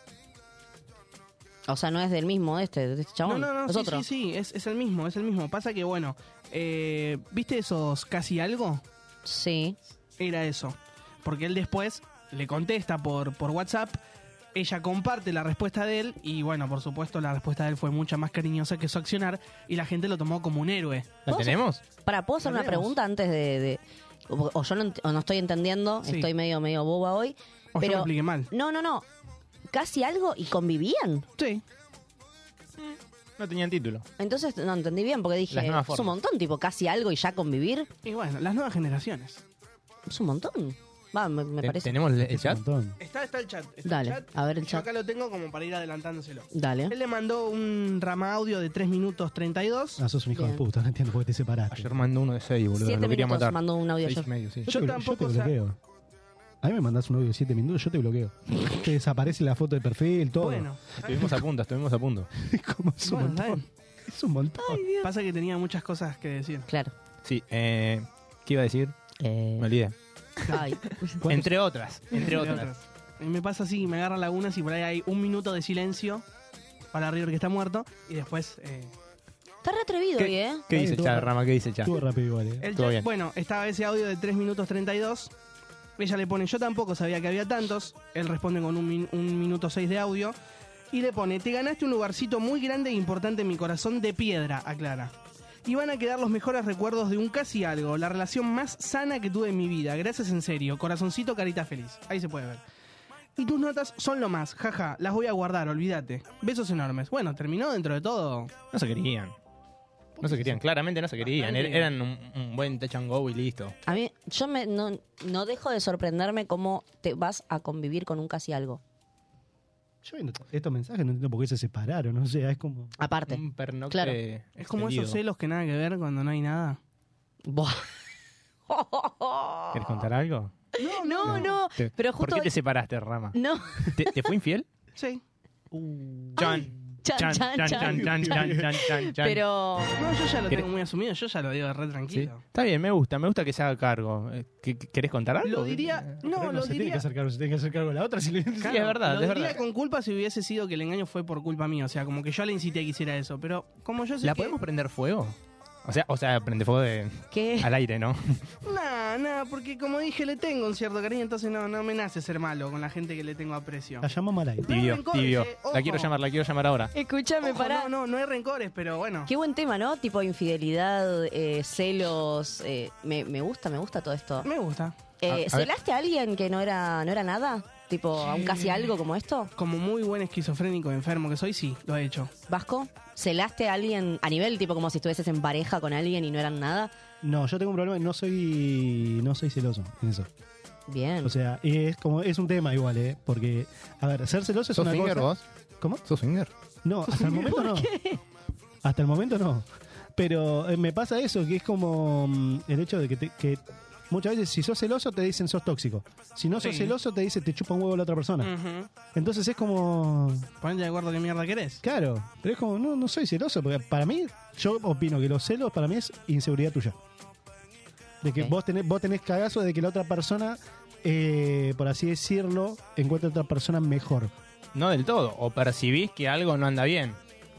O sea, no es del mismo de este, de este chabón. No, no, no, es sí, otro. sí, sí, es, es el mismo, es el mismo. Pasa que, bueno, eh, ¿viste esos casi algo? Sí. Era eso. Porque él después le contesta por, por WhatsApp, ella comparte la respuesta de él y, bueno, por supuesto, la respuesta de él fue mucho más cariñosa que su accionar y la gente lo tomó como un héroe. ¿La ¿Puedo tenemos? Para, ¿puedo hacer La una tenemos. pregunta antes de, de- O, o yo no, ent- o no estoy entendiendo, Sí. estoy medio medio boba hoy. O yo pero lo expliqué mal. No, no, no. Casi algo y convivían. Sí. No tenían título. Entonces no entendí bien porque dije, Las nuevas es un formas. montón, tipo casi algo y ya convivir. Y bueno, las nuevas generaciones. Es un montón. Va, me, me Te- parece. ¿Tenemos el chat? Está, está el chat. Está Dale, el chat. a ver el Yo chat. acá lo tengo como para ir adelantándoselo. Dale. Él le mandó un rama audio de tres minutos treinta y dos. Ah, sos un hijo de Bien. puta, no entiendo por qué te separaste. Ayer mandó uno de seis, boludo. Siete Lo quería minutos matar. mandó un audio Seis ayer. y medio, sí. Yo, Yo te, tampoco, yo te o sea- bloqueo. A mí me mandás un audio de siete minutos, yo te bloqueo. Te desaparece la foto de perfil, todo. Bueno, Estuvimos a punto, estuvimos a punto. Como es un bueno, montón. ¿saben? Es un montón. Pasa que tenía muchas cosas que decir. Claro. Sí, eh, ¿qué iba a decir? Eh, Me olvidé. ay. Entre otras, entre otras. Y me pasa así, me agarra lagunas y por ahí hay un minuto de silencio para River que está muerto y después... eh, Está re atrevido hoy, ¿eh? ¿Qué dice el Estuvo chat, ra- Rama? ¿Qué dice el chat? Estuvo rápido igual, eh. el Estuvo chat- bien. bueno, estaba ese audio de tres minutos treinta y dos. Ella le pone, yo tampoco sabía que había tantos. Él responde con un, min- un minuto seis de audio. Y le pone, te ganaste un lugarcito muy grande e importante en mi corazón de piedra, aclara. Y van a quedar los mejores recuerdos de un casi algo, la relación más sana que tuve en mi vida. Gracias en serio, corazoncito, carita feliz. Ahí se puede ver. Y tus notas son lo más, jaja, las voy a guardar, olvídate. Besos enormes. Bueno, terminó dentro de todo. No se querían. No se querían, claramente no se querían. Er- Eran un, un buen touch and go y listo. A mí, yo me, no, no dejo de sorprenderme cómo te vas a convivir con un casi algo. Yo viendo estos mensajes no entiendo por qué se separaron, o sea, es como... Aparte. Un pernocte Claro. Es como extendido. esos celos que nada que ver cuando no hay nada. Buah. ¿Quieres contar algo? No, no, Te- pero ¿Por justo qué te hoy- separaste, Rama? No. ¿Te, te fue infiel? Sí. Chan. Chan, chan, chan. chan, chan, chan, chan, chan. Pero No, yo ya lo ¿Querés- tengo muy asumido, yo ya lo digo re Sí. tranquilo. Está bien, me gusta, me gusta que se haga cargo. Eh, ¿qué- qué- ¿Querés contar algo? Lo diría, no, Pero lo se tiene diría, que hacer cargo, se tiene que hacer cargo de la otra. Si le- Sí, es verdad, lo es diría verdad. con culpa si hubiese sido que el engaño fue por culpa mía, o sea, como que yo le incité a que hiciera eso, pero como yo sé ¿La que... podemos prender fuego? O sea, o sea, prende fuego de, ¿qué? al aire, ¿no? Nah, nah, porque como dije, le tengo un cierto cariño, entonces no, no me nace ser malo con la gente que le tengo aprecio. La llamamos al aire. Tibio, rencores, tibio. eh, La ojo. quiero llamar, la quiero llamar ahora. Escúchame, Ojo, pará. no, no, no hay rencores, pero bueno. Qué buen tema, ¿no? Tipo infidelidad, eh, celos. eh, me, me gusta, me gusta todo esto. Me gusta. Eh, A- a ver. ¿Celaste a alguien que no era, no era nada? Tipo, a un casi algo como esto. Como muy buen esquizofrénico enfermo que soy, sí, lo he hecho. ¿Vasco? ¿Celaste a alguien a nivel tipo como si estuvieses en pareja con alguien y no eran nada? No, yo tengo un problema, no soy no soy celoso en eso. Bien. O sea, es como es un tema igual, ¿eh? Porque, a ver, ser celoso es ¿Sos una finger cosa... vos? ¿Cómo? ¿Sos finger? No, hasta el momento no. Hasta el momento no. Pero eh, me pasa eso, que es como mm, el hecho de que, te- que muchas veces si sos celoso te dicen sos tóxico. Si no sos Sí. celoso te dicen te chupa un huevo la otra persona. Ujú. Entonces es como... Ponete de acuerdo qué mierda querés. Claro, pero es como, no, no soy celoso, porque para mí, yo opino que los celos para mí es inseguridad tuya. De que Ok. vos, tenés, vos tenés cagazo de que la otra persona, eh, por así decirlo, encuentre a otra persona mejor. No del todo. O percibís que algo no anda bien.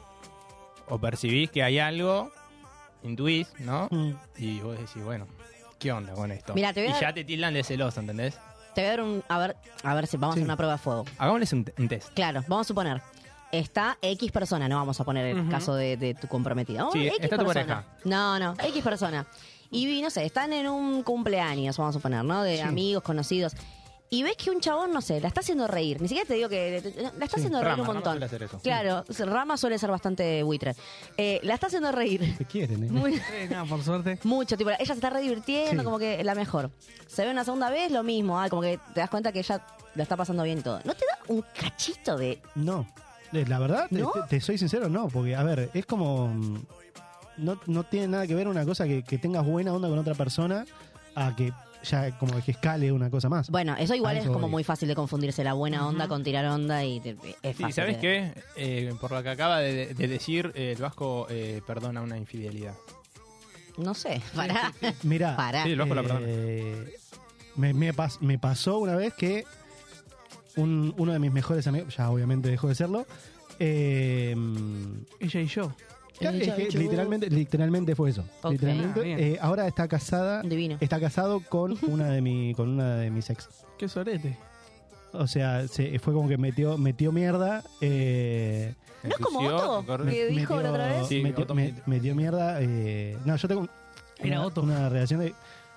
O percibís que hay algo, intuís, ¿no? Mm. Y vos decís, bueno, ¿qué onda con esto? Mira, te voy y a- ya te tildan de celoso, ¿entendés? Te voy a dar un... A ver, a ver si vamos a Sí. hacer una prueba de fuego. Hagámosles un, un test. Claro, vamos a suponer. Está X persona, no vamos a poner el Ujú. caso de, de tu comprometida. Vamos, Sí, X está tu persona. pareja. No, no, X persona. Y no sé, están en un cumpleaños, vamos a suponer, ¿no? De Sí. amigos, conocidos. Y ves que un chabón, no sé, la está haciendo reír. Ni siquiera te digo que... La está Sí. haciendo reír Rama, un Rama montón. suele hacer eso. Claro, Rama suele ser bastante buitre. Eh, la está haciendo reír. ¿Qué quieren, eh? Muy, Eh, no, por suerte. mucho, tipo, ella se está re divirtiendo, Sí. como que la mejor. Se ve una segunda vez, lo mismo, ah, como que te das cuenta que ella la está pasando bien y todo. ¿No te da un cachito de... No, Eh, la verdad, te- ¿No? te, te soy sincero, no, porque, a ver, es como... mm, No, no tiene nada que ver una cosa que, que tengas buena onda con otra persona a que ya como que escale una cosa más. Bueno, eso igual A es eso como voy. muy fácil de confundirse, la buena onda Ujú. con tirar onda y te- es Sí, fácil. ¿sabes de- qué? Eh, por lo que acaba de, de decir, eh, el Vasco eh, perdona una infidelidad. No sé, pará. Mirá, Pará. Sí, el Vasco la perdona. eh, me, me, pas- me pasó una vez que un- uno de mis mejores amigos, ya obviamente dejó de serlo, eh, Ella y yo. Claro, Ella es que y yo. literalmente, literalmente fue eso. Ok. Literalmente, Ah, bien. eh, ahora está casada, Divino. está casado con una de mi, con una de mis ex. Qué sorete. O sea, se, fue como que metió, metió mierda. Eh, ¿No es como Ensució, Otto, corre- que dijo la otra vez? Sí, metió, Otto me- metió. metió mierda. eh, no, yo tengo Era una, Otto. una relación de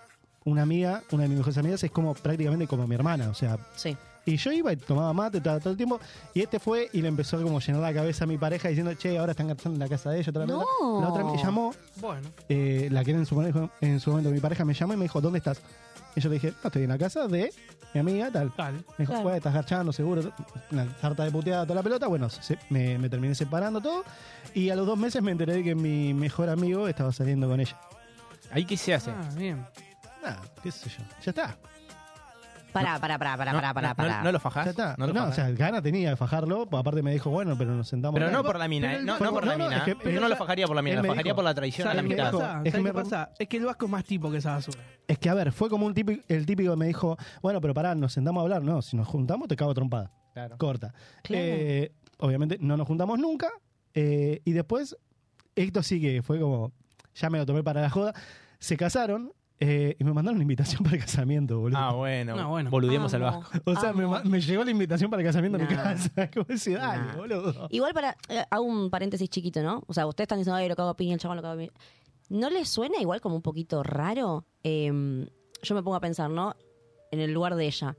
una amiga, una de mis mejores amigas, es como prácticamente como mi hermana, o sea. Sí. Y yo iba y tomaba mate todo, todo el tiempo, y este fue y le empezó a como llenar la cabeza a mi pareja diciendo, che, ahora están gastando en la casa de ella. Otra No. la, la otra me llamó, Bueno. eh, la que era en su, momento, en su momento mi pareja me llamó y me dijo, ¿dónde estás? Y yo le dije, no, estoy en la casa de mi amiga, tal. Tal. Me dijo, Claro. pues, estás garchando, seguro, una sarta de puteada toda la pelota. Bueno, se- me, me terminé separando todo, y a los dos meses me enteré de que mi mejor amigo estaba saliendo con ella. ¿Ahí qué se hace? Ah, bien. Nada, qué sé yo, ya está. Pará, pará, pará, pará, No, pará, pará, no, pará. no, no lo fajás. Ya está. No, No, lo o fajás. sea, gana tenía de fajarlo, pues aparte me dijo, bueno, pero nos sentamos. Pero a no hablar. por la mina, Pero eh, él- no, fue no por como- la mina. es que- Pero él- no lo fajaría por la mina, él lo me fajaría dijo- por la traición a la ¿Sabes qué mitad. dijo- pasa? es que ¿Sabes me qué re- pasa? Es que el Vasco es más tipo que esa basura. Es que, a ver, fue como un típico, el típico que me dijo, bueno, pero pará, nos sentamos a hablar. No, si nos juntamos te cago a trompada. Claro. Corta. Claro. Eh, obviamente no nos juntamos nunca. eh, y después, esto sí que fue como, ya me lo tomé para la joda. Se casaron eh, y me mandaron una invitación para el casamiento, boludo. Ah, bueno. No, bueno. Boludemos al Amo. Vasco. o sea, me, amo. ma- me llegó la invitación para el casamiento a mi Nah. casa. Como decir, dale, Nah. boludo. Igual para, eh, hago un paréntesis chiquito, ¿no? O sea, ustedes están diciendo, ay, lo cago a piña, el chabón lo cago a piña. ¿No les suena igual como un poquito raro? Eh, yo me pongo a pensar, ¿no? En el lugar de ella.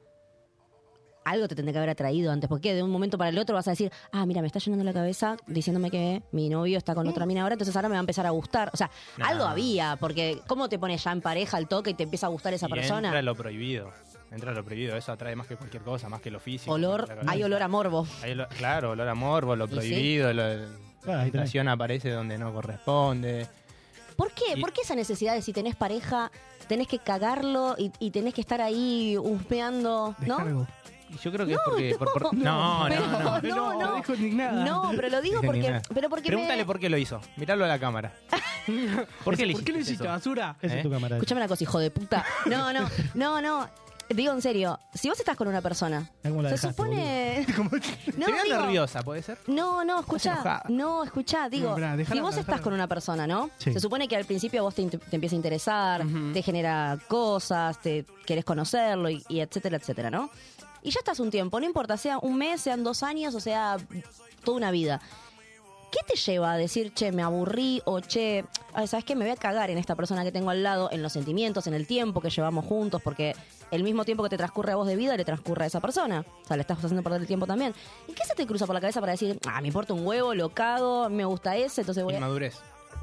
Algo te tendría que haber atraído antes, porque de un momento para el otro vas a decir, ah, mira, me está llenando la cabeza diciéndome que mi novio está con otra mina ahora, entonces ahora me va a empezar a gustar. O sea, Nah. algo había, porque ¿cómo te pones ya en pareja al toque y te empieza a gustar esa Y persona? entra lo prohibido. Entra lo prohibido. Eso atrae más que cualquier cosa, más que lo físico. Olor, más que la hay cabeza. olor a morbo. Hay olor- claro, olor a morbo, lo Y sí. prohibido, lo, Ah, ahí la tenés. tentación aparece donde no corresponde. ¿Por qué? Y- ¿Por qué esa necesidad de si tenés pareja, tenés que cagarlo y, y tenés que estar ahí husmeando, ¿no? Descargo. Y yo creo que es porque... por- por- no, no, pero- no. no, No, no. no dijo ni nada. No, pero lo digo Ni porque, nada. pero porque Pregúntale me... por qué lo hizo. Miralo a la cámara. ¿Por qué le ¿Por qué lo hiciste hiciste, eso? basura? Esa ¿Eh? es tu cámara. Escúchame una cosa, hijo de puta. No, no, no, no. Digo en serio, si vos estás con una persona, Mirá cómo la se dejaste, supone... No, Te veo digo- nerviosa, ¿puede ser? No, no, escuchá. enojada. No, escuchá, digo, No, pará, dejala si vos hablar, estás dejala con una persona, ¿no? Sí. Se supone que al principio vos te, int- te empieza a interesar, Ujú. te genera cosas, te querés conocerlo y, y etcétera, etcétera, ¿no? Y ya estás un tiempo, no importa, sea un mes, sean dos años, o sea, toda una vida. ¿Qué te lleva a decir, che, me aburrí o che, ay, ¿sabes qué? Me voy a cagar en esta persona que tengo al lado, en los sentimientos, en el tiempo que llevamos juntos, porque el mismo tiempo que te transcurre a vos de vida le transcurre a esa persona. O sea, le estás haciendo perder el tiempo también. ¿Y qué se te cruza por la cabeza para decir, ah, me importa un huevo, lo cago, me gusta ese, entonces voy a... Inmadurez.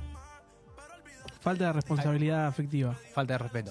Falta de responsabilidad afectiva. Falta de respeto.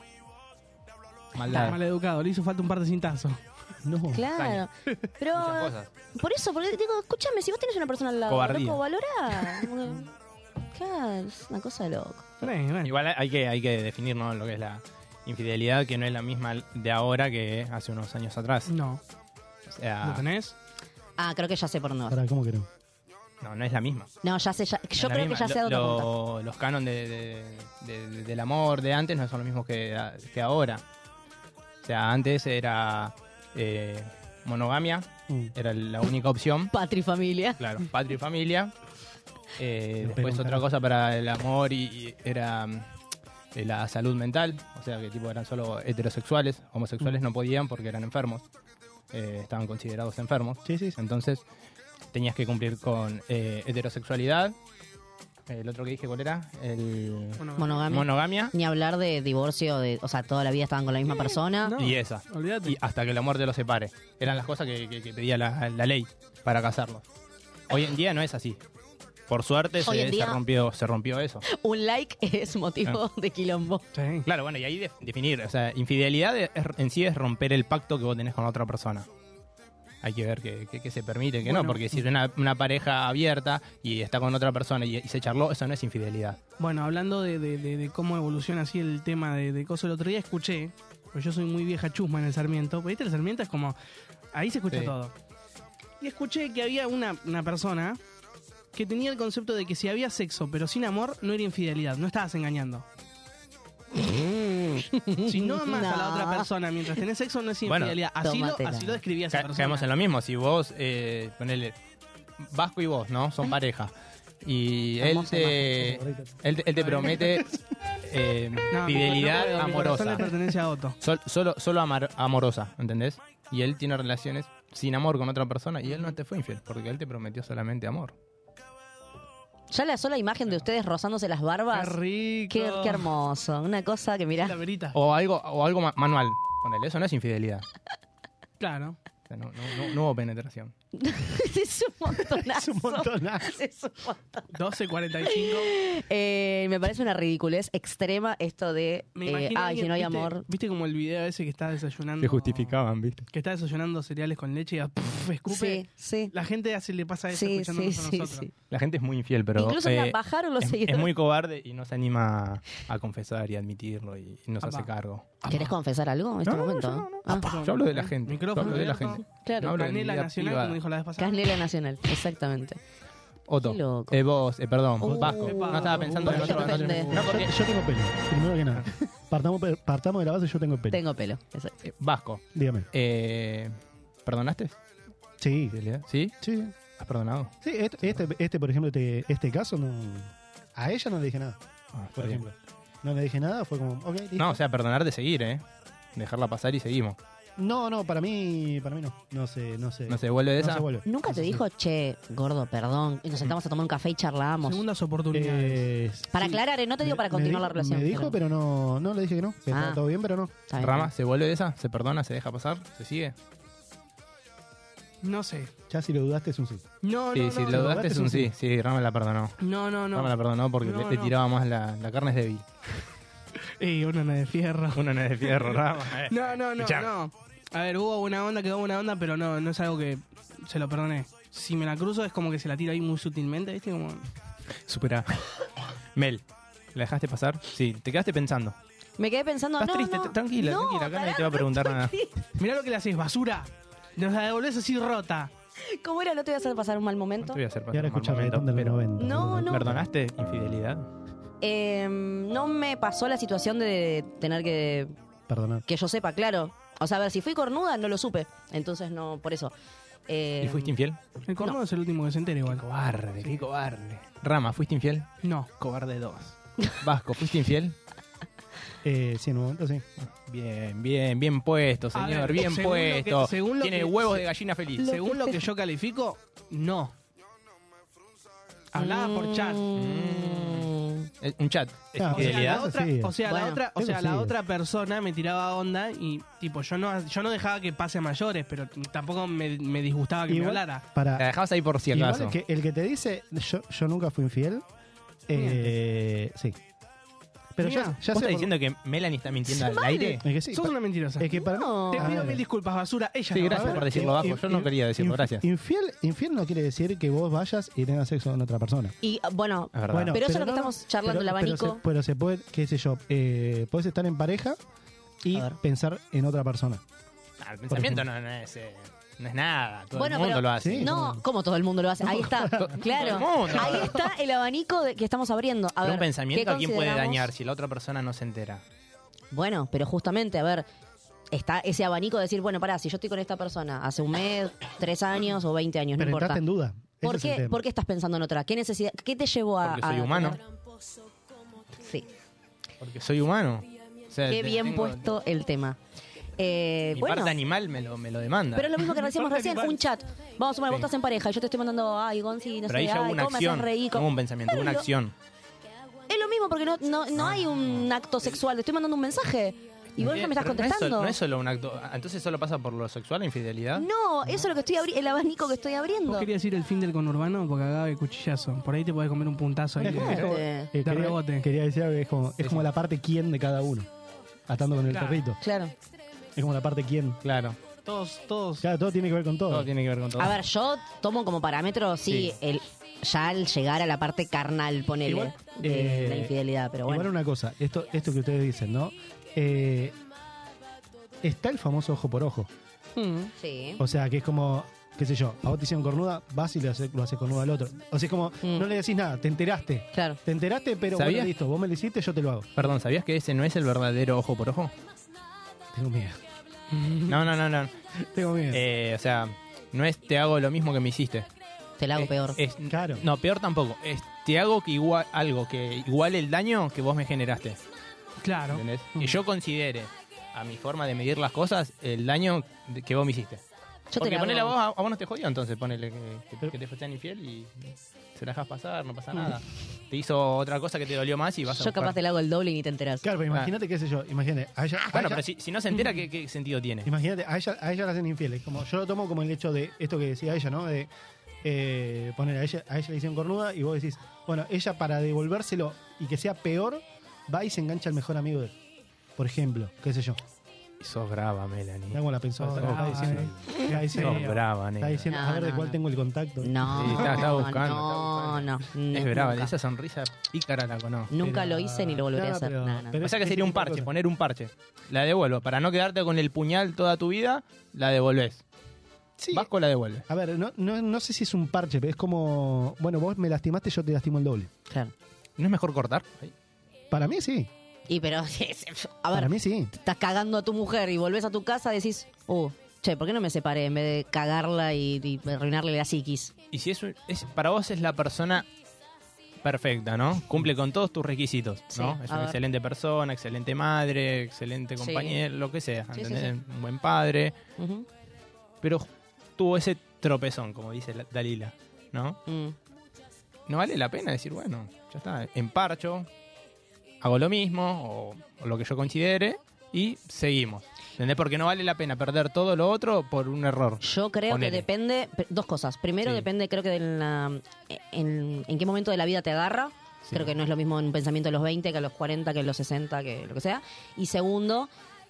Está Maldad. mal educado. Le hizo falta un par de cintazos. No. Claro. Pero, Muchas cosas. por eso, porque digo, escúchame, si vos tenés una persona al lado, Cobardía. loco, valorá. Claro, es una cosa de loco. Bueno, bueno. Igual hay que, hay que definir, ¿no?, lo que es la infidelidad, que no es la misma de ahora que hace unos años atrás. No. O sea, ¿Lo tenés? Ah, creo que ya sé por dónde vas. Pará, ¿cómo que no? no, no es la misma. No, ya sé, ya- No es yo la creo que misma. ya sé a dónde Lo- apuntar. lo- Los canon de, de- de- de- del amor de antes no son los mismos que, que ahora. O sea, antes era eh, monogamia, Mm. era la única opción. Patria y familia. Claro, patria y familia. Eh, Me después pega un otra carajo. cosa para el amor y, y era mm, eh, la salud mental. O sea, que tipo eran solo heterosexuales. Homosexuales Mm. no podían porque eran enfermos. Eh, estaban considerados enfermos. Sí, sí. sí. Entonces tenías que cumplir con eh, heterosexualidad. El otro que dije, ¿cuál era? El Monogamia. monogamia. Ni hablar de divorcio, de, o sea, toda la vida estaban con la misma persona. no. Y esa. Olvídate. Y hasta que la muerte los separe. Eran las cosas que, que- que pedía la, la ley para casarlos. Hoy en día no es así. Por suerte Hoy en se, día- se rompió, se rompió eso. Un like es motivo de quilombo. Sí. Claro, bueno, y ahí de- definir, o sea, infidelidad es- en sí es romper el pacto que vos tenés con otra persona. Hay que ver qué que, que se permite, que no, Bueno. porque si es una, una pareja abierta y está con otra persona y, y se charló, eso no es infidelidad. Bueno, hablando de, de- de- de cómo evoluciona así el tema de, de cosas, el otro día escuché, pues yo soy muy vieja chusma en el Sarmiento, pues, ¿viste? El Sarmiento es como, ahí se escucha Sí. todo. Y escuché que había una, una persona que tenía el concepto de que si había sexo pero sin amor, no era infidelidad, no estabas engañando. Si no amas a la No. otra persona mientras tenés sexo, no es Bueno, infidelidad. así, lo, tómatela. así lo describía esa Ca- persona. caemos en lo mismo, si vos, eh, ponele, Vasco y vos, ¿no? Son pareja. Y él Hermoso te, él, te- él te promete eh, No, fidelidad no, no, mi corazón amorosa. le pertenece a Otto. Sol- solo solo amar- amorosa, ¿entendés? Y él tiene relaciones sin amor con otra persona y él no te fue infiel, porque él te prometió solamente amor. Ya la sola imagen de ustedes rozándose las barbas. Qué rico. Qué, qué hermoso. Una cosa que mirá. La verita. O algo, o algo ma- manual. Ponele, eso no es infidelidad. Claro. O sea, no, no, no, no hubo penetración. Es un montonazo. Es un montonazo. Es un montón. doce cuarenta y cinco. Eh, me parece una ridiculez extrema esto de. Me eh, imagino ay, alguien, si no hay ¿viste? amor. ¿Viste como el video ese que está desayunando? Se justificaban, ¿viste? Que está desayunando cereales con leche y ah, puf, escupe. Sí, sí. La gente así le pasa eso Sí, escuchándonos sí, a sí, nosotros. sí. La gente es muy infiel, pero Incluso eh, me bajaron los es, seguidores. es muy cobarde y no se anima a confesar y admitirlo y, y no se Apa. hace cargo. ¿Querés confesar algo en este No, no, momento? yo no, no. Ah, Yo hablo de la gente. Micrófono yo hablo de la abierto. gente. Claro. No hablo de mi Canela vida nacional, privada. como dijo la vez pasada. Canela Nacional, exactamente. Otto, Qué loco. eh, vos, eh, perdón, Uh, Vasco. epa. No estaba pensando ¿Por en qué otro. te en otro- ofende? No, Yo, porque yo tengo pelo, primero que nada. Partamos, partamos de la base, yo tengo pelo. Tengo pelo. Exacto. eh, Vasco. Dígame. Eh, ¿Perdonaste? Sí. ¿Sí? Sí. ¿Has perdonado? Sí, este, este, este, por ejemplo, este, este caso, no. A ella no le dije nada. Ah, está Por bien. ejemplo. No le dije nada, fue como, ok, listo. No, o sea, perdonar de seguir, ¿eh? Dejarla pasar y seguimos. No, no, para mí, para mí no. No se, no se. ¿No se vuelve de no esa? se vuelve. ¿Nunca te dijo, che, gordo, perdón, y nos sentamos a tomar un café y charlamos? Segundas oportunidades. Eh, Para sí. aclarar, eh, no te digo Me- para me continuar dijo- la relación. Me dijo, pero no, no le dije que no. Que Ah. estaba todo bien, pero no. Está bien. ¿Rama se vuelve de esa? ¿Se perdona? ¿Se deja pasar? ¿Se sigue? No sé. Ya si lo dudaste es un sí. No, Sí, no, si no. lo no. dudaste es un sí. Sí, Rama la perdonó. No, no, no. Rama la perdonó porque No, le, le no. tiraba más la, la carne es débil. Ey, uno no es de fierro. Una no es de fierro, Rama. eh. No, no, no, Escuchame. no. A ver, hubo buena onda, quedó buena onda, pero no, no es algo que se lo perdoné. Si me la cruzo es como que se la tiro ahí muy sutilmente, ¿viste? Como... Supera. Mel, ¿la dejaste pasar? Sí, te quedaste pensando. Me quedé pensando, Estás no, triste, no. t- tranquila, No, tranquila, acá nadie pará, te va a preguntar nada. Mirá lo que le haces, basura. Nos la devolvés así rota. ¿Cómo era? ¿No te voy a hacer pasar un mal No momento? te voy a hacer Y pasar ahora un mal escucha momento, reggaetón de los pero noventa. No, no. ¿perdonaste infidelidad? Eh, no me pasó la situación de tener que... Perdonar. Que yo sepa, claro. O sea, a ver, si fui cornuda, no lo supe. Entonces, no, por eso. Eh, ¿Y fuiste infiel? El cornudo es el último que se entera igual. Cobarde, qué cobarde. Rama, ¿fuiste infiel? No, cobarde dos. Vasco, ¿fuiste infiel? Eh, sí, en un momento sí. Bien, bien, bien puesto, A señor, ver, bien según lo que- puesto. según lo Tiene que- huevos se- de gallina feliz. Según lo que yo califico, no. Hablaba por chat. mm, Eh, Un chat. ¿Es Ah, O sea, infidelidad? la otra, Sí. o sea, la Bueno, otra, o eso sea, la sí. otra persona me tiraba onda y tipo yo no, yo no dejaba que pase a mayores, pero tampoco me, me disgustaba que me Igual, hablara. para, La dejabas ahí por si igual acaso. el que, el que te dice yo, yo nunca fui infiel, eh, sí. Pero ya, Mira, ya ¿Vos sé estás por- diciendo que Melanie está mintiendo al Mal. aire? Es que sí. Sos una mentirosa. Es que para mí- no. Te a pido ver. mil disculpas, basura. Ella Sí, no. gracias A ver, por decirlo, Vasco. Yo no In- quería decirlo, inf- gracias. Infiel, infiel no quiere decir que vos vayas y tengas sexo con otra persona. Y ah, bueno, Es verdad. Bueno, pero eso es lo que no, no, estamos charlando, pero- el pero abanico. se, pero se puede, qué sé yo, eh, puedes estar en pareja y A ver. pensar en otra persona. Ah, el pensamiento no, no es, eh, no es nada. Todo Bueno, el mundo pero- lo hace. Sí. No, como todo el mundo lo hace. Ahí está, claro. Todo el mundo. Ahí está el abanico de que estamos abriendo. A Pero ver, un pensamiento ¿qué a quién puede consideramos? dañar si la otra persona no se entera. Bueno, pero justamente, a ver, está ese abanico de decir, bueno, pará, si yo estoy con esta persona hace un mes, tres años o veinte años, no Pero importa. entraste en duda. ¿Por Ese es el qué, tema. ¿Por qué estás pensando en otra? ¿Qué necesidad? ¿Qué te llevó a...? Porque soy a humano. tener- Sí, Porque soy humano. O sea, qué te- bien tengo- puesto el tema. Eh, Mi bueno, parte animal me lo, me lo demanda. pero es lo mismo que decíamos parte recién, animal. un chat. Vamos a suponer, vos Sí. estás en pareja y yo te estoy mandando, ay, Gonzi, no Pero ahí sé, ya hubo ay, una ¿cómo me haces acción. reír? No hubo un pensamiento, hubo una Claro, acción. Es lo mismo porque no, no, no hay un acto sexual, te estoy mandando un mensaje y vos no me estás Pero no es contestando. solo- No es solo un acto. Entonces solo pasa por lo sexual, la infidelidad. No, eso es lo que estoy abriendo, el abanico que estoy abriendo. ¿Vos querías ir el fin del conurbano? Porque acá hay cuchillazo. Por ahí te podés comer un puntazo ahí. Fíjate. Eh, De quería, rebote. quería decir algo que es como, es como la parte quién de cada uno. Atando con el Claro. perrito. Claro. Es como la parte quién. Claro. Todos, todos. Claro, todo tiene que ver con todo. Todo tiene que ver con todo. A ver, yo tomo como parámetro, sí, Sí. el ya al llegar a la parte carnal, ponele, Igual, de eh, la infidelidad, pero Igual bueno. una cosa, esto, esto que ustedes dicen, ¿no? Eh, está el famoso ojo por ojo. Mm. Sí. O sea, que es como, qué sé yo, a vos te hicieron cornuda, vas y le haces, lo haces cornuda al otro. O sea, es como, Mm. no le decís nada, te enteraste. Claro. Te enteraste, pero ¿Sabías? bueno, listo, vos me lo hiciste, yo te lo hago. Perdón, ¿sabías que ese no es el verdadero ojo por ojo? Tengo miedo. No, no, no, no. Tengo miedo. Eh, o sea, no es te hago lo mismo que me hiciste. Te la hago Es- peor. es- Claro. No, peor tampoco. Es te hago que igual, algo que iguale el daño que vos me generaste. Claro. ¿Entendés? Que yo considere a mi forma de medir las cosas el daño de- que vos me hiciste. Yo te Porque la ponele a hago. vos, a, a vos no te jodió entonces, ponele que, que, que te sean infiel y se la dejas pasar, no pasa nada. Te hizo otra cosa que te dolió más y vas a Yo buscar. capaz te la hago el doble y ni te enteras. Claro, pero imagínate, qué sé yo, imagínate. A ella, a Bueno, ella- pero si, si no se entera, ¿qué, qué sentido tiene? Imagínate, a ella, a ella la hacen infieles. Como, yo lo tomo como el hecho de esto que decía ella, ¿no? De eh, poner a ella, a ella le hicieron cornuda y vos decís, bueno, ella para devolvérselo y que sea peor, va y se engancha al mejor amigo de él. Por ejemplo, qué sé yo. Y sos brava, Melanie. Mirá cómo la pensó. Sos Está, está diciendo, brava, está diciendo, Sos brava, está nena. diciendo, No, a ver de no, cuál no. tengo el contacto. No, Sí, está- está buscando, no, no, no. Es brava, nunca. esa sonrisa pícara la conozco. Nunca lo hice ni lo volveré No, a hacer. pero- No, no. pero O sea que es- sería ese un tipo de parche, cosas. poner un parche. La devuelvo. Para no quedarte con el puñal toda tu vida, la devolves. Sí. Vasco la devuelve. A ver, no, no, no sé si es un parche, pero es como, bueno, vos me lastimaste, yo te lastimo el doble. Claro. ¿No es mejor cortar? Ahí. Para mí sí. Y pero, a ver, Para mí sí. estás cagando a tu mujer y volvés a tu casa, decís, uh, che, ¿por qué no me separé en vez de cagarla y, y arruinarle la psiquis? Y si es, un- es para vos es la persona perfecta, ¿no? Cumple con todos tus requisitos, ¿no? Sí, es a una ver. excelente persona, excelente madre, excelente Sí. compañero, lo que sea, Sí, sí, ¿entendés? sí. Un buen padre, Ujú. pero tuvo ese tropezón, como dice la- Dalila, ¿no? Mm. No vale la pena decir, bueno, ya está, emparcho, hago lo mismo, o, o lo que yo considere, y seguimos. ¿Entendés? Porque no vale la pena perder todo lo otro por un error. Yo creo Ponele. que depende, pe- dos cosas. Primero Sí. depende, creo que de la, en, en qué momento de la vida te agarra. Sí. Creo que no es lo mismo en un pensamiento de los veinte que a los cuarenta, que a los sesenta, que lo que sea. Y segundo,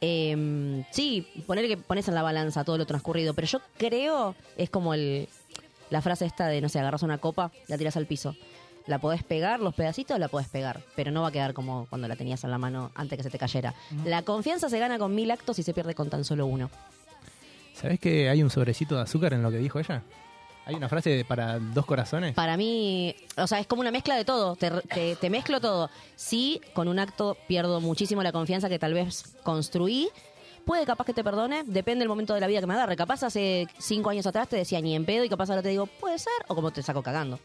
eh, sí, poner que pones en la balanza todo lo transcurrido. Pero yo creo, es como el, la frase esta de, no sé, agarras una copa, la tiras al piso. La podés pegar, los pedacitos la podés pegar, pero no va a quedar como cuando la tenías en la mano antes que se te cayera. La confianza se gana con mil actos y se pierde con tan solo uno. ¿Sabés que hay un sobrecito de azúcar en lo que dijo ella? Hay una frase de- para dos corazones. Para mí, o sea, es como una mezcla de todo. Te, te- te mezclo todo. Sí, con un acto pierdo muchísimo la confianza que tal vez construí. Puede capaz que te perdone, depende del momento de la vida que me agarre. Capaz hace cinco años atrás te decía ni en pedo y capaz ahora te digo, puede ser, o como te saco cagando.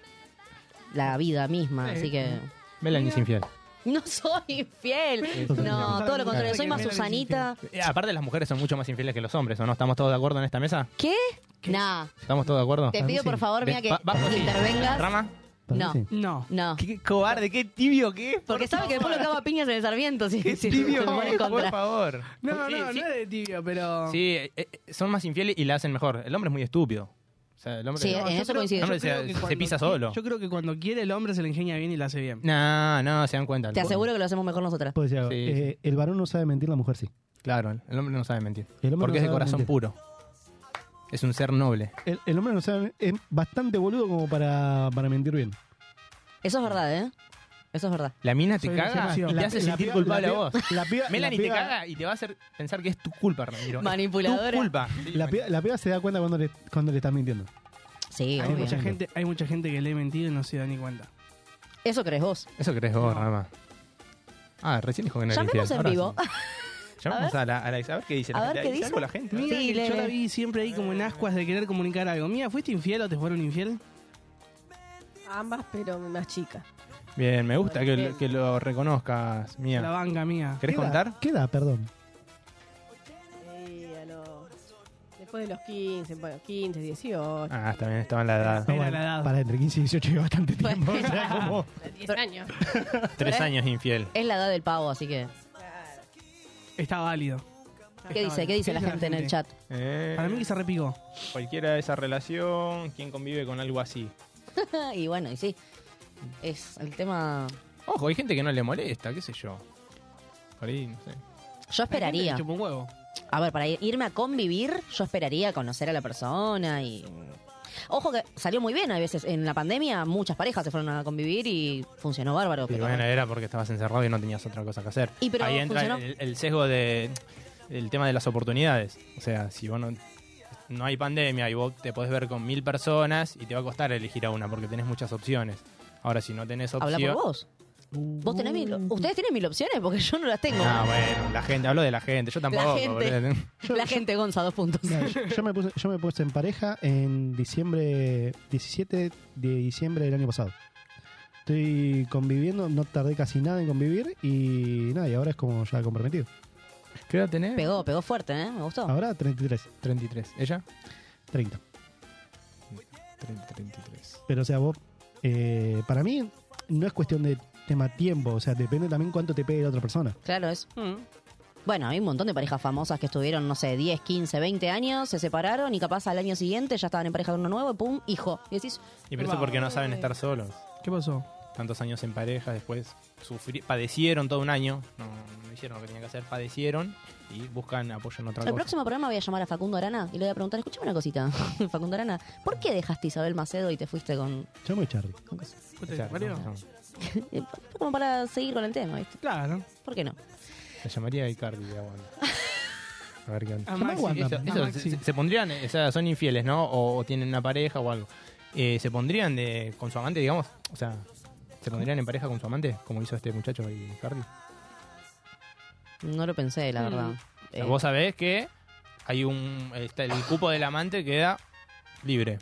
La vida misma, Sí. así que... Melanie es infiel. No soy infiel. No, todo lo contrario. Soy más Susanita. Eh, Aparte las mujeres son mucho más infieles que los hombres, ¿o no? ¿Estamos todos de acuerdo en esta mesa? ¿Qué? Nah. ¿Estamos todos de acuerdo? Te pido por favor, mira que Va- Vasco, sí. intervengas. ¿Rama? No. No. No. ¿Qué cobarde, qué tibio que es? Porque sabe que después lo cago a piñas en el Sarmiento. Si, Qué si tibio se me que pone es, en por contra. favor. No, Sí, no, sí. no es de tibio, pero... Sí, eh, eh, son más infieles y la hacen mejor. El hombre es muy estúpido. O sea, el hombre, Sí, No, en yo eso creo- coincido. el hombre yo creo se, que se cuando pisa qui- solo. Yo creo que cuando quiere el hombre se le ingenia bien y la hace bien. No, no, se dan cuenta. Te aseguro que lo hacemos mejor nosotras. Puedo decir algo. Sí, Eh, el varón no sabe mentir, la mujer sí. Claro, el hombre no sabe mentir. El hombre Porque no es de sabe corazón mentir. puro. Es un ser noble. El, el hombre no sabe, es bastante boludo como para, para mentir bien. Eso es verdad, ¿eh? Eso es verdad. La mina te Soy una caga y excepción. te La- hace la sentir piba- culpable la a vos. piba- la piba- Melanie la te piba- caga y te va a hacer pensar que es tu culpa, Ramiro. Es Manipuladora. Tu culpa. Sí, La piba, la piba se da cuenta cuando le, cuando le estás mintiendo. Sí, Hay obvio. mucha, gente, hay mucha gente que le he mentido y no se da ni cuenta. Eso crees vos. Eso crees vos, Rama. Ah, recién dijo que no era Llamemos infiel. en Ahora vivo. sí. Llamamos a, la, a, la, a ver qué dice la A ver gente. qué ¿Dice dice. algo la gente? Mira, Sí, que lee, yo la lee. vi siempre ahí como en ascuas de querer comunicar algo. Mía, ¿fuiste infiel o te fueron infiel? Ambas, pero más chicas. Bien, me gusta que, lo- que lo reconozcas, La Mía. banca mía. ¿Querés ¿Qué edad- contar? ¿Qué edad, perdón? Sí, a los- después de los quince, bueno, quince, dieciocho. Ah, está bien, estaba en la edad. Era la edad. Para entre quince y dieciocho lleva bastante tiempo. O sea, como... diez años. Tres años infiel. Es la edad del pavo, así que... Está válido. ¿Qué dice? ¿Qué dice la gente en el chat? Eh, Para mí que se repicó. Cualquiera de esa relación, ¿quién convive con algo así? Y bueno, y sí. Es el tema... Ojo, hay gente que no le molesta, qué sé yo. Por ahí, no sé. Yo esperaría. Chupa un huevo. A ver, para irme a convivir, yo esperaría conocer a la persona y... Ojo que salió muy bien a veces. En la pandemia muchas parejas se fueron a convivir y funcionó bárbaro. Pero Pero bueno, era porque estabas encerrado y no tenías otra cosa que hacer. Y pero Ahí entra funcionó. el, el sesgo de el tema de las oportunidades. O sea, si vos no, no hay pandemia y vos te podés ver con mil personas y te va a costar elegir a una porque tenés muchas opciones. Ahora, si no tenés opción... habla por vos. ¿Vos tenés mil... ¿Ustedes tienen mil opciones? Porque yo no las tengo. Ah, bueno, la gente, hablo de la gente, yo tampoco. La gente, boludo. la gente Gonza, dos puntos. Mira, yo, yo me puse, yo me puse en pareja en diciembre, diecisiete de diciembre del año pasado. Estoy conviviendo, no tardé casi nada en convivir y nada, y ahora es como ya comprometido. ¿Qué edad tenés? Pegó, pegó fuerte, ¿eh? Me gustó. Ahora treinta y tres. treinta y tres. ¿Ella? treinta. treinta, treinta y tres. Pero, o sea, vos, eh, para mí no es cuestión de tema tiempo, o sea, depende también cuánto te pegue la otra persona. Claro, es. Bueno, hay un montón de parejas famosas que estuvieron, no sé, diez, quince, veinte años, se separaron y capaz al año siguiente ya estaban en pareja con uno nuevo y pum, hijo. Y decís. Y por eso porque no saben estar solos. ¿Qué pasó? Tantos años en pareja, después sufri- padecieron todo un año, no, no hicieron lo que tenían que hacer, padecieron y buscan apoyo en otra El cosa. próximo programa voy a llamar a Facundo Arana y le voy a preguntar, escúchame una cosita, Facundo Arana, ¿por qué dejaste a Isabel Macedo y te fuiste con... Yo muy Charlie. Claro, Mario? no. Como para seguir con el tema, ¿viste? Claro. ¿Por qué no? La llamaría a Icardi de Aguanta. A ver qué onda. A Maxi, Eso- a eso, Maxi. se, se pondrían, o sea, son infieles, ¿no? O, o tienen una pareja o algo. Eh, ¿Se pondrían de, con su amante, digamos? O sea, ¿se pondrían en pareja con su amante? Como hizo este muchacho y Icardi. No lo pensé, la Mm. verdad. O sea, Eh, vos sabés que hay un... Está, el cupo del amante queda libre.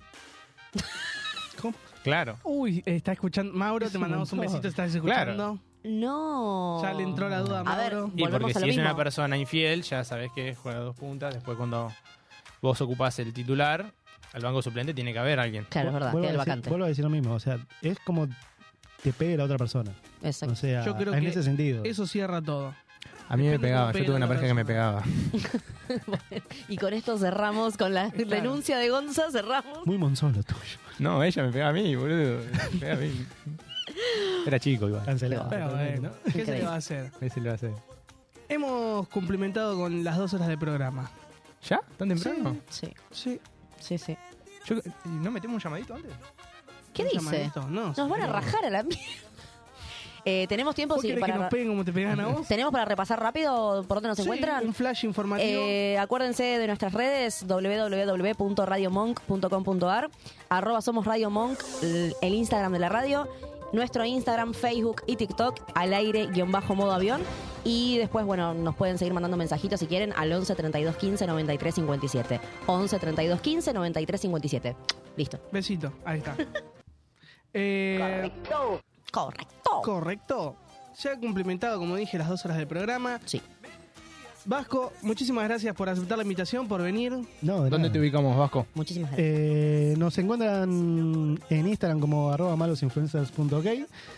¿Cómo? Claro. Uy, está escuchando. Mauro, Es te un mandamos un montón. besito, estás escuchando. No. Ya le entró la duda a A ver, Mauro. Y porque volvemos a si lo es una mismo. persona infiel, ya sabés que juega dos puntas. Después cuando vos ocupás el titular, al banco suplente tiene que haber alguien. Claro, es verdad, Vuelvo queda el a, decir, vacante. vuelvo a decir lo mismo, o sea, es como te pegue la otra persona. Exacto. O sea, Yo creo en que ese sentido. Eso cierra todo. A mí me Depende pegaba, cómo yo pegue tuve la una pareja que me persona. pegaba. Y con esto cerramos, con la Claro. denuncia de Gonza, cerramos. Muy monzón lo tuyo. No, ella me pegaba a mí, boludo. Me pegaba a mí. Era chico igual. Cancelado. Pero bueno, ¿qué se le va a hacer? Ese lo hace. Hemos cumplimentado con las dos horas de programa. ¿Ya? ¿Tan temprano? Sí, Sí. sí, sí. Yo- ¿No metemos un llamadito antes? ¿Qué ¿Un dice? llamadito? No. Nos van a señor. rajar a la mierda. Eh, tenemos tiempo, ¿Vos sí, querés para... que nos peguen como te pegan a vos? ¿Tenemos para repasar rápido por dónde nos Sí, encuentran? un flash informativo. Eh, acuérdense de nuestras redes w w w punto radio monk punto com punto a r, arroba somos Radio Monk, el el Instagram de la radio, nuestro Instagram, Facebook y TikTok, al aire guión bajo modo avión. Y después, bueno, nos pueden seguir mandando mensajitos si quieren al once treinta y dos quince noventa y tres cincuenta y siete. once treinta y dos quince noventa y tres cincuenta y siete. Listo. Besito, ahí está. Eh, Correcto. Correcto. Correcto. Se ha cumplimentado, como dije, las dos horas del programa. Sí. Vasco, muchísimas gracias por aceptar la invitación, por venir. No, de ¿Dónde nada. te ubicamos, Vasco? Muchísimas gracias. Eh, nos encuentran en Instagram como arroba malosinfluencers punto ok.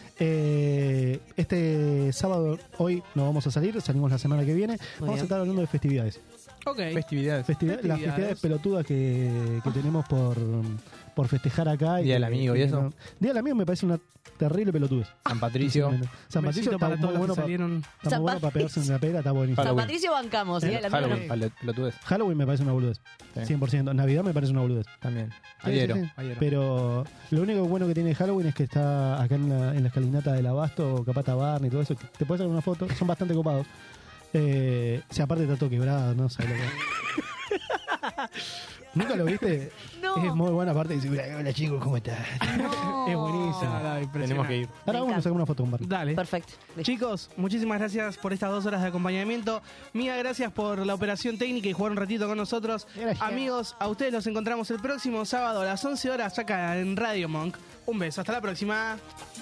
Eh, este sábado, hoy no vamos a salir, salimos la semana que viene. vamos bien. a estar hablando de festividades. Ok. Festividades. Festividad- Las Festividades. festividades pelotudas que, que tenemos por, por festejar acá. y Día del que- amigo y que eso. no- Día del amigo me parece una terrible pelotudez. San Patricio. San Un Patricio besito está para muy todos los bueno que para salieron. está San muy bueno para Patricio. pegarse en la pera, está buenísimo. San Halloween. Patricio bancamos, ¿sí? ¿Eh? A la mierda. Halloween, palo- pelotudez. Halloween me parece una boludez. Sí. cien por ciento. Navidad me parece una boludez. También. Sí, Adhiero. sí, sí. adhiero. Pero lo único bueno que tiene Halloween es que está acá en la, en la escalinata del Abasto, Capata Barney y todo eso. Te puedes sacar una foto, son bastante copados. Eh, si aparte está todo quebrado, ¿no? ¿Sabes lo que- ¿Nunca lo viste? No. Es muy buena parte. Dice, mira, hola chicos, ¿cómo estás? No. Es buenísimo. Ah, impresionante. Tenemos que ir. Ahora vamos a encanta. sacar una foto con Barney. Dale. Perfecto. Listo. Chicos, muchísimas gracias por estas dos horas de acompañamiento. Mía, gracias por la operación técnica y jugar un ratito con nosotros. Gracias. Amigos, a ustedes los encontramos el próximo sábado a las once horas acá en Radio Monk. Un beso, hasta la próxima.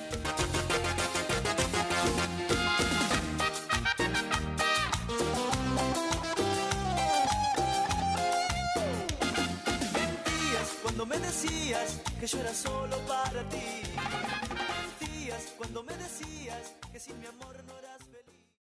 Mentías cuando me decías que yo era solo para ti. Mentías cuando me decías que sin mi amor no eras feliz.